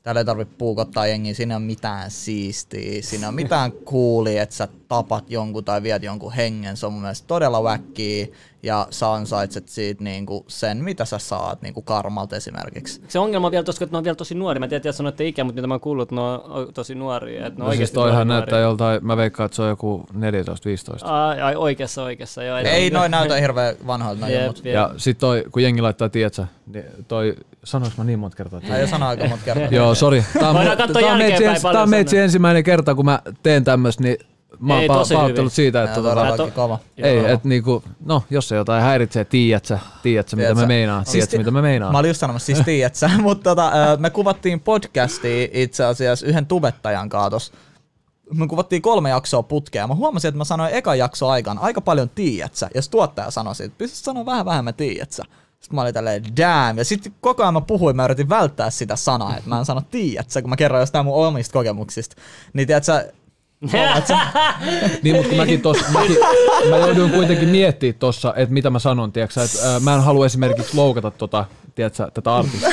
täällä ei tarvitse puukottaa jengiä, siinä on mitään siistiä, siinä on mitään coolia, että sä tapat jonkun tai viet jonkun hengen, se on mun mielestä todella väkkiä, ja sä ansaitset siitä niinku sen, mitä sä saat niinku karmalta esimerkiksi. Se ongelma on vielä tossa, että ne on vielä tosi nuoria. Mä tiedän, että sanoitte ikä, mutta mitä mä oon kuullut, ne on tosi nuoria. Että ne no siis toihan näyttää joltain, mä veikkaan, että se on joku neljätoista viisitoista. Ai, ai oikeassa, oikeassa. Joo, ei noin näytä hirveän vanhoilta. Jep, jep. Ja sit toi, kun jengi laittaa, tietsä, toi, sanois mä niin monta kertaa? Ai sano aika monta kertaa. Joo, sori. Tää on, tää on meitsi, ens, tää on meitsi ensimmäinen kerta, kun mä teen tämmöstä, niin mä oon pa- pahoittelut siitä, että tota, kova. Ei, et niinku, no jos se jotain häiritsee, tiedätkö, tiedätkö mitä mä meinaan, tiedätkö siis, mitä mä meinaan. Mä olin just sanomassa, siis tiedätkö, mutta tota, me kuvattiin podcastia itse asiassa yhden tubettajan kaatos. Me kuvattiin kolme jaksoa putkea. Mä huomasin, että mä sanoin ekan jakson aikana aika paljon tiedätkö, jos tuottaja sanoi siitä, pystyt sanoa vähän vähemmän tiedätkö. Sitten mä olin tälleen damn, ja sitten koko ajan mä puhuin, mä yritin välttää sitä sanaa, että mä en sano tiedätkö, kun mä kerron jostain mun omista kokemuksista. Niin tiedätkö, niin, mutta kun mäkin tossa, mäkin, mä jouduin kuitenkin miettimään tossa, että mitä mä sanon, tiiäksä, että ää, mä en halua esimerkiksi loukata tota, tiiäksä, tätä artistia.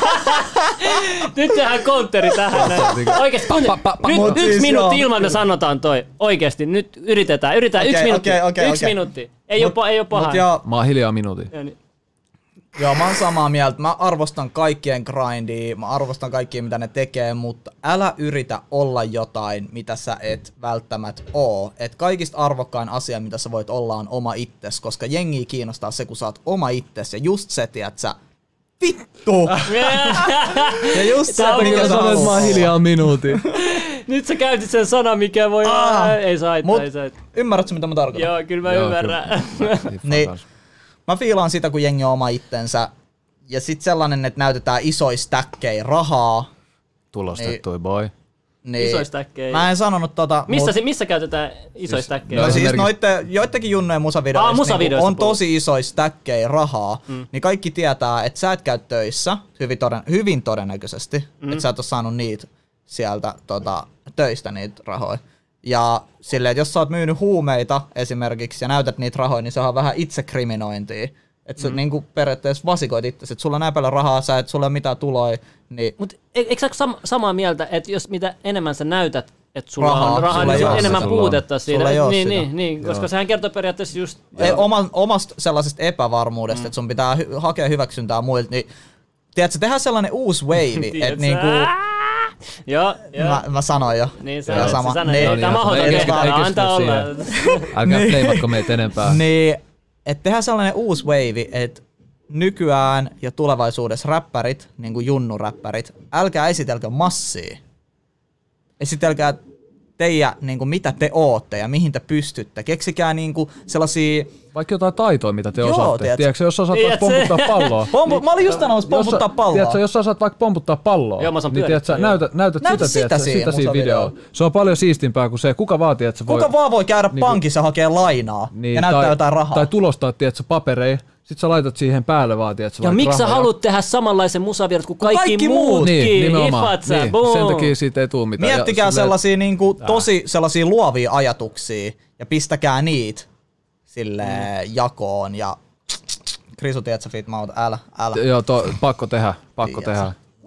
Nyt tehdään counteri tähän. Oikeesti, pa, pa, pa, pa, nyt yksi siis minuutti joo. Ilman me sanotaan toi. Oikeesti, nyt yritetään, yritetään okay, yksi minuutti. Okay, okay, yksi okay. minuutti. Ei mut, oo, ei oo paha. Jo, mä oon hiljaa minuutin. Joo, mä oon samaa mieltä. Mä arvostan kaikkien grindia, mä arvostan kaikkia mitä ne tekee, mutta älä yritä olla jotain, mitä sä et välttämättä oo. Et kaikista arvokkain asia, mitä sä voit olla, on oma itses, koska jengi kiinnostaa se, kun sä oot oma itses, ja just se, tiedät sä, vittu! Ja just se, mikä sä oot. Mä oon hiljaa minuutin. Nyt sä käytit sen sanan, mikä voi... Ah, ei saa haittaa, ei saa haittaa. Ymmärrätkö, mitä mä tarkoitan? Joo, kyllä mä Joo, ymmärrän. Kyllä. Niin. Mä fiilaan sitä, kun jengi on oma itsensä, ja sit sellainen, että näytetään isoja stäkkejä rahaa. Tulostettui niin, boy. Niin, isoja stäkkejä. Mä en sanonut tota... Missä, mut, se, missä käytetään isoja siis, stäkkejä? No siis noitte, joittekin junnojen musavideoissa, ah, musavideoissa niin, on tosi isoja stäkkejä rahaa, mm. niin kaikki tietää, että sä et käy töissä, hyvin, toden, hyvin todennäköisesti, mm. että sä et ole saanut niitä sieltä tota, töistä niitä rahoja. Ja silleen, että jos sä oot myynyt huumeita esimerkiksi ja näytät niitä rahoja, niin se on vähän itsekriminointia. Että sä mm. niinku periaatteessa vasikoit itse, että sulla on näin paljon rahaa, sä et sulla ole mitään tuloja. Niin... Mut eikö sä sam- samaa mieltä, että jos mitä enemmän sä näytät, että sulla rahaa, on rahaa, niin sulla on enemmän puutetta siitä. Niin, sitä. niin, niin, koska sehän kertoo periaatteessa just... Ei, oma, omasta sellaisesta epävarmuudesta, mm. että sun pitää hy- hakea hyväksyntää muilta, niin tiedätkö, tehdään sellainen uusi wave, että niinku... Joo, joo. Mä, mä sanoin jo. Niin sanoit, sama. Sä niin, tämä mahdoton kehtaa, antaa olla. Älkää pleimatko meitä enempää. Niin, että tehdään sellainen uusi wave, että nykyään ja tulevaisuudessa räppärit, niin kuin junnuräppärit, älkää esitelkö massia. Esitelkää teidän, niin kuin mitä te ootte ja mihin te pystytte. Keksikää niin kuin sellaisia... Vaikka jotain taitoa, mitä te Joo, osaatte. Tiedätkö, tiedätkö jos osaat vaikka pomputtaa palloa. Pompu, mä olin just sanomassa pomputtaa palloa. Tiedätkö, jos osaat vaikka pomputtaa palloa, Joo, niin tiedätkö, näytät, näytät Näytä sitä, sitä, tiedätkö, sitä siinä videolla. Se on paljon siistimpää kuin se, kuka vaan, tiedätkö, voi... Kuka vaan voi käydä niin, pankissa ja hakea lainaa niin, ja näyttää tai, jotain rahaa. Tai tulostaa, tiedätkö, papereja. Sit sä laitat siihen päälle vaan, tiedätkö, ja miksi sä haluat tehdä samanlaisen musavirrat kuin kaikki, kaikki muutkin? Niin, nimenomaan. Niin. Sen takia siitä ei tule mitään. Miettikää ja sellaisia niinku, tosi sellaisia luovia ajatuksia ja pistäkää niitä silleen mm. jakoon ja Krisu, tiedätkö, fit mauta, älä, älä. Joo, to, pakko tehdä, pakko tehdä.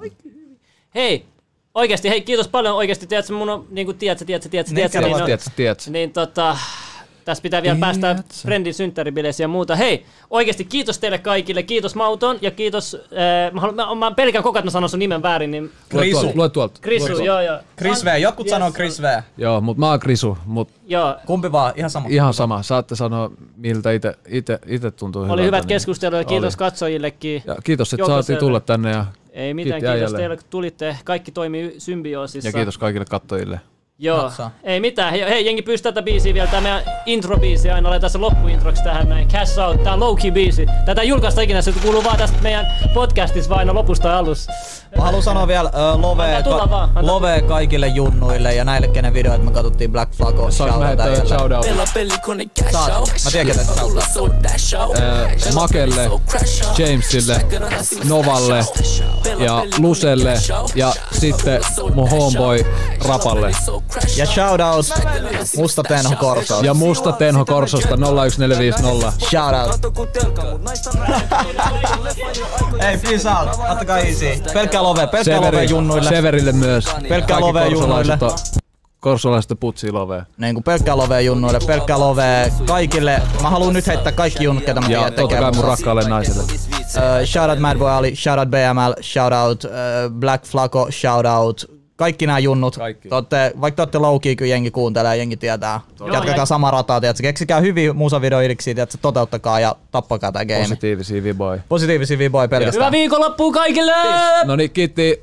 Hei, oikeesti, hei, kiitos paljon oikeesti, tiedätkö, mun on niinku, tiedätkö, tiedätkö, tiedätkö, tiedätkö, niin, tiedätkö, tiedätkö. Niin tota... Tässä pitää vielä päästä friendin synttäribileisiin ja muuta. Hei, oikeasti kiitos teille kaikille. Kiitos Mauton ja kiitos... Äh, mä, haluan, mä, mä pelkään koko ajan, että mä sanon sun nimen väärin. Niin... Krisu. Lue tuolta. Krisu, Lue joo joo. Chris V. Jotkut yes, sanoo Chris V. Joo, mut mä oon Krisu. Mut joo. Kumpi vaan, ihan sama. Ihan sama. Saatte sanoa, miltä ite, ite, ite tuntuu hyvältä. Oli hyvät keskustelut ja kiitos Oli. katsojillekin. Ja kiitos, että saatiin tulla tänne. Ja ei mitään, kiitos äijälle. Teille, kun tulitte. Kaikki toimii symbioosissa. Ja kiitos kaikille katsojille. Joo, Natsa. Ei mitään. Hei, hei, jengi pystyy tätä biisiä vielä. Tää meidän intro-biisi aina oletaan se loppuintroksi tähän näin. Cash Out, tää on low-key biisi. Tätä ei julkaista ikinä, se kuuluu vaan tästä meidän podcastissa vaan aina lopusta tai alussa. Mä haluan sanoa vielä uh, love, ka- love kaikille junnuille ja näille kenen videoita me katsottiin Black Flag on. Saanko mä heittää shoutout? Saat. Mä tiedän ketä shoutout. Äh, Makelle, Jamesille, Novalle ja Luselle ja sitten mun homeboy Rapalle. Ja shoutout Musta Tenho Korsos. Ja Musta Tenho Korsosta nolla yksi neljä viisi nolla. Shoutout. Hey, peace out. Ottakaa easy. Pelkkää love, pelkkää love junnuille. Severille myös. Pelkkää love junnuille. Korsolaiset putsii lovea. Niin kuin pelkkää lovea junnuille, pelkkää lovea kaikille. Mä haluun nyt heittää kaikki junnut, ketä mä tiedän. Ja totta kai mun rakkaalle naiselle. Uh, shout out Mad Boy Ali, shout out B M L, shout out uh, Black Flaco, shout out kaikki nämä junnut. Kaikki. Totte, vaikka te ootte low-key, kun jengi kuuntelee, jengi tietää. Jatkakaa sama rataa, tiedätkö? Keksikää hyviä musavideoidiksiä, tiedätkö? Toteuttakaa ja tappakaa tää game. Positiivisia viboja. Positiivisia viboja pelkästään. Hyvää viikonloppua kaikille! No niin, kiitti.